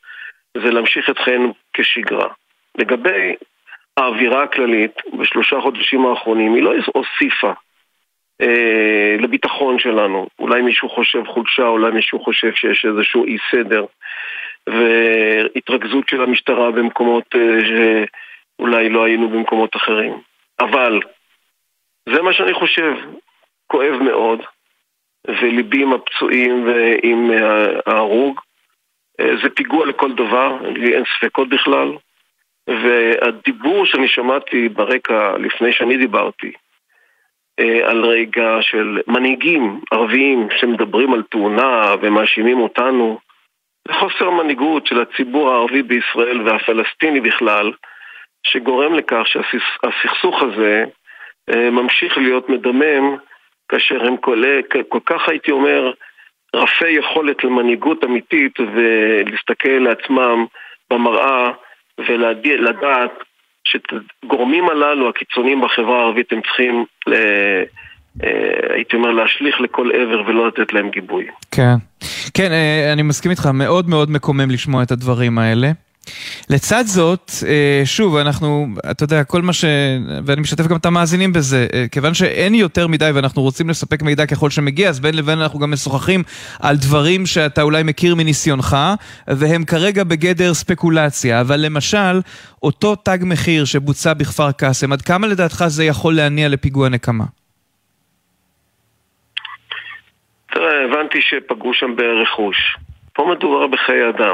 זה להמשיך את חיינו כשגרה. לגבי האווירה הכללית, בשלושה חודשים האחרונים, היא לא הוסיפה אה, לביטחון שלנו. אולי מישהו חושב חולשה, אולי מישהו חושב שיש איזשהו אי סדר, והתרכזות של המשטרה במקומות אה, שאולי לא היינו במקומות אחרים. אבל זה מה שאני חושב, כואב מאוד, וליבי עם הפצועים ועם ההרוג. זה פיגוע לכל דבר, לי אין ספקות בכלל. והדיבור שאני שמעתי ברקע לפני שאני דיברתי, על רגע של מנהיגים ערביים שמדברים על תאונה ומאשימים אותנו, זה חוסר מנהיגות של הציבור הערבי בישראל והפלסטיני בכלל, שגורם לכך שהסכסוך הזה ממשיך להיות מדמם, כאשר הם כל, כל כך הייתי אומר רפי יכולת למנהיגות אמיתית ולהסתכל לעצמם במראה ולדעת שגורמים הללו הקיצוניים בחברה הערבית הם צריכים ל, הייתי אומר להשליך לכל עבר ולא לתת להם גיבוי. כן, כן, אני מסכים איתך, מאוד מאוד מקומם לשמוע את הדברים האלה. לצד זאת, שוב, אנחנו, אתה יודע, כל מה ש... ואני משתף גם את המאזינים בזה, כיוון שאין יותר מדי ואנחנו רוצים לספק מידע ככל שמגיע, אז בין לבין אנחנו גם משוחחים על דברים שאתה אולי מכיר מניסיונך, והם כרגע בגדר ספקולציה, אבל למשל, אותו תג מחיר שבוצע בכפר קאסם, עד כמה לדעתך זה יכול להניע לפיגוע נקמה? תראה, הבנתי שפגעו שם ברכוש. פה מדובר בחיי אדם.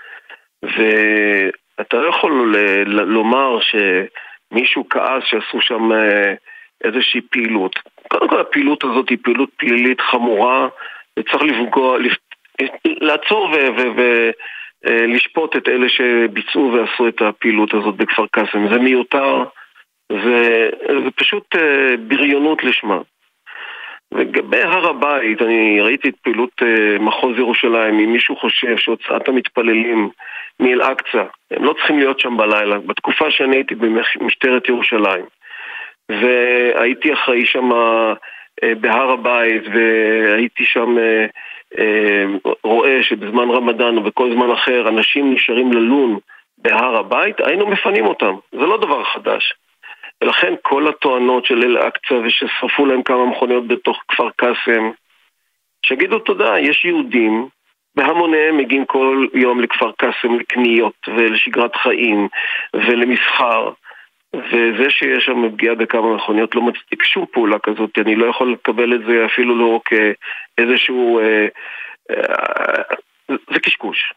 ואתה לא יכול ל- ל- לומר שמישהו כעס שעשו שם איזושהי פעילות. קודם כל הפעילות הזאת היא פעילות פלילית חמורה, וצריך לפגוע, לפ- לעצור ולשפוט ו- ו- את אלה שביצעו ועשו את הפעילות הזאת בכפר קאסם. זה מיותר, זה, זה פשוט בריונות לשמה. לגבי הר הבית, אני ראיתי את פעילות uh, מחוז ירושלים, אם מישהו חושב שהוצאת המתפללים מאל-אקצה, הם לא צריכים להיות שם בלילה, בתקופה שאני הייתי במשטרת ירושלים, והייתי אחראי שם uh, בהר הבית, והייתי שם uh, uh, רואה שבזמן רמדאן ובכל זמן אחר, אנשים נשארים ללון בהר הבית, היינו מפנים אותם, זה לא דבר חדש. ולכן כל הטוענות של אל-אקצה וששרפו להם כמה מכוניות בתוך כפר קאסם, שיגידו תודה, יש יהודים בהמוניהם מגיעים כל יום לכפר קאסם לקניות ולשגרת חיים ולמסחר, וזה שיש שם פגיעה בכמה מכוניות לא מצדיק שום פעולה כזאת. אני לא יכול לקבל את זה אפילו לא כאיזשהו אה, אה, זה קשקוש.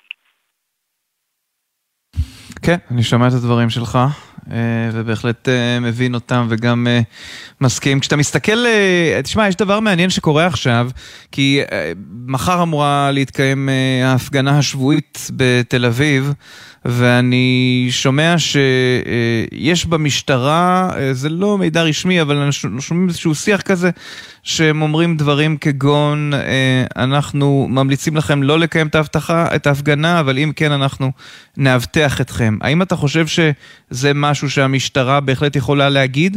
כן, אני שומע את הדברים שלך, ובהחלט מבין אותם וגם מסכים. כשאתה מסתכל, תשמע, יש דבר מעניין שקורה עכשיו, כי מחר אמורה להתקיים ההפגנה השבועית בתל אביב, ואני שומע שיש במשטרה, זה לא מידע רשמי, אבל אנחנו שומעים איזשהו שיח כזה, שהם אומרים דברים כגון, אנחנו ממליצים לכם לא לקיים את ההבטחה, את ההפגנה, אבל אם כן אנחנו נאבטח אתכם. האם אתה חושב שזה משהו שהמשטרה בהחלט יכולה להגיד?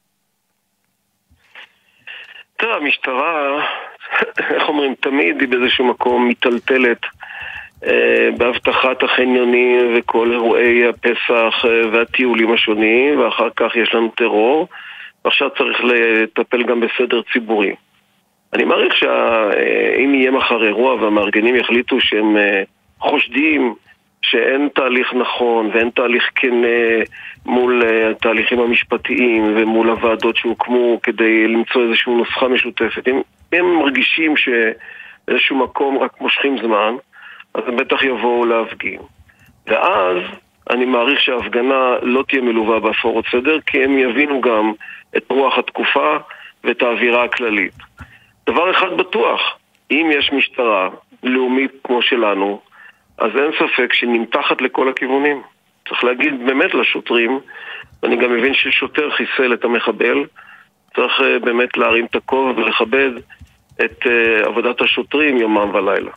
טוב, המשטרה, איך אומרים, תמיד היא באיזשהו מקום מטלטלת, בהבטחת החניונים וכל אירועי הפסח והטיולים השונים, ואחר כך יש לנו טרור, ועכשיו צריך לטפל גם בסדר ציבורי. אני מעריך שאם יהיה מחר אירוע והמארגנים יחליטו שהם חושדים שאין תהליך נכון ואין תהליך כנה מול התהליכים המשפטיים ומול הוועדות שהוקמו כדי למצוא איזושהי נוסחה משותפת, אם הם מרגישים שאיזשהו מקום רק מושכים זמן, אז הם בטח יבואו להפגין. ואז אני מעריך שההפגנה לא תהיה מלווה בהפרות סדר, כי הם יבינו גם את רוח התקופה ואת האווירה הכללית. דבר אחד בטוח, אם יש משטרה לאומית כמו שלנו, אז אין ספק שנמתחת לכל הכיוונים. צריך להגיד באמת לשוטרים, ואני גם מבין ששוטר חיסל את המחבל, צריך באמת להרים את הכובע ולכבד את עבודת השוטרים יומם ולילה.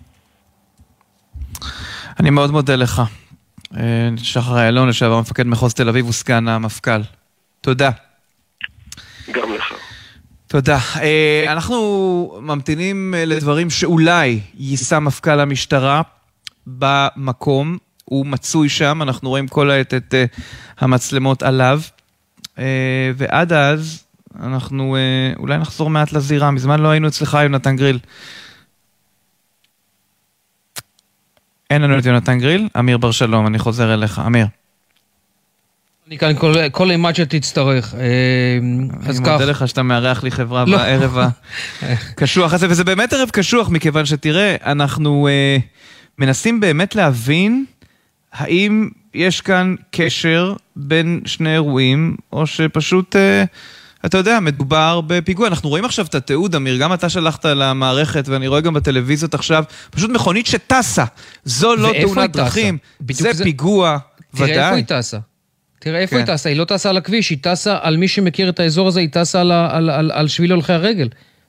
אני מאוד מודה לך. שחר איילון, לשעבר מפקד מחוז תל אביב וסגן המפכ"ל. תודה. גם לך. תודה. אנחנו ממתינים לדברים שאולי יישא מפכ"ל המשטרה במקום. הוא מצוי שם, אנחנו רואים כל העת את uh, המצלמות עליו, uh, ועד אז אנחנו uh, אולי נחזור מעט לזירה, מזמן לא היינו אצלך יונתן גריל. אין לנו את יונתן גריל, אמיר בר שלום, אני חוזר אליך, אמיר. אני כאן כל, כל אימת שתצטרך. אני מודה לך שאתה מארח לי חברה בערב הקשוח הזה, וזה באמת ערב קשוח, מכיוון שתראה, אנחנו uh, מנסים באמת להבין האם יש כאן קשר בין שני אירועים, או שפשוט, uh, אתה יודע, מדובר בפיגוע. אנחנו רואים עכשיו את התיעוד, אמיר, גם אתה שלחת למערכת, ואני רואה גם בטלוויזיות עכשיו, פשוט מכונית שטסה. זו לא תאונת דרכים, זה, זה פיגוע, תראה ודאי. איפה היא טסה. תראה איפה כן. היא טסה, היא לא טסה על הכביש, היא טסה על מי שמכיר את האזור הזה, היא טסה על, על, על, על שביל הולכי הרגל.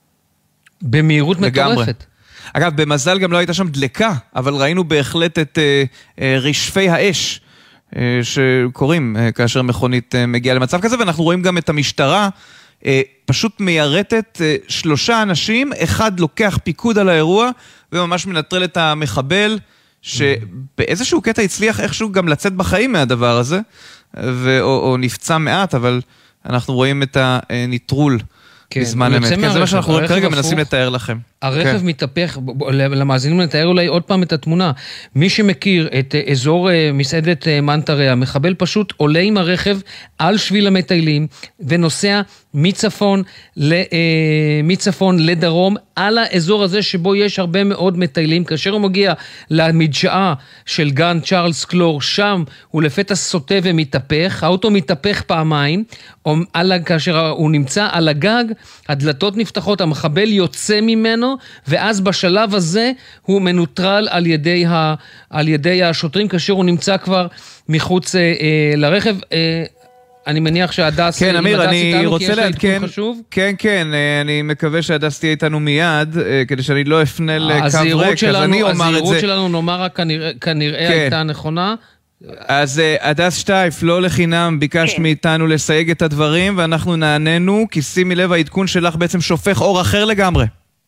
במהירות מטורפת. אגב, במזל גם לא הייתה שם דלקה, אבל ראינו בהחלט את אה, אה, רשפי האש אה, שקורים אה, כאשר מכונית אה, מגיעה למצב כזה, ואנחנו רואים גם את המשטרה אה, פשוט מיירטת אה, שלושה אנשים, אחד לוקח פיקוד על האירוע, וממש מנטרל את המחבל, שבאיזשהו קטע הצליח איכשהו גם לצאת בחיים מהדבר הזה, ו- או, או נפצע מעט, אבל אנחנו רואים את הניטרול כן, בזמן אמת. כן, זה מה שאנחנו כרגע מנסים לתאר לכם. הרכב כן. מתהפך, למאזינים לתאר אולי עוד פעם את התמונה. מי שמכיר את אזור מסעדת מנטרה, המחבל פשוט עולה עם הרכב על שביל המטיילים, ונוסע מצפון, ל, מצפון לדרום, על האזור הזה שבו יש הרבה מאוד מטיילים. כאשר הוא מגיע למדשאה של גן צ'ארלס קלור, שם הוא לפתע סוטה ומתהפך, האוטו מתהפך פעמיים, על, כאשר הוא נמצא על הגג, הדלתות נפתחות, המחבל יוצא ממנו, ואז בשלב הזה הוא מנוטרל על ידי, ה, על ידי השוטרים, כאשר הוא נמצא כבר מחוץ אה, לרכב. אה, אני מניח שהדס, כן, אמיר, אני רוצה לעדכן, כן, כן, אני מקווה שהדס תהיה איתנו מיד, כדי שאני לא אפנה לקו ריק, אז אני אומר את זה. הזהירות שלנו, נאמר רק, כנראה, כנראה כן. הייתה נכונה. אז הדס שטייף, לא לחינם, ביקשת כן. מאיתנו לסייג את הדברים, ואנחנו נעננו, כי שימי לב, העדכון שלך בעצם שופך אור אחר לגמרי.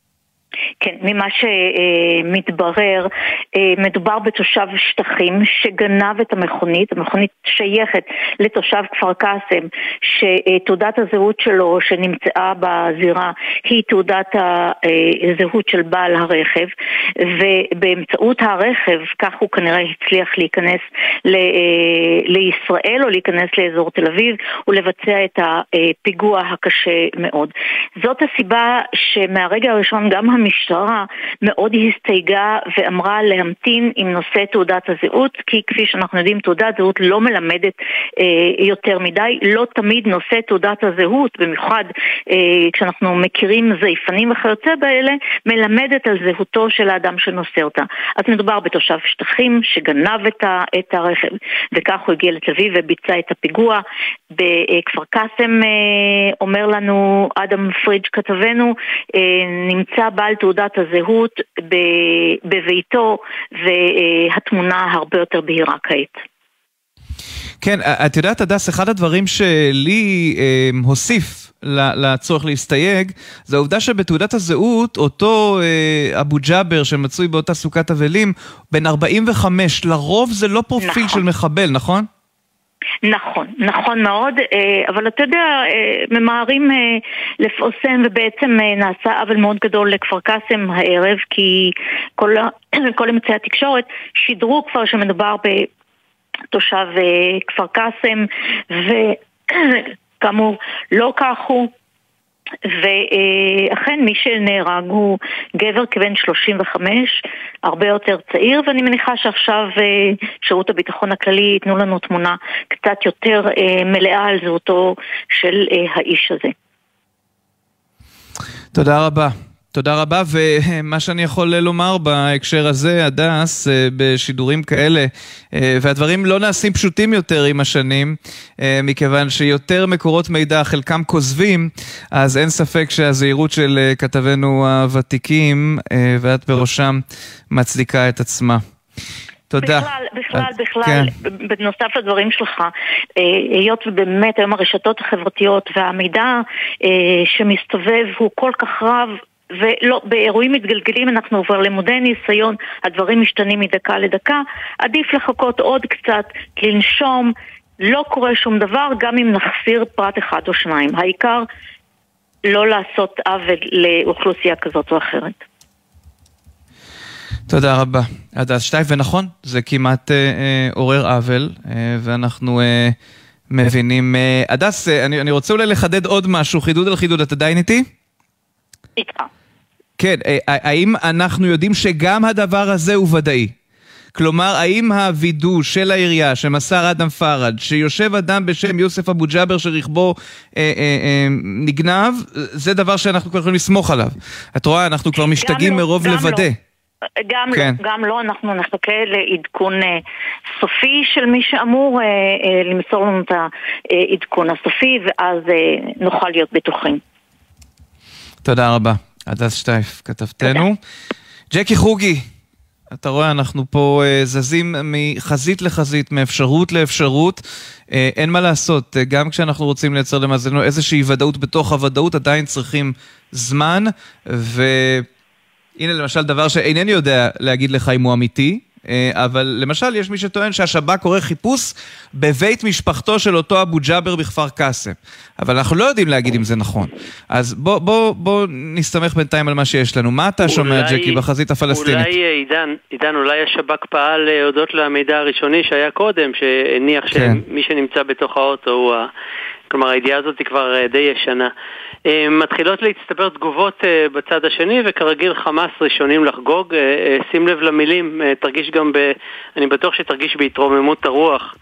כן, ממה שמתברר, מדובר בתושב שטחים שגנב את המכונית, המכונית שייכת לתושב כפר קאסם, שתעודת הזהות שלו שנמצאה בזירה היא תעודת הזהות של בעל הרכב, ובאמצעות הרכב, כך הוא כנראה הצליח להיכנס לישראל או להיכנס לאזור תל אביב ולבצע את הפיגוע הקשה מאוד. זאת הסיבה שמהרגע הראשון גם המשטרה מאוד הסתייגה ואמרה להמתין עם נושא תעודת הזהות, כי כפי שאנחנו יודעים תעודת זהות לא מלמדת אה, יותר מדי, לא תמיד נושא תעודת הזהות, במיוחד אה, כשאנחנו מכירים זייפנים וכיוצא באלה, מלמדת על זהותו של האדם שנושא אותה. אז מדובר בתושב שטחים שגנב את, ה, את הרכב, וכך הוא הגיע לתל אביב וביצע את הפיגוע. בכפר קאסם אה, אומר לנו אדם פריג' כתבנו, אה, נמצא בעל תעודת הזהות בביתו, והתמונה הרבה יותר בהירה כעת. כן, את יודעת, הדס, אחד הדברים שלי אה, הוסיף לצורך להסתייג, זה העובדה שבתעודת הזהות, אותו אה, אבו ג'אבר שמצוי באותה סוכת אבלים, בן ארבעים וחמש, לרוב זה לא פרופיל נכון. של מחבל, נכון? נכון, נכון מאוד, אבל אתה יודע, ממהרים לפרסם ובעצם נעשה עוול מאוד גדול לכפר קאסם הערב, כי כל, כל אמצעי התקשורת שידרו כבר שמדובר בתושב כפר קאסם, וכאמור לא כך הוא. ואכן מי שנהרג הוא גבר כבן שלושים וחמש, הרבה יותר צעיר, ואני מניחה שעכשיו שירות הביטחון הכללי ייתנו לנו תמונה קצת יותר מלאה על זהותו של האיש הזה. תודה רבה. תודה רבה, ומה שאני יכול לומר בהקשר הזה, הדס, בשידורים כאלה, והדברים לא נעשים פשוטים יותר עם השנים, מכיוון שיותר מקורות מידע, חלקם כוזבים, אז אין ספק שהזהירות של כתבנו הוותיקים, ואת בראשם, מצדיקה את עצמה. תודה. בכלל, בכלל, בכלל, כן. בנוסף לדברים שלך, היות ובאמת היום הרשתות החברתיות והמידע שמסתובב הוא כל כך רב, ולא, באירועים מתגלגלים אנחנו כבר למודי ניסיון, הדברים משתנים מדקה לדקה, עדיף לחכות עוד קצת, לנשום, לא קורה שום דבר, גם אם נחסיר פרט אחד או שניים. העיקר לא לעשות עוול לאוכלוסייה כזאת או אחרת. תודה רבה. הדס שטייף, ונכון, זה כמעט אה, אה, עורר עוול, אה, ואנחנו אה, מבינים. אה, הדס, אה, אני, אני רוצה אולי לחדד עוד משהו, חידוד על חידוד, אתה דיין איתי? איתך. כן, אה, האם אנחנו יודעים שגם הדבר הזה הוא ודאי? כלומר, האם הווידוא של העירייה, שמסר אדם פראג', שיושב אדם בשם יוסף אבו ג'אבר שרכבו אה, אה, אה, נגנב, זה דבר שאנחנו כבר יכולים לסמוך עליו. את רואה, אנחנו כבר משתגעים לא, מרוב לוודא. לא. גם כן. לא, גם לא, אנחנו נחכה לעדכון אה, סופי של מי שאמור אה, אה, למסור לנו את העדכון הסופי, ואז אה, נוכל להיות בטוחים. תודה רבה. הדס שטייף, כתבתנו. ג'קי חוגי, אתה רואה, אנחנו פה uh, זזים מחזית לחזית, מאפשרות לאפשרות, uh, אין מה לעשות, uh, גם כשאנחנו רוצים לייצר למזלנו איזושהי ודאות בתוך הוודאות, עדיין צריכים זמן, והנה למשל דבר שאינני יודע להגיד לך אם הוא אמיתי, uh, אבל למשל יש מי שטוען שהשב"כ קורא חיפוש בבית משפחתו של אותו אבו ג'אבר בכפר קאסם, אבל אנחנו לא יודעים להגיד אם זה נכון. אז בוא, בוא, בוא נסתמך בינתיים על מה שיש לנו. מה אתה שומע, ג'קי, בחזית הפלסטינית? אולי עידן, עידן, אולי השב"כ פעל הודות למידע הראשוני שהיה קודם, שהניח כן. שמי שנמצא בתוך האוטו הוא ה... כלומר, הידיעה הזאת היא כבר די ישנה. מתחילות להצטבר תגובות בצד השני, וכרגיל חמאס ראשונים לחגוג. שים לב למילים, תרגיש גם ב... אני בטוח שתרגיש בהתרוממות הרוח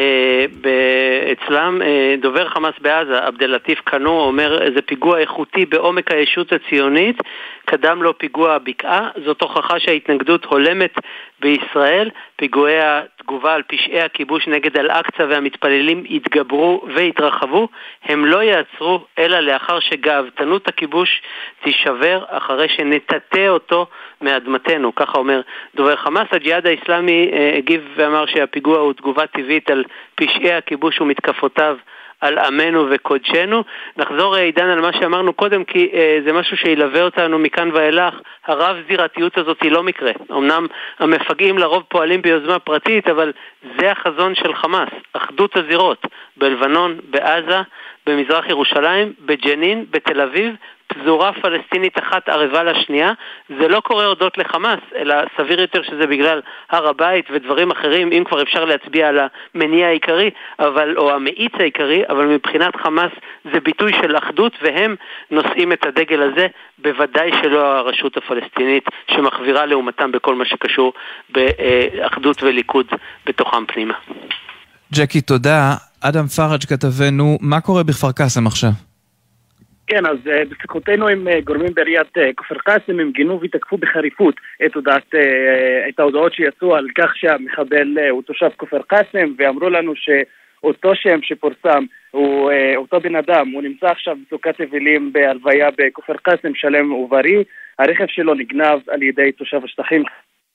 אצלם. דובר חמאס בעזה, עבד אל-לטיף קנו, אומר זה פיגוע איכותי בעומק הישות הציונית, קדם לו פיגוע הבקעה, זאת הוכחה שההתנגדות הולמת בישראל, פיגועי התגובה על פשעי הכיבוש נגד אל-אקצה והמתפללים התגברו והתרחבו, הם לא יעצרו אלא לאחר שגאוותנות הכיבוש תישבר אחרי שנטטה אותו מאדמתנו, ככה אומר דובר חמאס. הג'יהאד האסלאמי הגיב ואמר שהפיגוע הוא תגובה טבעית על פשעי הכיבוש ומתקפותיו על עמנו וקודשנו. נחזור עידן על מה שאמרנו קודם, כי אה, זה משהו שילווה אותנו מכאן ואילך. הרב זירתיות הזאת היא לא מקרה. אמנם המפגעים לרוב פועלים ביוזמה פרטית, אבל זה החזון של חמאס. אחדות הזירות בלבנון, בעזה, במזרח ירושלים, בג'נין, בתל אביב, פזורה פלסטינית אחת ערבה לשנייה. זה לא קורה הודות לחמאס, אלא סביר יותר שזה בגלל הר הבית ודברים אחרים, אם כבר אפשר להצביע על המניע העיקרי, אבל, או המאיץ העיקרי, אבל מבחינת חמאס זה ביטוי של אחדות, והם נושאים את הדגל הזה, בוודאי שלא הרשות הפלסטינית שמחבירה לעומתם בכל מה שקשור באחדות וליכוד בתוכם פנימה. ג'קי, תודה. אדם פראג' כתבנו, מה קורה בכפר קאסם עכשיו? כן, אז בשיחותינו עם גורמים בעיריית כפר קאסם, הם גינו והתקפו בחריפות את, הודעת, את ההודעות שיצאו על כך שהמחבל הוא תושב כפר קאסם, ואמרו לנו שאותו שם שפורסם הוא אותו בן אדם, הוא נמצא עכשיו בסוכת אבלים בהלוויה בכפר קאסם שלם ובריא, הרכב שלו נגנב על ידי תושב השטחים.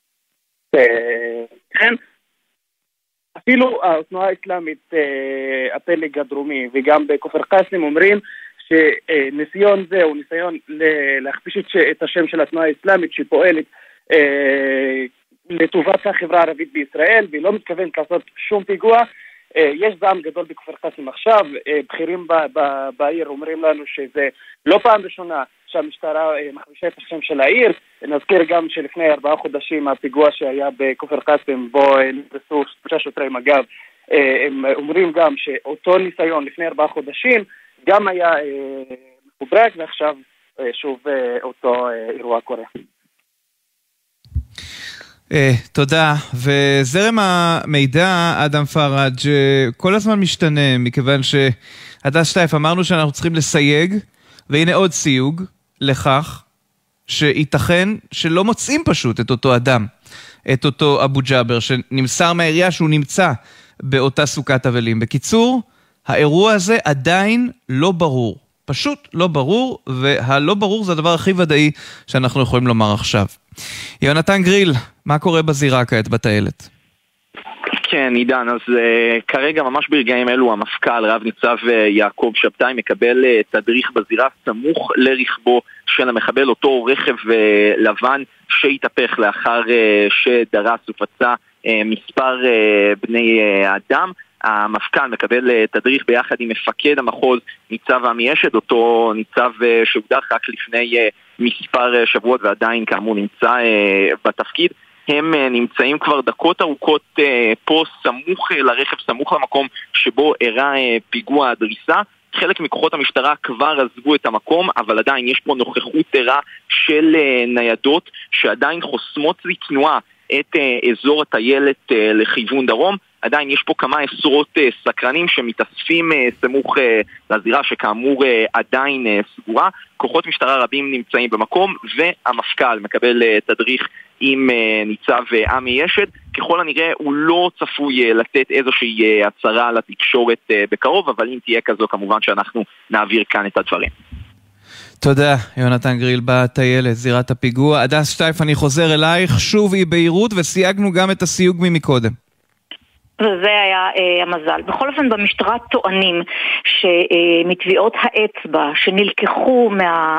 כן, אפילו התנועה האסלאמית, הפלג הדרומי וגם בכפר קאסם אומרים שניסיון זה הוא ניסיון להכפיש את השם של התנועה האסלאמית שפועלת לטובת החברה הערבית בישראל והיא לא מתכוונת לעשות שום פיגוע. יש זעם גדול בכפר קאסם עכשיו, בכירים בעיר אומרים לנו שזה לא פעם ראשונה שהמשטרה מכפישה את השם של העיר. נזכיר גם שלפני ארבעה חודשים הפיגוע שהיה בכפר קאסם בו נתפסו שלושה שוטרי מג"ב, הם אומרים גם שאותו ניסיון לפני ארבעה חודשים גם היה מחוברק, ועכשיו שוב אותו אירוע קורה. תודה. וזרם המידע, אדם פראג', כל הזמן משתנה, מכיוון שהדס שטייף אמרנו שאנחנו צריכים לסייג, והנה עוד סיוג לכך שייתכן שלא מוצאים פשוט את אותו אדם, את אותו אבו ג'אבר, שנמסר מהעירייה שהוא נמצא באותה סוכת אבלים. בקיצור, האירוע הזה עדיין לא ברור. פשוט לא ברור, והלא ברור זה הדבר הכי ודאי שאנחנו יכולים לומר עכשיו. יונתן גריל, מה קורה בזירה כעת בטיילת? כן, עידן, אז uh, כרגע ממש ברגעים אלו המפכ"ל רב ניצב uh, יעקב שבתאי מקבל uh, תדריך בזירה סמוך לרכבו של המחבל, אותו רכב uh, לבן שהתהפך לאחר uh, שדרס ופצע uh, מספר uh, בני uh, אדם. המפכ"ל מקבל uh, תדריך ביחד עם מפקד המחוז ניצב עמי אשד, אותו ניצב uh, שהודח רק לפני uh, מספר uh, שבועות ועדיין כאמור נמצא uh, בתפקיד. הם נמצאים כבר דקות ארוכות פה סמוך לרכב, סמוך למקום שבו אירע פיגוע הדריסה. חלק מכוחות המשטרה כבר עזבו את המקום, אבל עדיין יש פה נוכחות ערה של ניידות שעדיין חוסמות לתנועה את אזור הטיילת לכיוון דרום. עדיין יש פה כמה עשרות סקרנים שמתאספים סמוך לזירה שכאמור עדיין סגורה. כוחות משטרה רבים נמצאים במקום והמפכ"ל מקבל תדריך עם ניצב עמי אשד. ככל הנראה הוא לא צפוי לתת איזושהי הצהרה לתקשורת בקרוב, אבל אם תהיה כזו כמובן שאנחנו נעביר כאן את הדברים. תודה, יונתן גריל בטיילת, זירת הפיגוע. הדס שטייף, אני חוזר אלייך, שוב אי בהירות וסייגנו גם את הסיוג ממקודם. וזה היה אה, המזל. בכל אופן במשטרה טוענים שמתביעות האצבע שנלקחו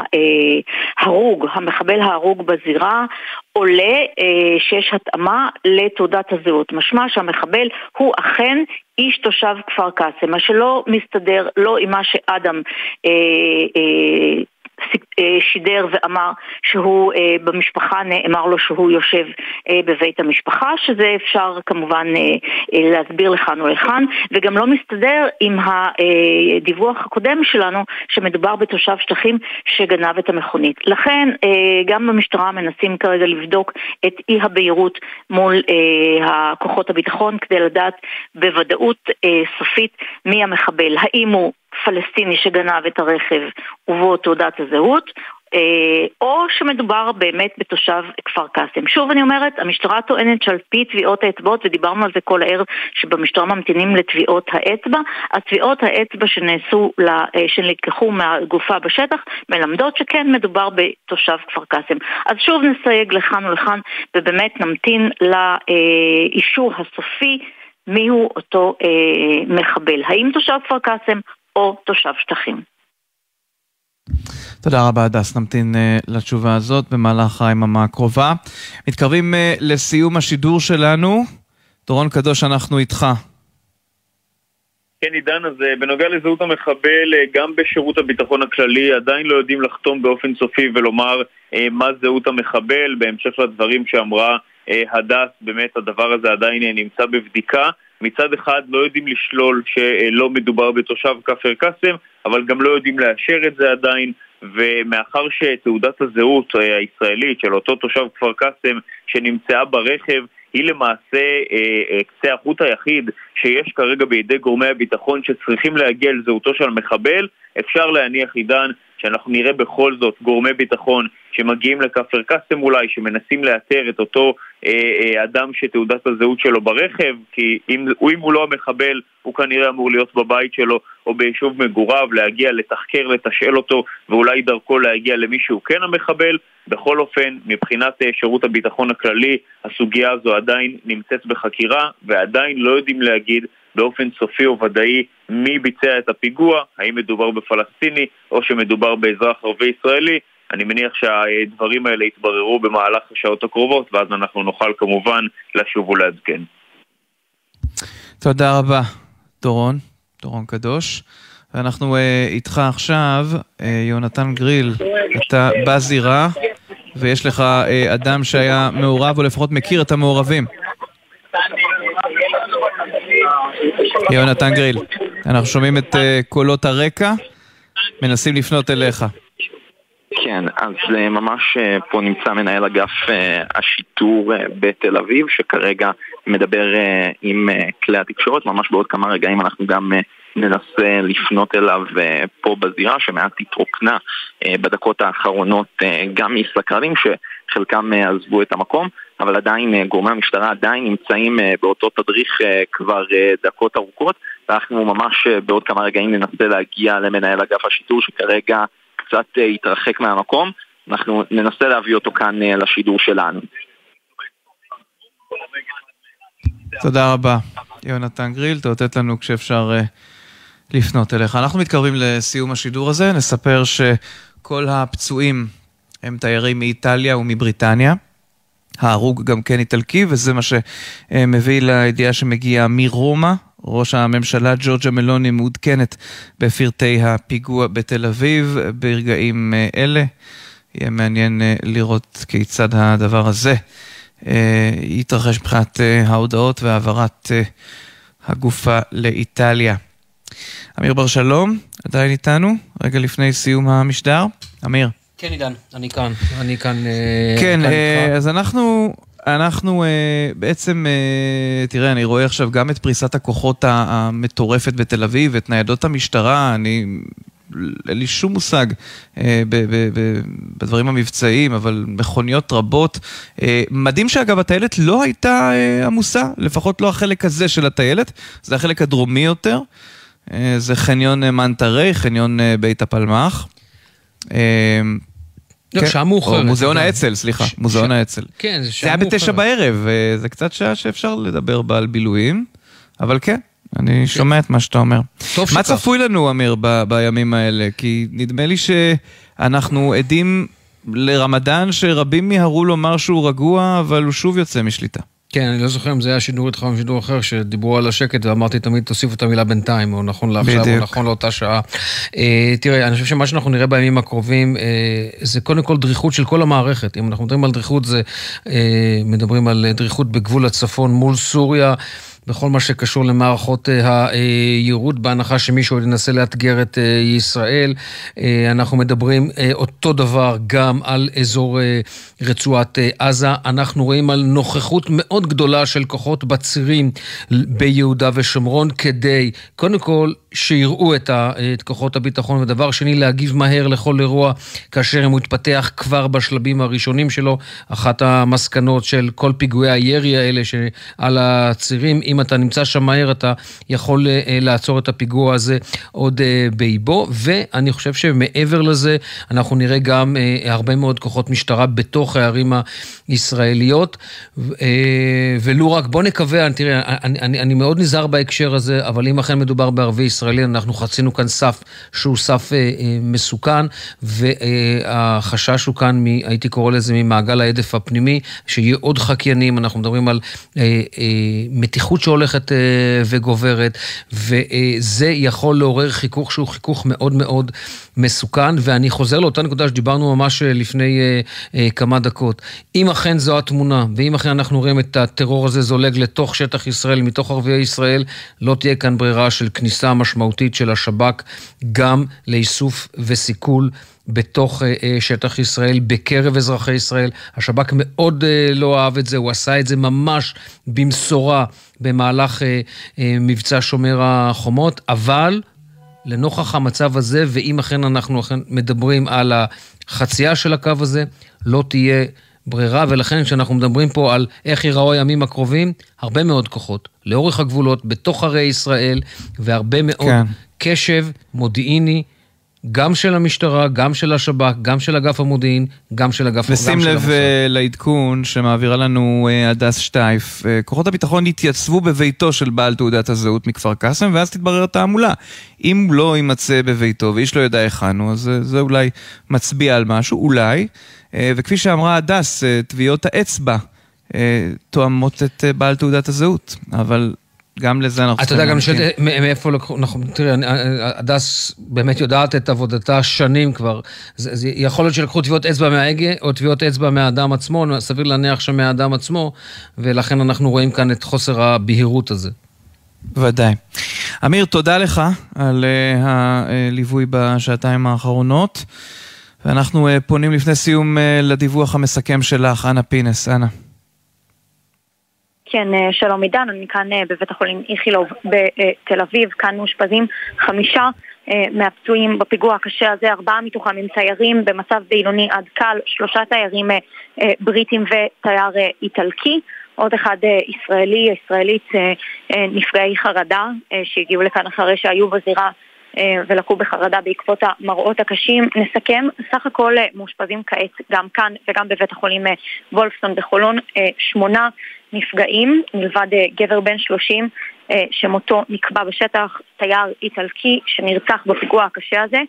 מההרוג, המחבל ההרוג בזירה, עולה אה, שיש התאמה לתעודת הזהות. משמע שהמחבל הוא אכן איש תושב כפר קאסם, מה שלא מסתדר לא עם מה שאדם אה, אה, שידר ואמר שהוא במשפחה, נאמר לו שהוא יושב בבית המשפחה, שזה אפשר כמובן להסביר לכאן ולכאן, וגם לא מסתדר עם הדיווח הקודם שלנו שמדובר בתושב שטחים שגנב את המכונית. לכן גם במשטרה מנסים כרגע לבדוק את אי הבהירות מול הכוחות הביטחון כדי לדעת בוודאות סופית מי המחבל, האם הוא פלסטיני שגנב את הרכב ובו תעודת הזהות, או שמדובר באמת בתושב כפר קאסם. שוב אני אומרת, המשטרה טוענת שעל פי תביעות האצבעות, ודיברנו על זה כל הערב שבמשטרה ממתינים לתביעות האצבע, התביעות האצבע שנעשו, שנלקחו מהגופה בשטח, מלמדות שכן מדובר בתושב כפר קאסם. אז שוב נסייג לכאן ולכאן, ובאמת נמתין לאישור הסופי מיהו אותו מחבל, האם תושב כפר קאסם או תושב שטחים. תודה רבה הדס, נמתין uh, לתשובה הזאת במהלך היממה הקרובה. מתקרבים uh, לסיום השידור שלנו. דורון קדוש, אנחנו איתך. כן עידן, אז uh, בנוגע לזהות המחבל, uh, גם בשירות הביטחון הכללי עדיין לא יודעים לחתום באופן סופי ולומר uh, מה זהות המחבל. בהמשך לדברים שאמרה uh, הדס, באמת הדבר הזה עדיין uh, נמצא בבדיקה. מצד אחד לא יודעים לשלול שלא מדובר בתושב כפר קאסם, אבל גם לא יודעים לאשר את זה עדיין, ומאחר שתעודת הזהות הישראלית של אותו תושב כפר קאסם שנמצאה ברכב היא למעשה אה, קצה החוט היחיד שיש כרגע בידי גורמי הביטחון שצריכים להגיע לזהותו של המחבל, אפשר להניח עידן שאנחנו נראה בכל זאת גורמי ביטחון שמגיעים לכפר קאסם אולי, שמנסים לאתר את אותו אה, אה, אדם שתעודת הזהות שלו ברכב, כי אם, אם הוא לא המחבל, הוא כנראה אמור להיות בבית שלו או ביישוב מגוריו, להגיע לתחקר, לתשאל אותו, ואולי דרכו להגיע למי שהוא כן המחבל. בכל אופן, מבחינת אה, שירות הביטחון הכללי, הסוגיה הזו עדיין נמצאת בחקירה, ועדיין לא יודעים להגיד באופן סופי או ודאי מי ביצע את הפיגוע, האם מדובר בפלסטיני או שמדובר באזרח ערבי ישראלי. אני מניח שהדברים האלה יתבררו במהלך השעות הקרובות, ואז אנחנו נוכל כמובן לשוב ולעדכן. תודה רבה, דורון, דורון קדוש. ואנחנו uh, איתך עכשיו, uh, יונתן גריל, אתה בזירה, ויש לך uh, אדם שהיה מעורב, או לפחות מכיר את המעורבים. יונתן גריל, אנחנו שומעים את uh, קולות הרקע, מנסים לפנות אליך. כן, אז ממש פה נמצא מנהל אגף השיטור בתל אביב, שכרגע מדבר עם כלי התקשורת. ממש בעוד כמה רגעים אנחנו גם ננסה לפנות אליו פה בזירה, שמעט התרוקנה בדקות האחרונות גם מסקרנים שחלקם עזבו את המקום, אבל עדיין גורמי המשטרה עדיין נמצאים באותו תדריך כבר דקות ארוכות, ואנחנו ממש בעוד כמה רגעים ננסה להגיע למנהל אגף השיטור שכרגע קצת יתרחק מהמקום. אנחנו ננסה להביא אותו כאן לשידור שלנו. תודה רבה. יונתן גריל, תאותת לנו כשאפשר לפנות אליך. אנחנו מתקרבים לסיום השידור הזה, נספר שכל הפצועים הם תיירים מאיטליה ומבריטניה. ההרוג גם כן איטלקי, וזה מה שמביא לידיעה שמגיעה מרומא. ראש הממשלה ג'ורג'ה מלוני מעודכנת בפרטי הפיגוע בתל אביב ברגעים אלה. יהיה מעניין לראות כיצד הדבר הזה יתרחש מבחינת ההודעות והעברת הגופה לאיטליה. אמיר בר שלום, עדיין איתנו, רגע לפני סיום המשדר. אמיר. כן, עידן, אני כאן. אני כאן. כן, אז אנחנו... אנחנו בעצם, תראה, אני רואה עכשיו גם את פריסת הכוחות המטורפת בתל אביב, את ניידות המשטרה, אני, אין לי שום מושג בדברים המבצעיים, אבל מכוניות רבות. מדהים שאגב, הטיילת לא הייתה עמוסה, לפחות לא החלק הזה של הטיילת, זה החלק הדרומי יותר, זה חניון מנטרי, חניון בית הפלמח. לא, שעה מאוחרת. מוזיאון האצל, סליחה, מוזיאון האצל. כן, זה זה שעה היה בתשע בערב, זה קצת שעה שאפשר לדבר בה על בילויים, אבל כן, אני שומע את מה שאתה אומר. מה צפוי לנו, אמיר, בימים האלה? כי נדמה לי שאנחנו עדים לרמדאן שרבים מיהרו לומר שהוא רגוע, אבל הוא שוב יוצא משליטה. כן, אני לא זוכר אם זה היה שידור איתך או שידור אחר, שדיברו על השקט, ואמרתי תמיד תוסיף את המילה בינתיים, או נכון לעכשיו, או נכון לאותה שעה. תראה, אני חושב שמה שאנחנו נראה בימים הקרובים, זה קודם כל דריכות של כל המערכת. אם אנחנו מדברים על דריכות, זה מדברים על דריכות בגבול הצפון מול סוריה, בכל מה שקשור למערכות היירוט, בהנחה שמישהו ינסה לאתגר את ישראל. אנחנו מדברים אותו דבר גם על אזור רצועת עזה. אנחנו רואים על נוכחות מאוד גדולה של כוחות בצירים ביהודה ושומרון, כדי, קודם כל, שיראו את, ה, את כוחות הביטחון, ודבר שני, להגיב מהר לכל אירוע, כאשר הוא יתפתח כבר בשלבים הראשונים שלו. אחת המסקנות של כל פיגועי הירי האלה שעל הצירים, אם אתה נמצא שם מהר, אתה יכול לעצור את הפיגוע הזה עוד באיבו, ואני חושב שמעבר לזה, אנחנו נראה גם הרבה מאוד כוחות משטרה בתוך הערים הישראליות, ולא רק, בוא נקווה, תראה, אני, אני, אני מאוד נזהר בהקשר הזה, אבל אם אכן מדובר בערבי ישראלי, אנחנו חצינו כאן סף שהוא סף מסוכן, והחשש הוא כאן, הייתי קורא לזה ממעגל העדף הפנימי, שיהיה עוד חקיינים, אנחנו מדברים על מתיחות שהולכת וגוברת, וזה יכול לעורר חיכוך שהוא חיכוך מאוד מאוד מסוכן, ואני חוזר לאותה נקודה שדיברנו ממש לפני כמה דקות. אם אכן זו התמונה, ואם אכן אנחנו רואים את הטרור הזה זולג לתוך שטח ישראל, מתוך ערביי ישראל, לא תהיה כאן ברירה של כניסה משמעותית של השב"כ, גם לאיסוף וסיכול בתוך שטח ישראל, בקרב אזרחי ישראל. השב"כ מאוד לא אהב את זה, הוא עשה את זה ממש במשורה במהלך מבצע שומר החומות, אבל לנוכח המצב הזה, ואם אכן אנחנו אכן מדברים על החצייה של הקו הזה, לא תהיה ברירה, ולכן כשאנחנו מדברים פה על איך ייראו הימים הקרובים, הרבה מאוד כוחות, לאורך הגבולות, בתוך ערי ישראל, והרבה מאוד כן. קשב מודיעיני, גם של המשטרה, גם של השב"כ, גם של אגף המודיעין, גם של אגף... ושים לב לעדכון שמעבירה לנו הדס שטייף. כוחות הביטחון התייצבו בביתו של בעל תעודת הזהות מכפר קאסם, ואז תתברר תעמולה. אם לא יימצא בביתו, ואיש לא ידע היכן, אז זה אולי מצביע על משהו, אולי. וכפי שאמרה הדס, טביעות האצבע תואמות את בעל תעודת הזהות, אבל... גם לזה אנחנו... אתה יודע גם מאיפה לקחו, תראה, הדס באמת יודעת את עבודתה שנים כבר, יכול להיות שלקחו טביעות אצבע מההגה, או טביעות אצבע מהאדם עצמו, סביר להניח שמהאדם עצמו, ולכן אנחנו רואים כאן את חוסר הבהירות הזה. ודאי. אמיר, תודה לך על הליווי בשעתיים האחרונות, ואנחנו פונים לפני סיום לדיווח המסכם שלך, אנה פינס, אנה. כן, שלום עידן, אני כאן בבית החולים איכילוב בתל אביב, כאן מאושפזים חמישה מהפצועים בפיגוע הקשה הזה, ארבעה מתוכם הם תיירים במצב בינוני עד קל, שלושה תיירים בריטים ותייר איטלקי, עוד אחד ישראלי, ישראלית נפגעי חרדה שהגיעו לכאן אחרי שהיו בזירה ולקו בחרדה בעקבות המראות הקשים. נסכם, סך הכל מאושפזים כעת גם כאן וגם בבית החולים וולפסון בחולון שמונה נפגעים, מלבד גבר בן שלושים שמותו נקבע בשטח, תייר איטלקי שנרצח בפיגוע הקשה הזה.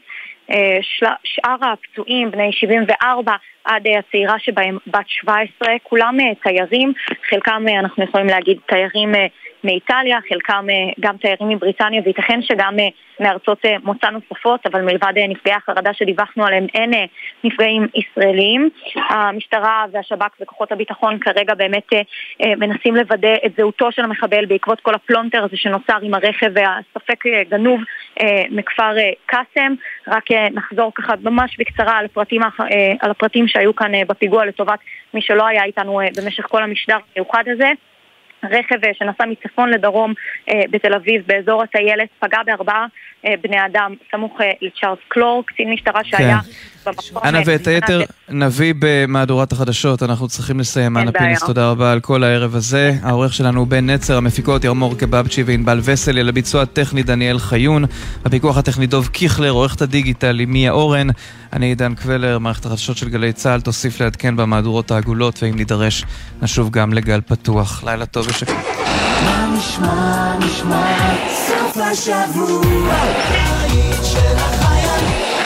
שאר הפצועים בני שבעים וארבע עד הצעירה שבהם בת שבע עשרה, כולם תיירים, חלקם אנחנו יכולים להגיד תיירים מאיטליה, חלקם גם תיירים מבריטניה, וייתכן שגם מארצות מוצא נוספות, אבל מלבד נפגעי החרדה שדיווחנו עליהם אין נפגעים ישראלים. המשטרה והשב"כ וכוחות הביטחון כרגע באמת מנסים לוודא את זהותו של המחבל בעקבות כל הפלונטר הזה שנוצר עם הרכב והספק גנוב מכפר קסם. רק נחזור ככה ממש בקצרה על הפרטים, על הפרטים שהיו כאן בפיגוע לטובת מי שלא היה איתנו במשך כל המשדר המיוחד הזה. רכב שנסע מצפון לדרום בתל אביב באזור הטיילת פגע בארבעה בני אדם סמוך לצ'ארלס קלור, קצין משטרה שהיה במקום. אנה ואת היתר נביא במהדורת החדשות, אנחנו צריכים לסיים. אנה פינס, תודה רבה על כל הערב הזה. העורך שלנו בן נצר, המפיקות ירמור קבבצ'י וענבל וסלי, לביצוע הטכני דניאל חיון, הפיקוח הטכני דוב קיכלר, עורכת הדיגיטל מיה אורן, אני עידן קבלר. מערכת החדשות של גלי צהל תוסיף לעדכן במהדורות העגולות, ואם נידרש נשוב גם לגל פתוח. לילה טוב ושקט. מה נשמע, נשמע, סוף השבוע, העית של החייל,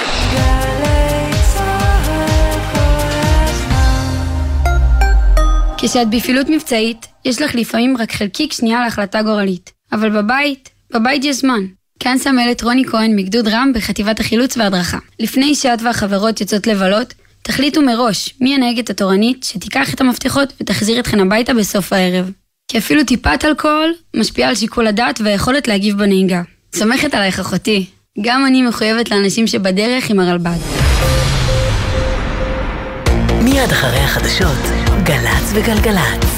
גלי צהל כל הזמן. כשאת בפעילות מבצעית, יש לך לפעמים רק חלקיק שנייה להחלטה גורלית. אבל בבית, בבית יש זמן. כאן סמלת רוני כהן מגדוד רם בחטיבת החילוץ וההדרכה. לפני שאת והחברות יוצאות לבלות, תחליטו מראש מי הנהגת התורנית שתיקח את המפתחות ותחזיר אתכן הביתה בסוף הערב. כי אפילו טיפת אלכוהול משפיעה על שיקול הדעת והיכולת להגיב בנהיגה. סומכת עלייך אחותי. גם אני מחויבת לאנשים שבדרך עם הרלב"ד. מיד אחרי החדשות, גלץ וגלגלץ.